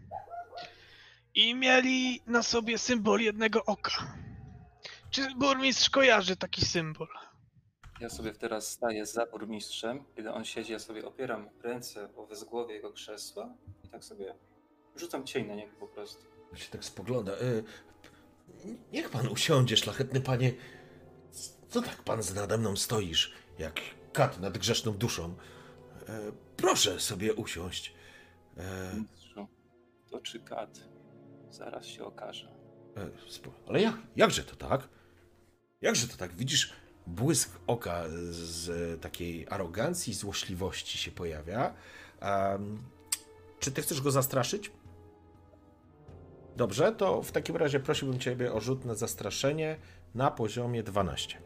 Speaker 4: i mieli na sobie symbol jednego oka. Czy burmistrz kojarzy taki symbol?
Speaker 2: Ja sobie teraz staję za burmistrzem, kiedy on siedzi, ja sobie opieram ręce o wezgłowie jego krzesła i tak sobie rzucam cień na niego po prostu.
Speaker 1: Ja się tak spogląda. Niech pan usiądzie, szlachetny panie. Co tak pan nade mną stoisz, jak kat nad grzeszną duszą? Proszę sobie usiąść.
Speaker 2: Mistrzu, to czy kat? Zaraz się okaże.
Speaker 1: Ale jakże to tak? Jakże to tak? Widzisz, błysk oka z takiej arogancji, złośliwości się pojawia. Czy ty chcesz go zastraszyć? Dobrze, to w takim razie prosiłbym ciebie o rzut na zastraszenie na poziomie 12.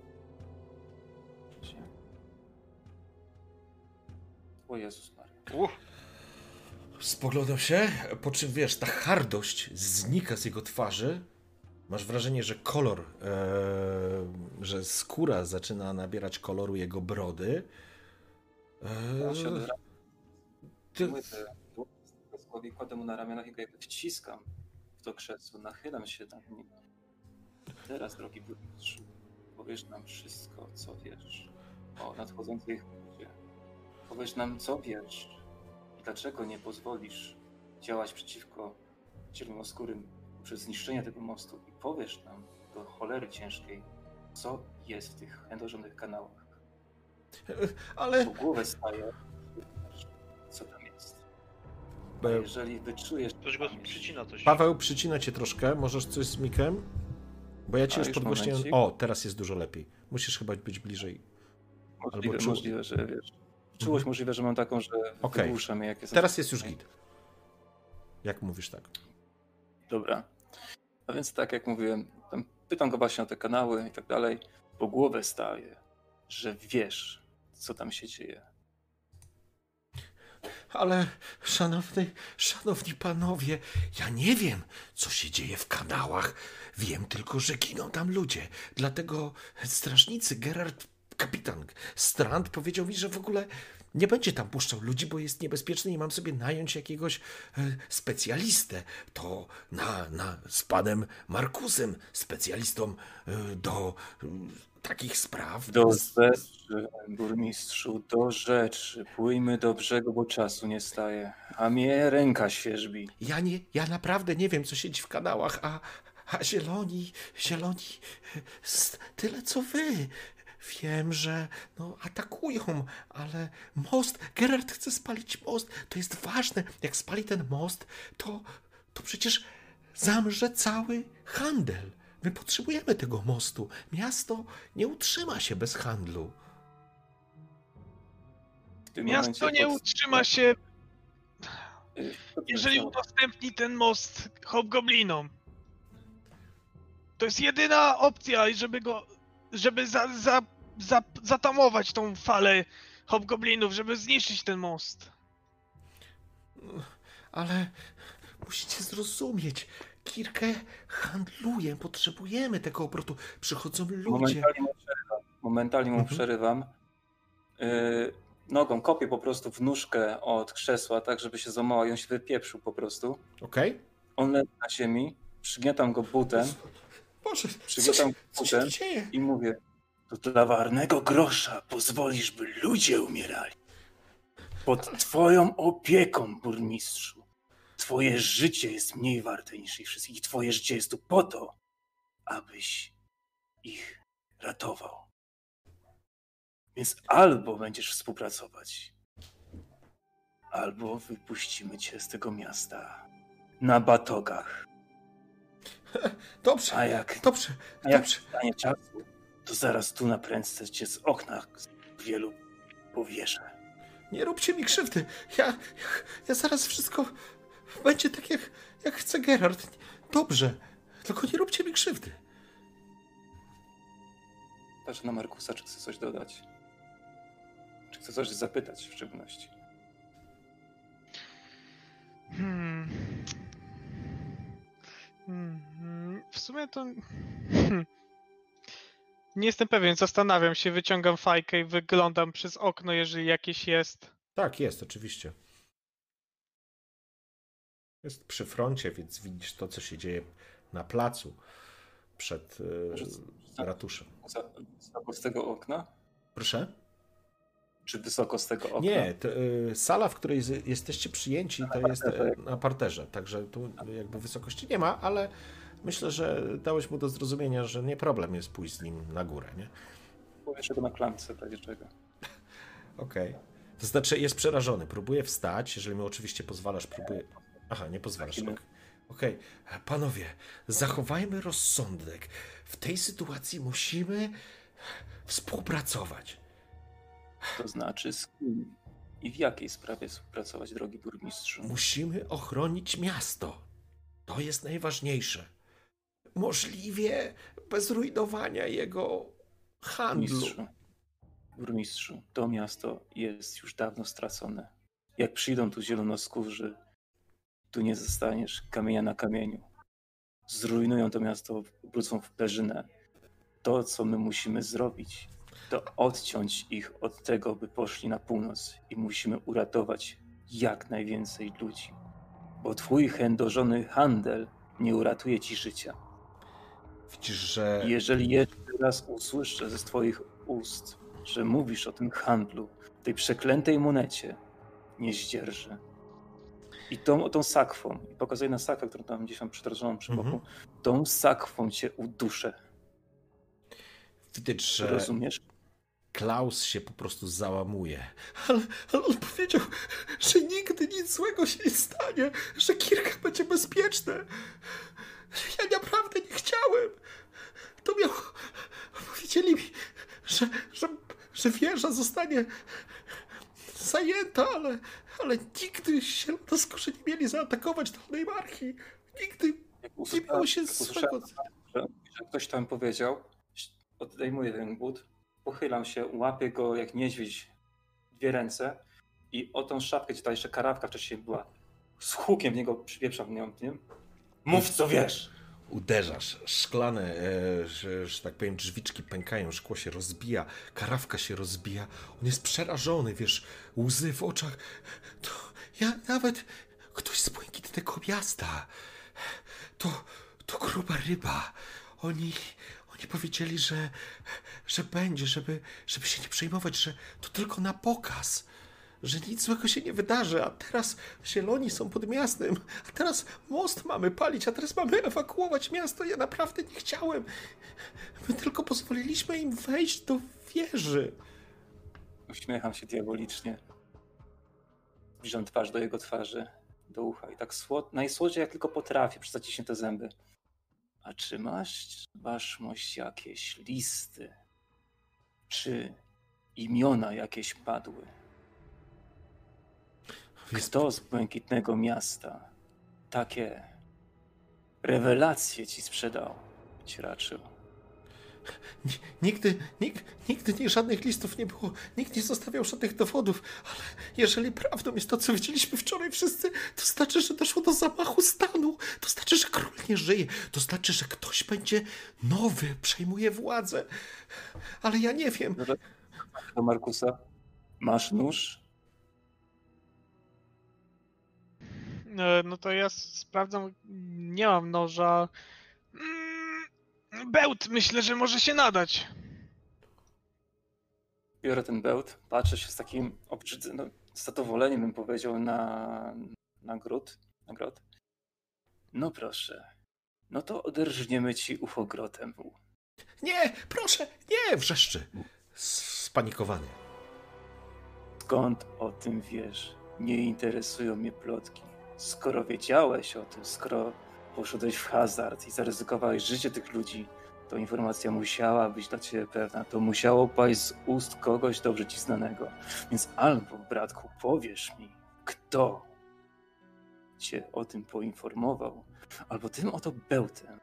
Speaker 2: O Jezus Maria.
Speaker 1: Spoglądam się, po czym wiesz, ta hardość znika z jego twarzy. Masz wrażenie, że kolor, że skóra zaczyna nabierać koloru jego brody.
Speaker 2: Kładę mu na ramionach i go jakby wciskam w to krzesło, nachylam się nad nim. Teraz, drogi burmistrzu, powiesz nam wszystko, co wiesz o nadchodzącej chmurze. Powiesz nam, co wiesz i dlaczego nie pozwolisz działać przeciwko zielonoskórym poprzez zniszczenie tego mostu. I powiesz nam do cholery ciężkiej,
Speaker 6: co jest w tych chędożonych kanałach.
Speaker 1: Ale...
Speaker 6: Po głowę staje, co tam jest. A jeżeli wyczujesz...
Speaker 5: Ktoś go przycina coś.
Speaker 1: Paweł, przycina cię troszkę. Możesz coś z mikrem? Bo ja cię już podgłośniłem.
Speaker 6: momencik.
Speaker 1: O, teraz jest dużo lepiej. Musisz chyba być bliżej.
Speaker 6: Możliwe, że wiesz. Czułość możliwe, że mam taką, że
Speaker 1: Okej.
Speaker 6: wygłuszam je. Jak jest
Speaker 1: Teraz jest już git. Jak mówisz tak?
Speaker 6: Dobra. A więc tak jak mówiłem, tam pytam go właśnie o te kanały i tak dalej. Po głowę staje, że wiesz, co tam się dzieje.
Speaker 1: Ale szanowni panowie, ja nie wiem, co się dzieje w kanałach. Wiem tylko, że giną tam ludzie. Dlatego strażnicy, Gerard, kapitan Strand powiedział mi, że w ogóle nie będzie tam puszczał ludzi, bo jest niebezpieczny i mam sobie nająć jakiegoś specjalistę. To z panem Markusem, specjalistą do takich spraw.
Speaker 6: Do rzeczy, burmistrzu, do rzeczy. Płyjmy do brzegu, bo czasu nie staje. A mnie ręka świerzbi.
Speaker 1: Ja naprawdę nie wiem, co siedzi w kanałach, a zieloni, tyle co wy. Wiem, że atakują, ale most, Geralt chce spalić most, to jest ważne. Jak spali ten most, to przecież zamrze cały handel. My potrzebujemy tego mostu. Miasto nie utrzyma się bez handlu.
Speaker 4: Miasto nie utrzyma się, jeżeli udostępni ten most hobgoblinom. To jest jedyna opcja, żeby zatamować tą falę hobgoblinów, żeby zniszczyć ten most.
Speaker 1: Ale musicie zrozumieć, Kirkę handluje, potrzebujemy tego obrotu. Przychodzą ludzie.
Speaker 6: Momentalnie mu przerywam. Nogą kopię po prostu w nóżkę od krzesła, tak żeby się złamała i on się wypieprzył po prostu.
Speaker 1: Okej.
Speaker 6: On leży na ziemi, przygniatam go butem.
Speaker 1: Boże,
Speaker 6: Co się
Speaker 1: dzieje?
Speaker 6: I mówię, to dla warnego grosza pozwolisz, by ludzie umierali. Pod twoją opieką, burmistrzu. Twoje życie jest mniej warte niż ich wszystkich. Twoje życie jest tu po to, abyś ich ratował. Więc albo będziesz współpracować, albo wypuścimy cię z tego miasta na batogach.
Speaker 1: Dobrze,
Speaker 6: A jak stanie czasu, to zaraz tu na prędce cię z okna wielu powieszę.
Speaker 1: Nie róbcie mi krzywdy. Ja zaraz wszystko będzie tak, jak chce Gerard. Dobrze, tylko nie róbcie mi krzywdy.
Speaker 6: Patrzę na Markusa, czy chce coś dodać. Czy chce coś zapytać w szczególności.
Speaker 4: W sumie to... Nie jestem pewien, zastanawiam się, wyciągam fajkę i wyglądam przez okno, jeżeli jakieś jest.
Speaker 1: Tak, jest, oczywiście. Jest przy froncie, więc widzisz to, co się dzieje na placu przed ratuszem.
Speaker 6: Wysoko z tego okna?
Speaker 1: Proszę?
Speaker 6: Czy wysoko z tego okna?
Speaker 1: Nie, sala, w której jesteście przyjęci, to jest na parterze, także tu jakby wysokości nie ma, ale myślę, że dałeś mu do zrozumienia, że nie problem jest pójść z nim na górę, nie?
Speaker 6: Jeszcze go na klamce, tak czego.
Speaker 1: Okej. To znaczy jest przerażony, próbuje wstać, jeżeli mu oczywiście pozwalasz, próbuje... Aha, nie pozwalasz. Okej. Panowie, zachowajmy rozsądek. W tej sytuacji musimy współpracować.
Speaker 6: To znaczy z kim i w jakiej sprawie współpracować, drogi burmistrzu?
Speaker 1: Musimy ochronić miasto. To jest najważniejsze. Możliwie bez rujnowania jego handlu.
Speaker 6: Burmistrzu, to miasto jest już dawno stracone. Jak przyjdą tu zielonoskórzy, tu nie zostaniesz kamienia na kamieniu. Zrujnują to miasto, wrócą w perzynę. To, co my musimy zrobić, to odciąć ich od tego, by poszli na północ i musimy uratować jak najwięcej ludzi. Bo twój chędożony handel nie uratuje ci życia.
Speaker 1: Widzisz, że...
Speaker 6: Jeżeli jeszcze raz usłyszę ze twoich ust, że mówisz o tym handlu, tej przeklętej monecie, nie zdzierżę. I tą sakwą, i pokazuję na sakwę, którą tam gdzieś mam przytrąconą przy boku, tą sakwą cię uduszę.
Speaker 1: Widać, że
Speaker 6: Rozumiesz?
Speaker 1: Klaus się po prostu załamuje. Ale on powiedział, że nigdy nic złego się nie stanie, że Kirka będzie bezpieczna. Ja naprawdę nie chciałem. To miał... Powiedzieli mi, że wieża zostanie zajęta, ale nigdy Zielonoskórzy nie mieli zaatakować Dolnej Marki. Nigdy nie miało się złego...
Speaker 2: Że ktoś tam powiedział, odejmuję ten but, pochylam się, łapię go jak niedźwiedź 2 ręce i o tą szapkę, gdzie ta jeszcze karawka wcześniej była, z hukiem w niego przypieprzam nią. Mów co wiesz!
Speaker 1: Uderzasz, szklane, że tak powiem, drzwiczki pękają, szkło się rozbija, karawka się rozbija. On jest przerażony, wiesz, łzy w oczach. To ja nawet... Ktoś z Błękitnego Miasta. To gruba ryba. Oni powiedzieli, że będzie, żeby się nie przejmować, że to tylko na pokaz. Że nic złego się nie wydarzy, a teraz zieloni są pod miastem, a teraz most mamy palić, a teraz mamy ewakuować miasto. Ja naprawdę nie chciałem. My tylko pozwoliliśmy im wejść do wieży.
Speaker 2: Uśmiecham się diabolicznie. Zbliżam twarz do jego twarzy, do ucha i tak najsłodziej jak tylko potrafię, przez zaciśnięte zęby. A czy masz, waszmość, jakieś listy? Czy imiona jakieś padły? Kto z Błękitnego Miasta takie rewelacje ci sprzedał, ci raczył?
Speaker 1: Nigdy żadnych listów nie było. Nikt nie zostawiał żadnych dowodów. Ale jeżeli prawdą jest to, co widzieliśmy wczoraj wszyscy, to znaczy, że doszło do zamachu stanu. To znaczy, że król nie żyje. To znaczy, że ktoś będzie nowy, przejmuje władzę. Ale ja nie wiem.
Speaker 2: Do Markusa, masz nóż?
Speaker 4: No to ja sprawdzam, nie mam noża. Bełt myślę, że może się nadać.
Speaker 2: Biorę ten bełt, patrzę się z takim zadowoleniem, bym powiedział, na grot. No proszę, no to oderżniemy ci ucho grotem.
Speaker 1: Nie, proszę, nie, wrzeszczy. Spanikowany.
Speaker 2: Skąd o tym wiesz? Nie interesują mnie plotki. Skoro wiedziałeś o tym, skoro poszedłeś w hazard i zaryzykowałeś życie tych ludzi, to informacja musiała być dla ciebie pewna. To musiało paść z ust kogoś dobrze ci znanego. Więc albo, bratku, powiesz mi, kto cię o tym poinformował, albo tym oto bełtem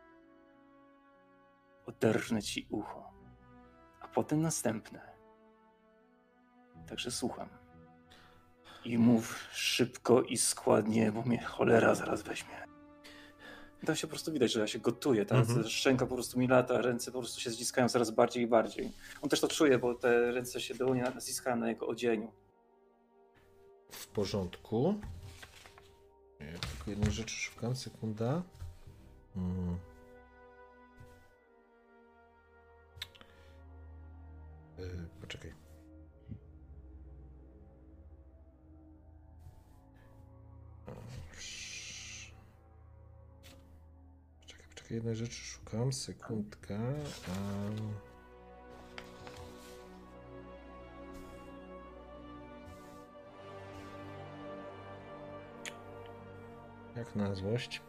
Speaker 2: oderżnę ci ucho, a potem następne. Także słucham. I mów szybko i składnie, bo mnie cholera zaraz weźmie. Tam się po prostu widać, że ja się gotuję, ta szczęka po prostu mi lata, ręce po prostu się ściskają coraz bardziej i bardziej. On też to czuje, bo te ręce się dłonie naciskają na jego odzieniu.
Speaker 1: W porządku. Ja tylko jednej rzeczy szukam, sekunda. Poczekaj. Poczekaj, jednej rzeczy szukam, sekundka. Jak na złość.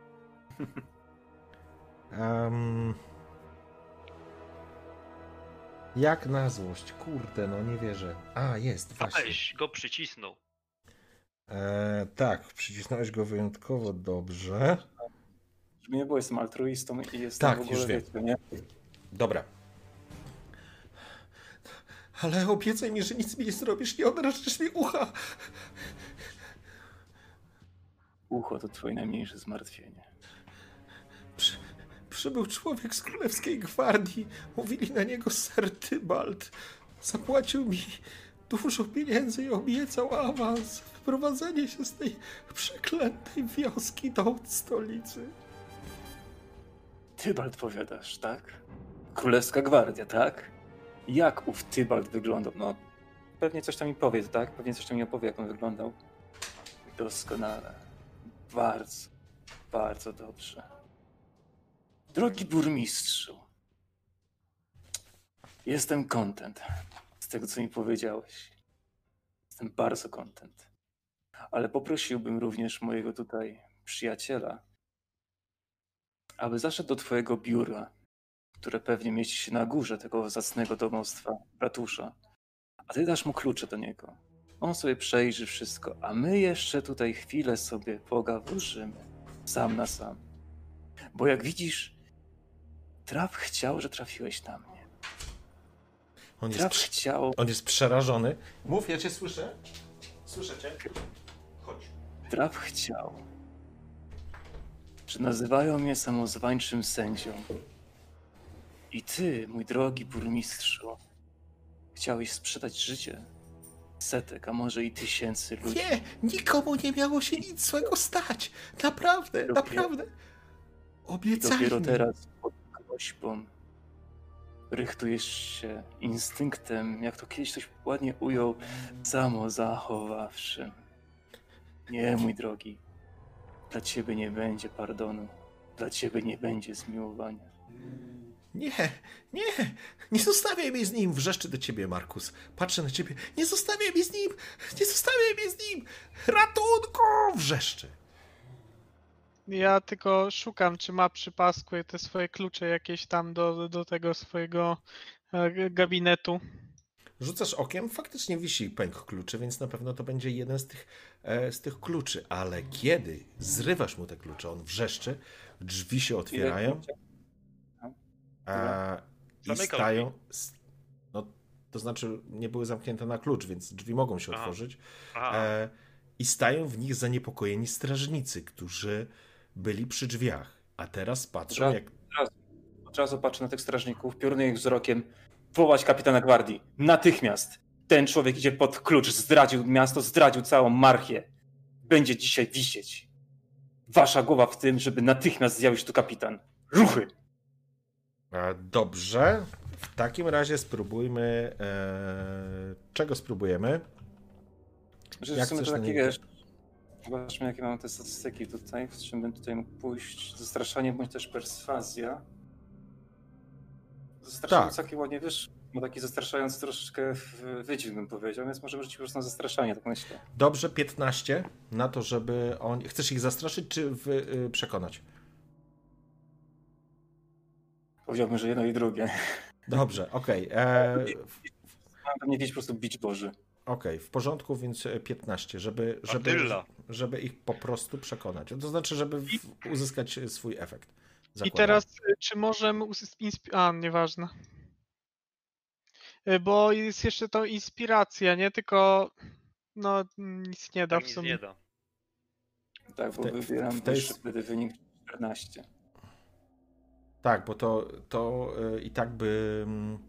Speaker 1: Jak na złość, kurde, no nie wierzę. A, jest, właśnie.
Speaker 5: Aleś go przycisnął.
Speaker 1: Tak, przycisnąłeś go wyjątkowo dobrze.
Speaker 2: Żeby nie było, jestem altruistą i jestem
Speaker 1: Tak,
Speaker 2: w ogóle,
Speaker 1: już wiem.
Speaker 2: wiecie, nie?
Speaker 1: Dobra. Ale obiecaj mi, że nic mi nie zrobisz, nie odrażasz mi ucha.
Speaker 2: Ucho to twoje najmniejsze zmartwienie.
Speaker 1: Przybył człowiek z Królewskiej Gwardii. Mówili na niego Sir Tybalt. Zapłacił mi dużo pieniędzy i obiecał awans. Wyprowadzenie się z tej przeklętej wioski do stolicy.
Speaker 2: Tybalt powiadasz, tak? Królewska Gwardia, tak? Jak ów Tybalt wyglądał? No, pewnie coś tam mi powie, tak? Pewnie coś tam mi opowie, jak on wyglądał. Doskonale. Bardzo, bardzo dobrze. Drogi burmistrzu,
Speaker 6: Jestem content z tego, co mi powiedziałeś. Jestem bardzo content. Ale poprosiłbym również mojego tutaj przyjaciela, aby zaszedł do twojego biura, które pewnie mieści się na górze tego zacnego domostwa ratusza. A ty dasz mu klucze do niego. On sobie przejrzy wszystko, a my jeszcze tutaj chwilę sobie pogawężymy. Sam na sam. Bo jak widzisz, Traf chciał, że trafiłeś na mnie.
Speaker 1: On jest przerażony. Mów, ja cię słyszę. Słyszę cię. Chodź.
Speaker 6: Traf chciał, że nazywają mnie samozwańczym sędzią. I ty, mój drogi burmistrzu, chciałeś sprzedać życie setek, a może i tysięcy ludzi.
Speaker 1: Nie, nikomu nie miało się nic złego stać. Naprawdę, naprawdę. Obiecaj
Speaker 6: Dopiero
Speaker 1: mi.
Speaker 6: teraz pod groźbą rychtujesz się instynktem, jak to kiedyś ktoś ładnie ujął, samozachowawczym. Nie, mój drogi, dla ciebie nie będzie pardonu, dla ciebie nie będzie zmiłowania.
Speaker 1: Nie zostawiaj mnie z nim, wrzeszczy do ciebie, Markus. Patrzę na ciebie, nie zostawiaj mnie z nim, ratunku, wrzeszczy.
Speaker 4: Ja tylko szukam, czy ma przy pasku te swoje klucze jakieś tam do tego swojego gabinetu.
Speaker 1: Rzucasz okiem, faktycznie wisi pęk kluczy, więc na pewno to będzie jeden z tych kluczy, ale kiedy zrywasz mu te klucze, on wrzeszczy, drzwi się otwierają i stają, no to znaczy nie były zamknięte na klucz, więc drzwi mogą się otworzyć i stają w nich zaniepokojeni strażnicy, którzy byli przy drzwiach, a teraz patrzą jak...
Speaker 6: Od razu patrzę na tych strażników, piorunuję ich wzrokiem. Wołać kapitana gwardii. Natychmiast! Ten człowiek idzie pod klucz, zdradził miasto, zdradził całą marchię. Będzie dzisiaj wisieć. Wasza głowa w tym, żeby natychmiast zjawił się tu kapitan. Ruchy!
Speaker 1: Dobrze. W takim razie czego spróbujemy?
Speaker 6: Jak chcesz to takie, wiesz, zobaczmy jakie mam te statystyki tutaj, w czym bym tutaj mógł pójść. Zastraszanie bądź też perswazja. Zastraszanie całkiem ładnie, wiesz, bo taki zastraszający troszeczkę wydźwięk bym powiedział, więc może rzucić po prostu na zastraszanie, tak myślę.
Speaker 1: Dobrze, 15 na to, żeby oni... Chcesz ich zastraszyć, czy przekonać?
Speaker 6: Powiedziałbym, że jedno i drugie.
Speaker 1: Dobrze, okej.
Speaker 6: Mam pewnie wiedzieć po prostu bić Boży.
Speaker 1: Okej, w porządku, więc 15, żeby ich po prostu przekonać. To znaczy, żeby uzyskać swój efekt. Zakładam.
Speaker 4: I teraz, czy możemy... nieważne. Bo jest jeszcze to inspiracja, nie? Tylko... No, nic nie da w sumie.
Speaker 5: Nic nie da.
Speaker 6: Tak, bo wybieram wtedy wynik 14.
Speaker 1: Tak, bo to i tak by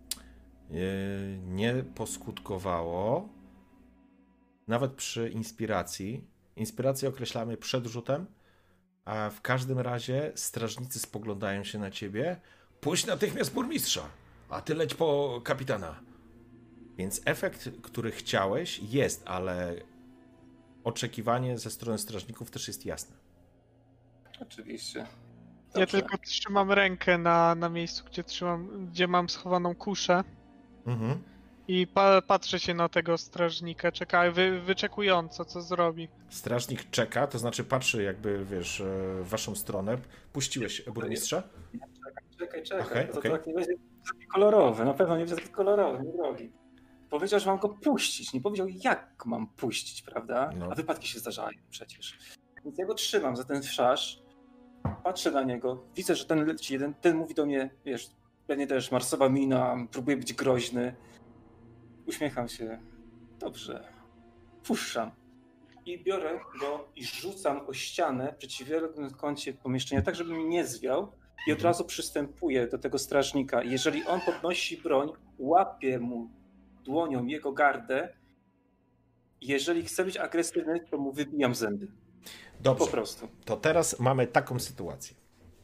Speaker 1: nie poskutkowało. Nawet przy inspiracji. Inspirację określamy przed rzutem, a w każdym razie strażnicy spoglądają się na ciebie. Puść natychmiast burmistrza, a ty leć po kapitana. Więc efekt, który chciałeś, jest, ale oczekiwanie ze strony strażników też jest jasne.
Speaker 6: Oczywiście.
Speaker 4: Dobrze. Ja tylko trzymam rękę na miejscu, gdzie mam schowaną kuszę.
Speaker 1: Mhm.
Speaker 4: I patrzę się na tego strażnika, czeka wyczekująco, co zrobi.
Speaker 1: Strażnik czeka, to znaczy patrzy jakby, wiesz, w waszą stronę. Puściłeś burmistrza?
Speaker 6: Czekaj. To tak nie będzie taki kolorowy, na pewno nie będzie taki kolorowy, mój drogi. Powiedział, że mam go puścić, nie powiedział jak mam puścić, prawda? No. A wypadki się zdarzają przecież. Więc ja go trzymam za ten wszasz, patrzę na niego, widzę, że ten leci jeden, ten mówi do mnie, wiesz, pewnie też marsowa mina, próbuje być groźny. Uśmiecham się. Dobrze. Puszczam. I biorę go i rzucam o ścianę w przeciwległym kącie pomieszczenia, tak żeby mi nie zwiał. I od razu przystępuję do tego strażnika. Jeżeli on podnosi broń, łapię mu dłonią jego gardę. Jeżeli chce być agresywny, to mu wybijam zęby.
Speaker 1: Dobrze.
Speaker 6: Po prostu.
Speaker 1: To teraz mamy taką sytuację.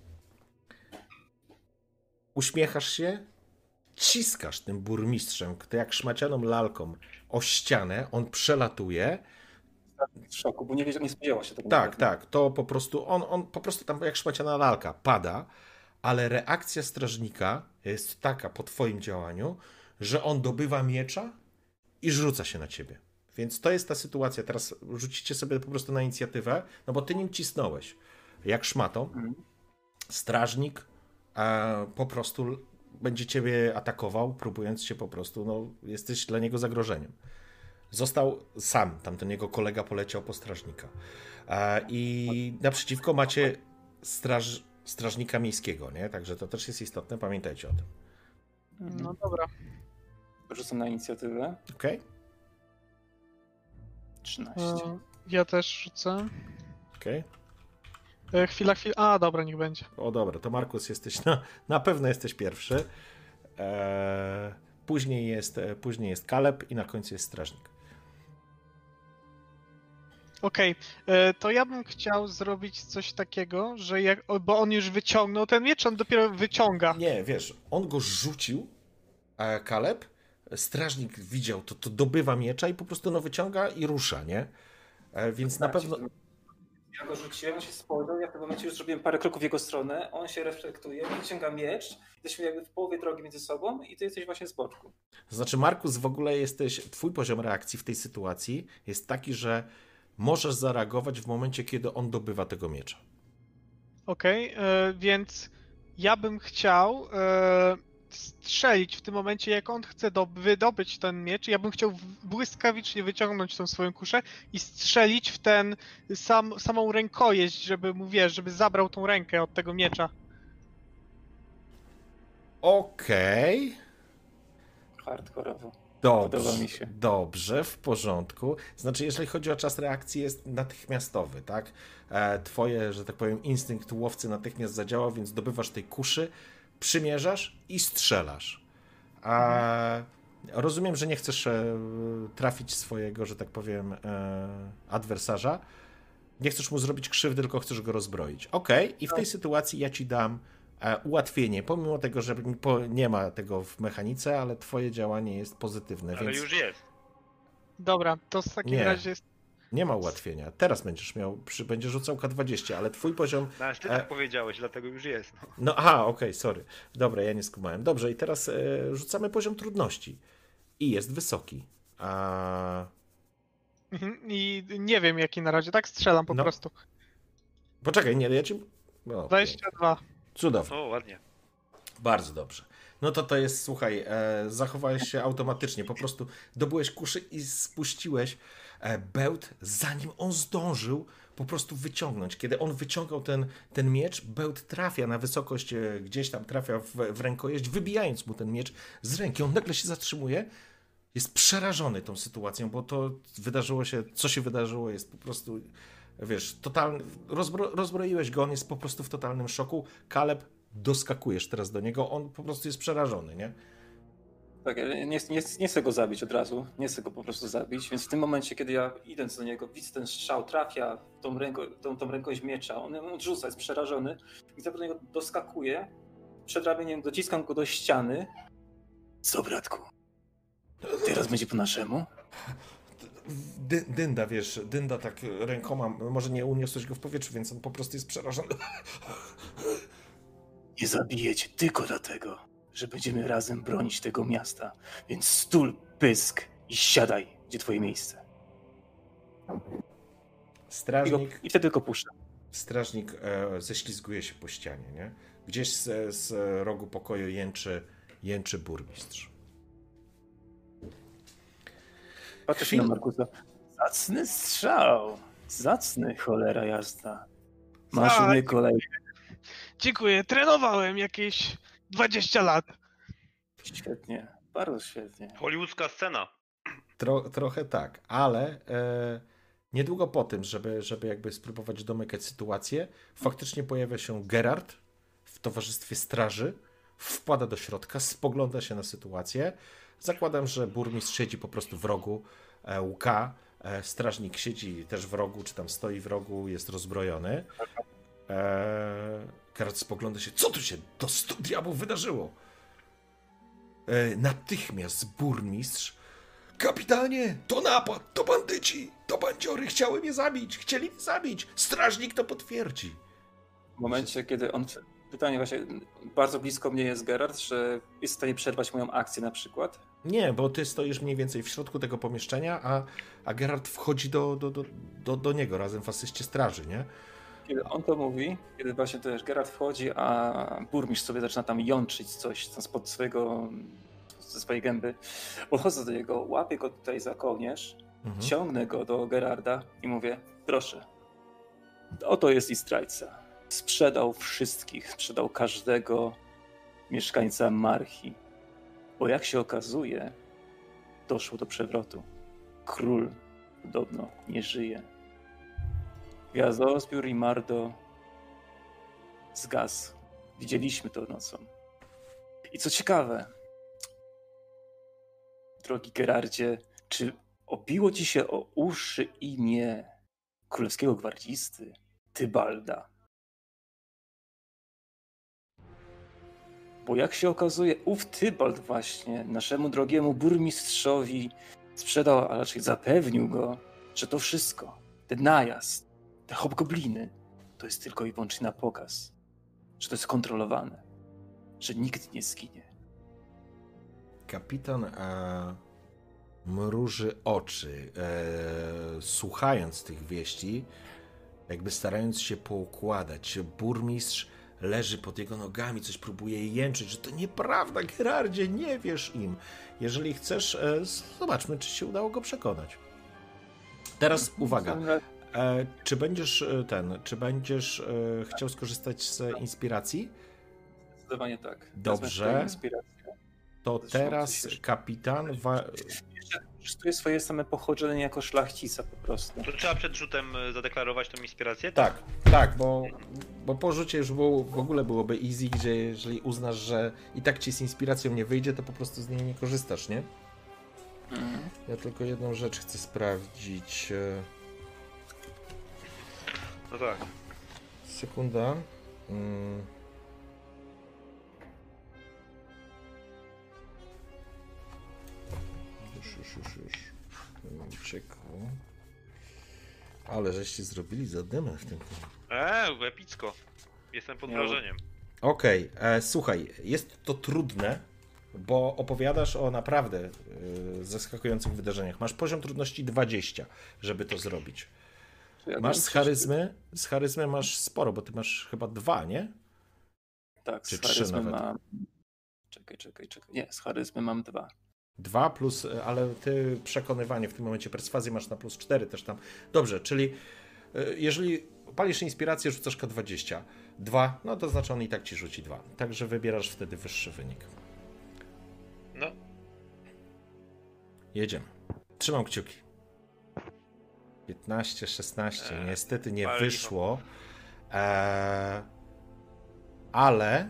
Speaker 1: Uśmiechasz się, ciskasz tym burmistrzem, jak szmacianą lalką o ścianę, on przelatuje.
Speaker 6: W szoku, bo nie spodziewał się tego.
Speaker 1: Tak, to po prostu on po prostu tam jak szmaciana lalka pada, ale reakcja strażnika jest taka po twoim działaniu, że on dobywa miecza i rzuca się na ciebie. Więc to jest ta sytuacja. Teraz rzucicie sobie po prostu na inicjatywę, no bo ty nim cisnąłeś. Jak szmatą. Strażnik po prostu będzie ciebie atakował, próbując się po prostu, no jesteś dla niego zagrożeniem. Został sam, tamten jego kolega poleciał po strażnika. I naprzeciwko macie strażnika miejskiego, nie? Także to też jest istotne, pamiętajcie o tym.
Speaker 4: No dobra.
Speaker 6: Rzucam na inicjatywę.
Speaker 1: Okej?
Speaker 6: 13.
Speaker 4: Ja też rzucę.
Speaker 1: Okej.
Speaker 4: Chwila. A, dobra, niech będzie.
Speaker 1: O dobra, to Markus jesteś, na pewno jesteś pierwszy. Później jest Kaleb i na końcu jest strażnik.
Speaker 4: Okej, to ja bym chciał zrobić coś takiego, że bo on już wyciągnął ten miecz, on dopiero wyciąga.
Speaker 1: Nie, wiesz, on go rzucił, Kaleb, strażnik widział, to dobywa miecza i po prostu wyciąga i rusza, nie? Więc na pewno...
Speaker 2: Ja go rzuciłem, on się spojrzał, ja w tym momencie już zrobiłem parę kroków w jego stronę, on się reflektuje, wyciąga miecz, jesteśmy jakby w połowie drogi między sobą i ty jesteś właśnie z boczku.
Speaker 1: To znaczy, Markus, w ogóle twój poziom reakcji w tej sytuacji jest taki, że możesz zareagować w momencie, kiedy on dobywa tego miecza.
Speaker 4: Okej, więc ja bym chciał strzelić w tym momencie, jak on chce wydobyć ten miecz, ja bym chciał błyskawicznie wyciągnąć tą swoją kuszę i strzelić w ten samą rękojeść, żeby mu, żeby zabrał tą rękę od tego miecza.
Speaker 1: Okej.
Speaker 2: Hardkorowo.
Speaker 1: Dobrze,
Speaker 2: mi się.
Speaker 1: dobrze, w porządku. Znaczy, jeżeli chodzi o czas reakcji, jest natychmiastowy, tak? Twoje, że tak powiem, instynkt łowcy natychmiast zadziała, więc dobywasz tej kuszy, przymierzasz i strzelasz. Rozumiem, że nie chcesz trafić swojego, że tak powiem, adwersarza. Nie chcesz mu zrobić krzywdy, tylko chcesz go rozbroić. Okej, i w tej sytuacji ja ci dam ułatwienie, pomimo tego, że nie ma tego w mechanice, ale twoje działanie jest pozytywne.
Speaker 5: Ale
Speaker 1: więc...
Speaker 5: już jest.
Speaker 4: Dobra, to w takim razie jest...
Speaker 1: Nie ma ułatwienia. Teraz będziesz rzucał K20, ale twój poziom...
Speaker 5: No, ty tak powiedziałeś, dlatego już jest.
Speaker 1: No aha, okej, sorry. Dobra, ja nie skumałem. Dobrze, i teraz rzucamy poziom trudności. I jest wysoki.
Speaker 4: I nie wiem jaki na razie, tak strzelam po prostu.
Speaker 1: Poczekaj, nie, ja ci...
Speaker 4: 22.
Speaker 1: Cudownie.
Speaker 5: O, ładnie.
Speaker 1: Bardzo dobrze. No to jest, słuchaj, zachowałeś się automatycznie, po prostu dobyłeś kuszy i spuściłeś bełt, zanim on zdążył po prostu wyciągnąć. Kiedy on wyciągał ten miecz, bełt trafia na wysokość, gdzieś tam trafia w rękojeść, wybijając mu ten miecz z ręki. On nagle się zatrzymuje, jest przerażony tą sytuacją, bo to wydarzyło się, co się wydarzyło, jest po prostu, wiesz, totalny, rozbroiłeś go, on jest po prostu w totalnym szoku. Kaleb, doskakujesz teraz do niego, on po prostu jest przerażony, nie?
Speaker 2: Tak, nie chcę go zabić od razu, nie chcę go po prostu zabić, więc w tym momencie, kiedy ja idąc do niego, widzę ten strzał, trafia tą rękość miecza, on odrzuca, jest przerażony i do niego doskakuje, przed ramieniem dociskam go do ściany. Co, bratku? Teraz będzie po naszemu?
Speaker 1: Dynda tak rękoma, może nie uniosłeś go w powietrzu, więc on po prostu jest przerażony.
Speaker 6: Nie zabiję cię tylko dlatego, że będziemy razem bronić tego miasta. Więc stul pysk i siadaj, gdzie twoje miejsce.
Speaker 1: Strażnik...
Speaker 2: I wtedy tylko puszczę.
Speaker 1: Strażnik ześlizguje się po ścianie, nie? Gdzieś z rogu pokoju jęczy burmistrz.
Speaker 6: Patrzę na Markusa. Zacny strzał. Zacny, cholera jasna. Masz u mnie kolej.
Speaker 4: Dziękuję, trenowałem jakieś 20 lat.
Speaker 6: Świetnie, bardzo świetnie.
Speaker 5: Hollywoodzka scena.
Speaker 1: Trochę tak, ale niedługo po tym, żeby jakby spróbować domykać sytuację, faktycznie pojawia się Gerard w towarzystwie straży, wpada do środka, spogląda się na sytuację. Zakładam, że burmistrz siedzi po prostu w rogu, łka, strażnik siedzi też w rogu, czy tam stoi w rogu, jest rozbrojony. Gerard spogląda się, co tu się do 100 diabłów wydarzyło? Natychmiast burmistrz: kapitanie, to napad, to bandyci, to bandziory chcieli mnie zabić, strażnik to potwierdzi.
Speaker 2: W momencie, kiedy on Pytanie właśnie, bardzo blisko mnie jest Gerard, że jest w stanie przerwać moją akcję na przykład?
Speaker 1: Nie, bo ty stoisz mniej więcej w środku tego pomieszczenia, a Gerard wchodzi do niego razem w asyście straży, nie?
Speaker 2: Kiedy on to mówi, kiedy właśnie też Gerard wchodzi, a burmistrz sobie zaczyna tam jączyć coś tam ze swojej gęby, podchodzę do niego, łapię go tutaj za kołnierz, ciągnę go do Gerarda i mówię, proszę, oto jest i zdrajca. Sprzedał wszystkich, sprzedał każdego mieszkańca Marchi. Bo jak się okazuje, doszło do przewrotu. Król podobno nie żyje. Gwiazdozbiór i Mardo zgasł. Widzieliśmy to nocą. I co ciekawe, drogi Gerardzie, czy obiło ci się o uszy imię królewskiego gwardzisty Tybalda? Bo jak się okazuje, ów Tybald właśnie naszemu drogiemu burmistrzowi sprzedał, a raczej zapewnił go, że to wszystko, ten najazd, te hobgobliny, to jest tylko i wyłącznie na pokaz. Że to jest kontrolowane. Że nikt nie zginie.
Speaker 1: Kapitan mruży oczy, słuchając tych wieści, jakby starając się poukładać. Burmistrz leży pod jego nogami, coś próbuje jęczyć, że to nieprawda, Gerardzie, nie wierz im. Jeżeli chcesz, zobaczmy, czy się udało go przekonać. Teraz uwaga. Czy będziesz chciał skorzystać z inspiracji?
Speaker 2: Zdecydowanie tak.
Speaker 1: Dobrze. To teraz kapitan...
Speaker 2: Czuje swoje same pochodzenie jako szlachcica po prostu.
Speaker 5: To trzeba przed rzutem zadeklarować tą inspirację?
Speaker 1: Tak, bo po rzucie już w ogóle byłoby easy, gdzie jeżeli uznasz, że i tak ci z inspiracją nie wyjdzie, to po prostu z niej nie korzystasz, nie? Ja tylko jedną rzecz chcę sprawdzić.
Speaker 5: No tak.
Speaker 1: Sekunda. Już. Uciekło. Ale żeście zrobili zadymę w tym.
Speaker 5: Epicko. Jestem pod wrażeniem.
Speaker 1: Okej, słuchaj, jest to trudne, bo opowiadasz o naprawdę zaskakujących wydarzeniach. Masz poziom trudności 20, żeby to zrobić. Masz z charyzmy masz sporo, bo ty masz chyba 2, nie?
Speaker 2: Tak,
Speaker 1: czy
Speaker 2: z charyzmy
Speaker 1: 3 nawet?
Speaker 2: mam... Czekaj. Nie, z charyzmy mam 2.
Speaker 1: 2 plus, ale ty przekonywanie w tym momencie, perswazję masz na plus 4 też tam. Dobrze, czyli jeżeli palisz inspirację, rzucasz K20. 2, no to znaczy on i tak ci rzuci 2. Także wybierasz wtedy wyższy wynik.
Speaker 5: No.
Speaker 1: Jedziemy. Trzymam kciuki. 15, 16. Niestety nie
Speaker 5: ale
Speaker 1: wyszło. Ale...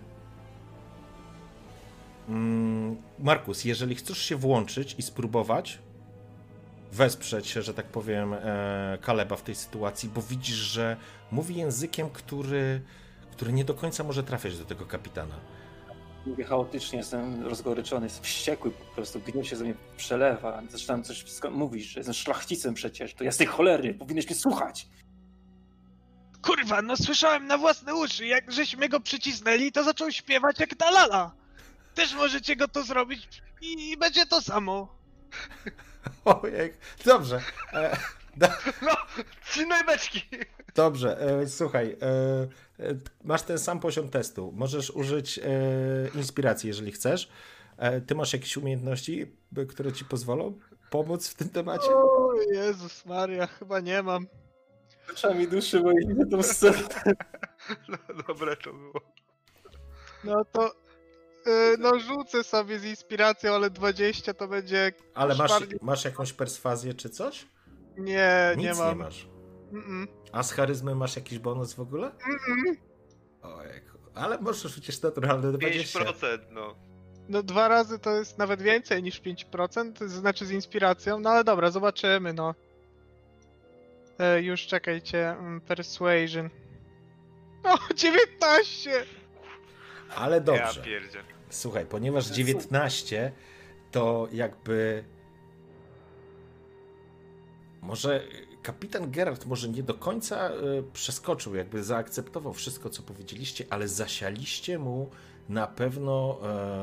Speaker 1: Markus, jeżeli chcesz się włączyć i spróbować wesprzeć, że tak powiem, Kaleba w tej sytuacji, bo widzisz, że mówi językiem, który nie do końca może trafiać do tego kapitana.
Speaker 2: Mówię chaotycznie, jestem rozgoryczony, jestem wściekły po prostu, gniew się ze mnie przelewa. Zaczynam coś mówić, że jestem szlachcicem przecież, to jasnej cholery, powinieneś mnie słuchać.
Speaker 4: Kurwa, no słyszałem na własne uszy, jak żeśmy go przycisnęli, to zaczął śpiewać jak Dalala. Też możecie go to zrobić i będzie to samo.
Speaker 1: Ojej, dobrze.
Speaker 5: No, silnej beczki.
Speaker 1: Dobrze, słuchaj, masz ten sam poziom testu. Możesz użyć inspiracji, jeżeli chcesz. Ty masz jakieś umiejętności, które ci pozwolą pomóc w tym temacie?
Speaker 4: O Jezus Maria, chyba nie mam.
Speaker 2: Oczami duszy, bo widzę tą scenę.
Speaker 5: No, dobre to było.
Speaker 4: No to... no rzucę sobie z inspiracją, ale 20 to będzie...
Speaker 1: Ale masz jakąś perswazję czy coś?
Speaker 4: Nie,
Speaker 1: Nic
Speaker 4: nie mam.
Speaker 1: Nie masz. A z charyzmy masz jakiś bonus w ogóle? Ojejku. Ale możesz przecież naturalne 20.
Speaker 5: 5%, no.
Speaker 4: No 2 razy to jest nawet więcej niż 5%, to znaczy z inspiracją, no ale dobra, zobaczymy, no. Już czekajcie, Persuasion. O, 19!
Speaker 1: Ale dobrze.
Speaker 5: Ja pierdzie.
Speaker 1: Słuchaj, ponieważ 19 to jakby... Może kapitan Geralt może nie do końca przeskoczył, jakby zaakceptował wszystko, co powiedzieliście, ale zasialiście mu na pewno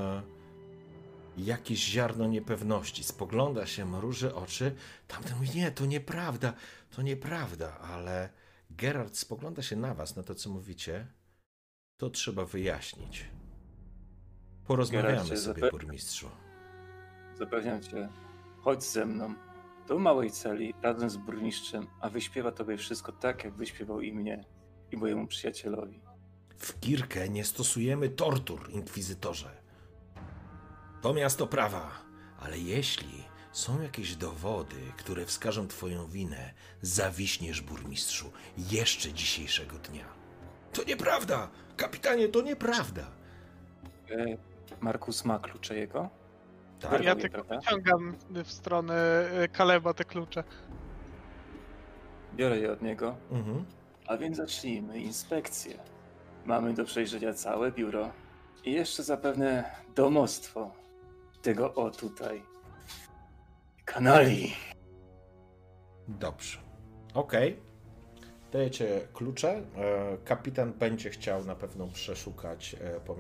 Speaker 1: jakieś ziarno niepewności. Spogląda się, mruży oczy. Tamten mówi, nie, to nieprawda, ale Geralt spogląda się na was, na to, co mówicie. To trzeba wyjaśnić. Porozmawiamy
Speaker 6: Geralcie,
Speaker 1: sobie, burmistrzu.
Speaker 6: Zapewniam cię, chodź ze mną do małej celi razem z burmistrzem, a wyśpiewa tobie wszystko tak, jak wyśpiewał i mnie, i mojemu przyjacielowi.
Speaker 1: W Kirkę nie stosujemy tortur, inkwizytorze. To miasto prawa, ale jeśli są jakieś dowody, które wskażą twoją winę, zawiśniesz, burmistrzu, jeszcze dzisiejszego dnia. To nieprawda! Kapitanie, to nieprawda!
Speaker 6: Markus ma klucze jego?
Speaker 1: Tak?
Speaker 4: Ja tylko wyciągam w stronę Kaleba te klucze.
Speaker 6: Biorę je od niego.
Speaker 1: Mhm.
Speaker 6: A więc zacznijmy inspekcję. Mamy do przejrzenia całe biuro i jeszcze zapewne domostwo tego tutaj kanali.
Speaker 1: Dobrze. Okej. Dajecie klucze. Kapitan będzie chciał na pewno przeszukać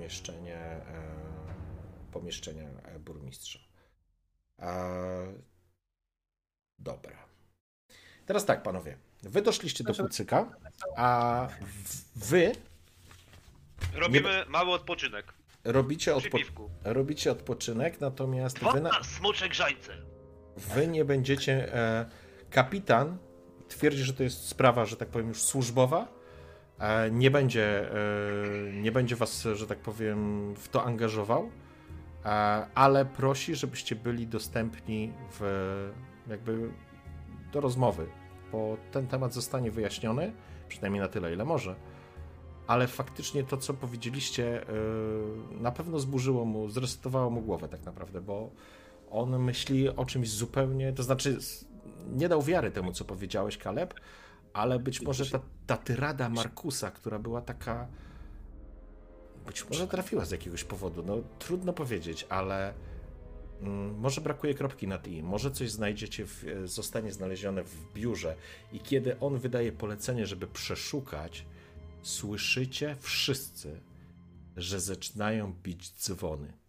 Speaker 1: pomieszczenia burmistrza. Dobra. Teraz tak, panowie. Wy doszliście do kucyka, a wy
Speaker 5: Robimy mały odpoczynek.
Speaker 1: robicie odpoczynek, natomiast
Speaker 5: Smocze grzańce.
Speaker 1: wy nie będziecie... Kapitan twierdzi, że to jest sprawa, że tak powiem, już służbowa. Nie będzie was, że tak powiem, w to angażował, ale prosi, żebyście byli dostępni do rozmowy, bo ten temat zostanie wyjaśniony, przynajmniej na tyle, ile może. Ale faktycznie to, co powiedzieliście, na pewno zresetowało mu głowę tak naprawdę, bo on myśli o czymś zupełnie, to znaczy nie dał wiary temu, co powiedziałeś, Kaleb, ale być może ta tyrada Markusa, która była taka, być może trafiła z jakiegoś powodu, no trudno powiedzieć, ale może brakuje kropki nad i, może coś znajdziecie, zostanie znalezione w biurze i kiedy on wydaje polecenie, żeby przeszukać, słyszycie wszyscy, że zaczynają bić dzwony.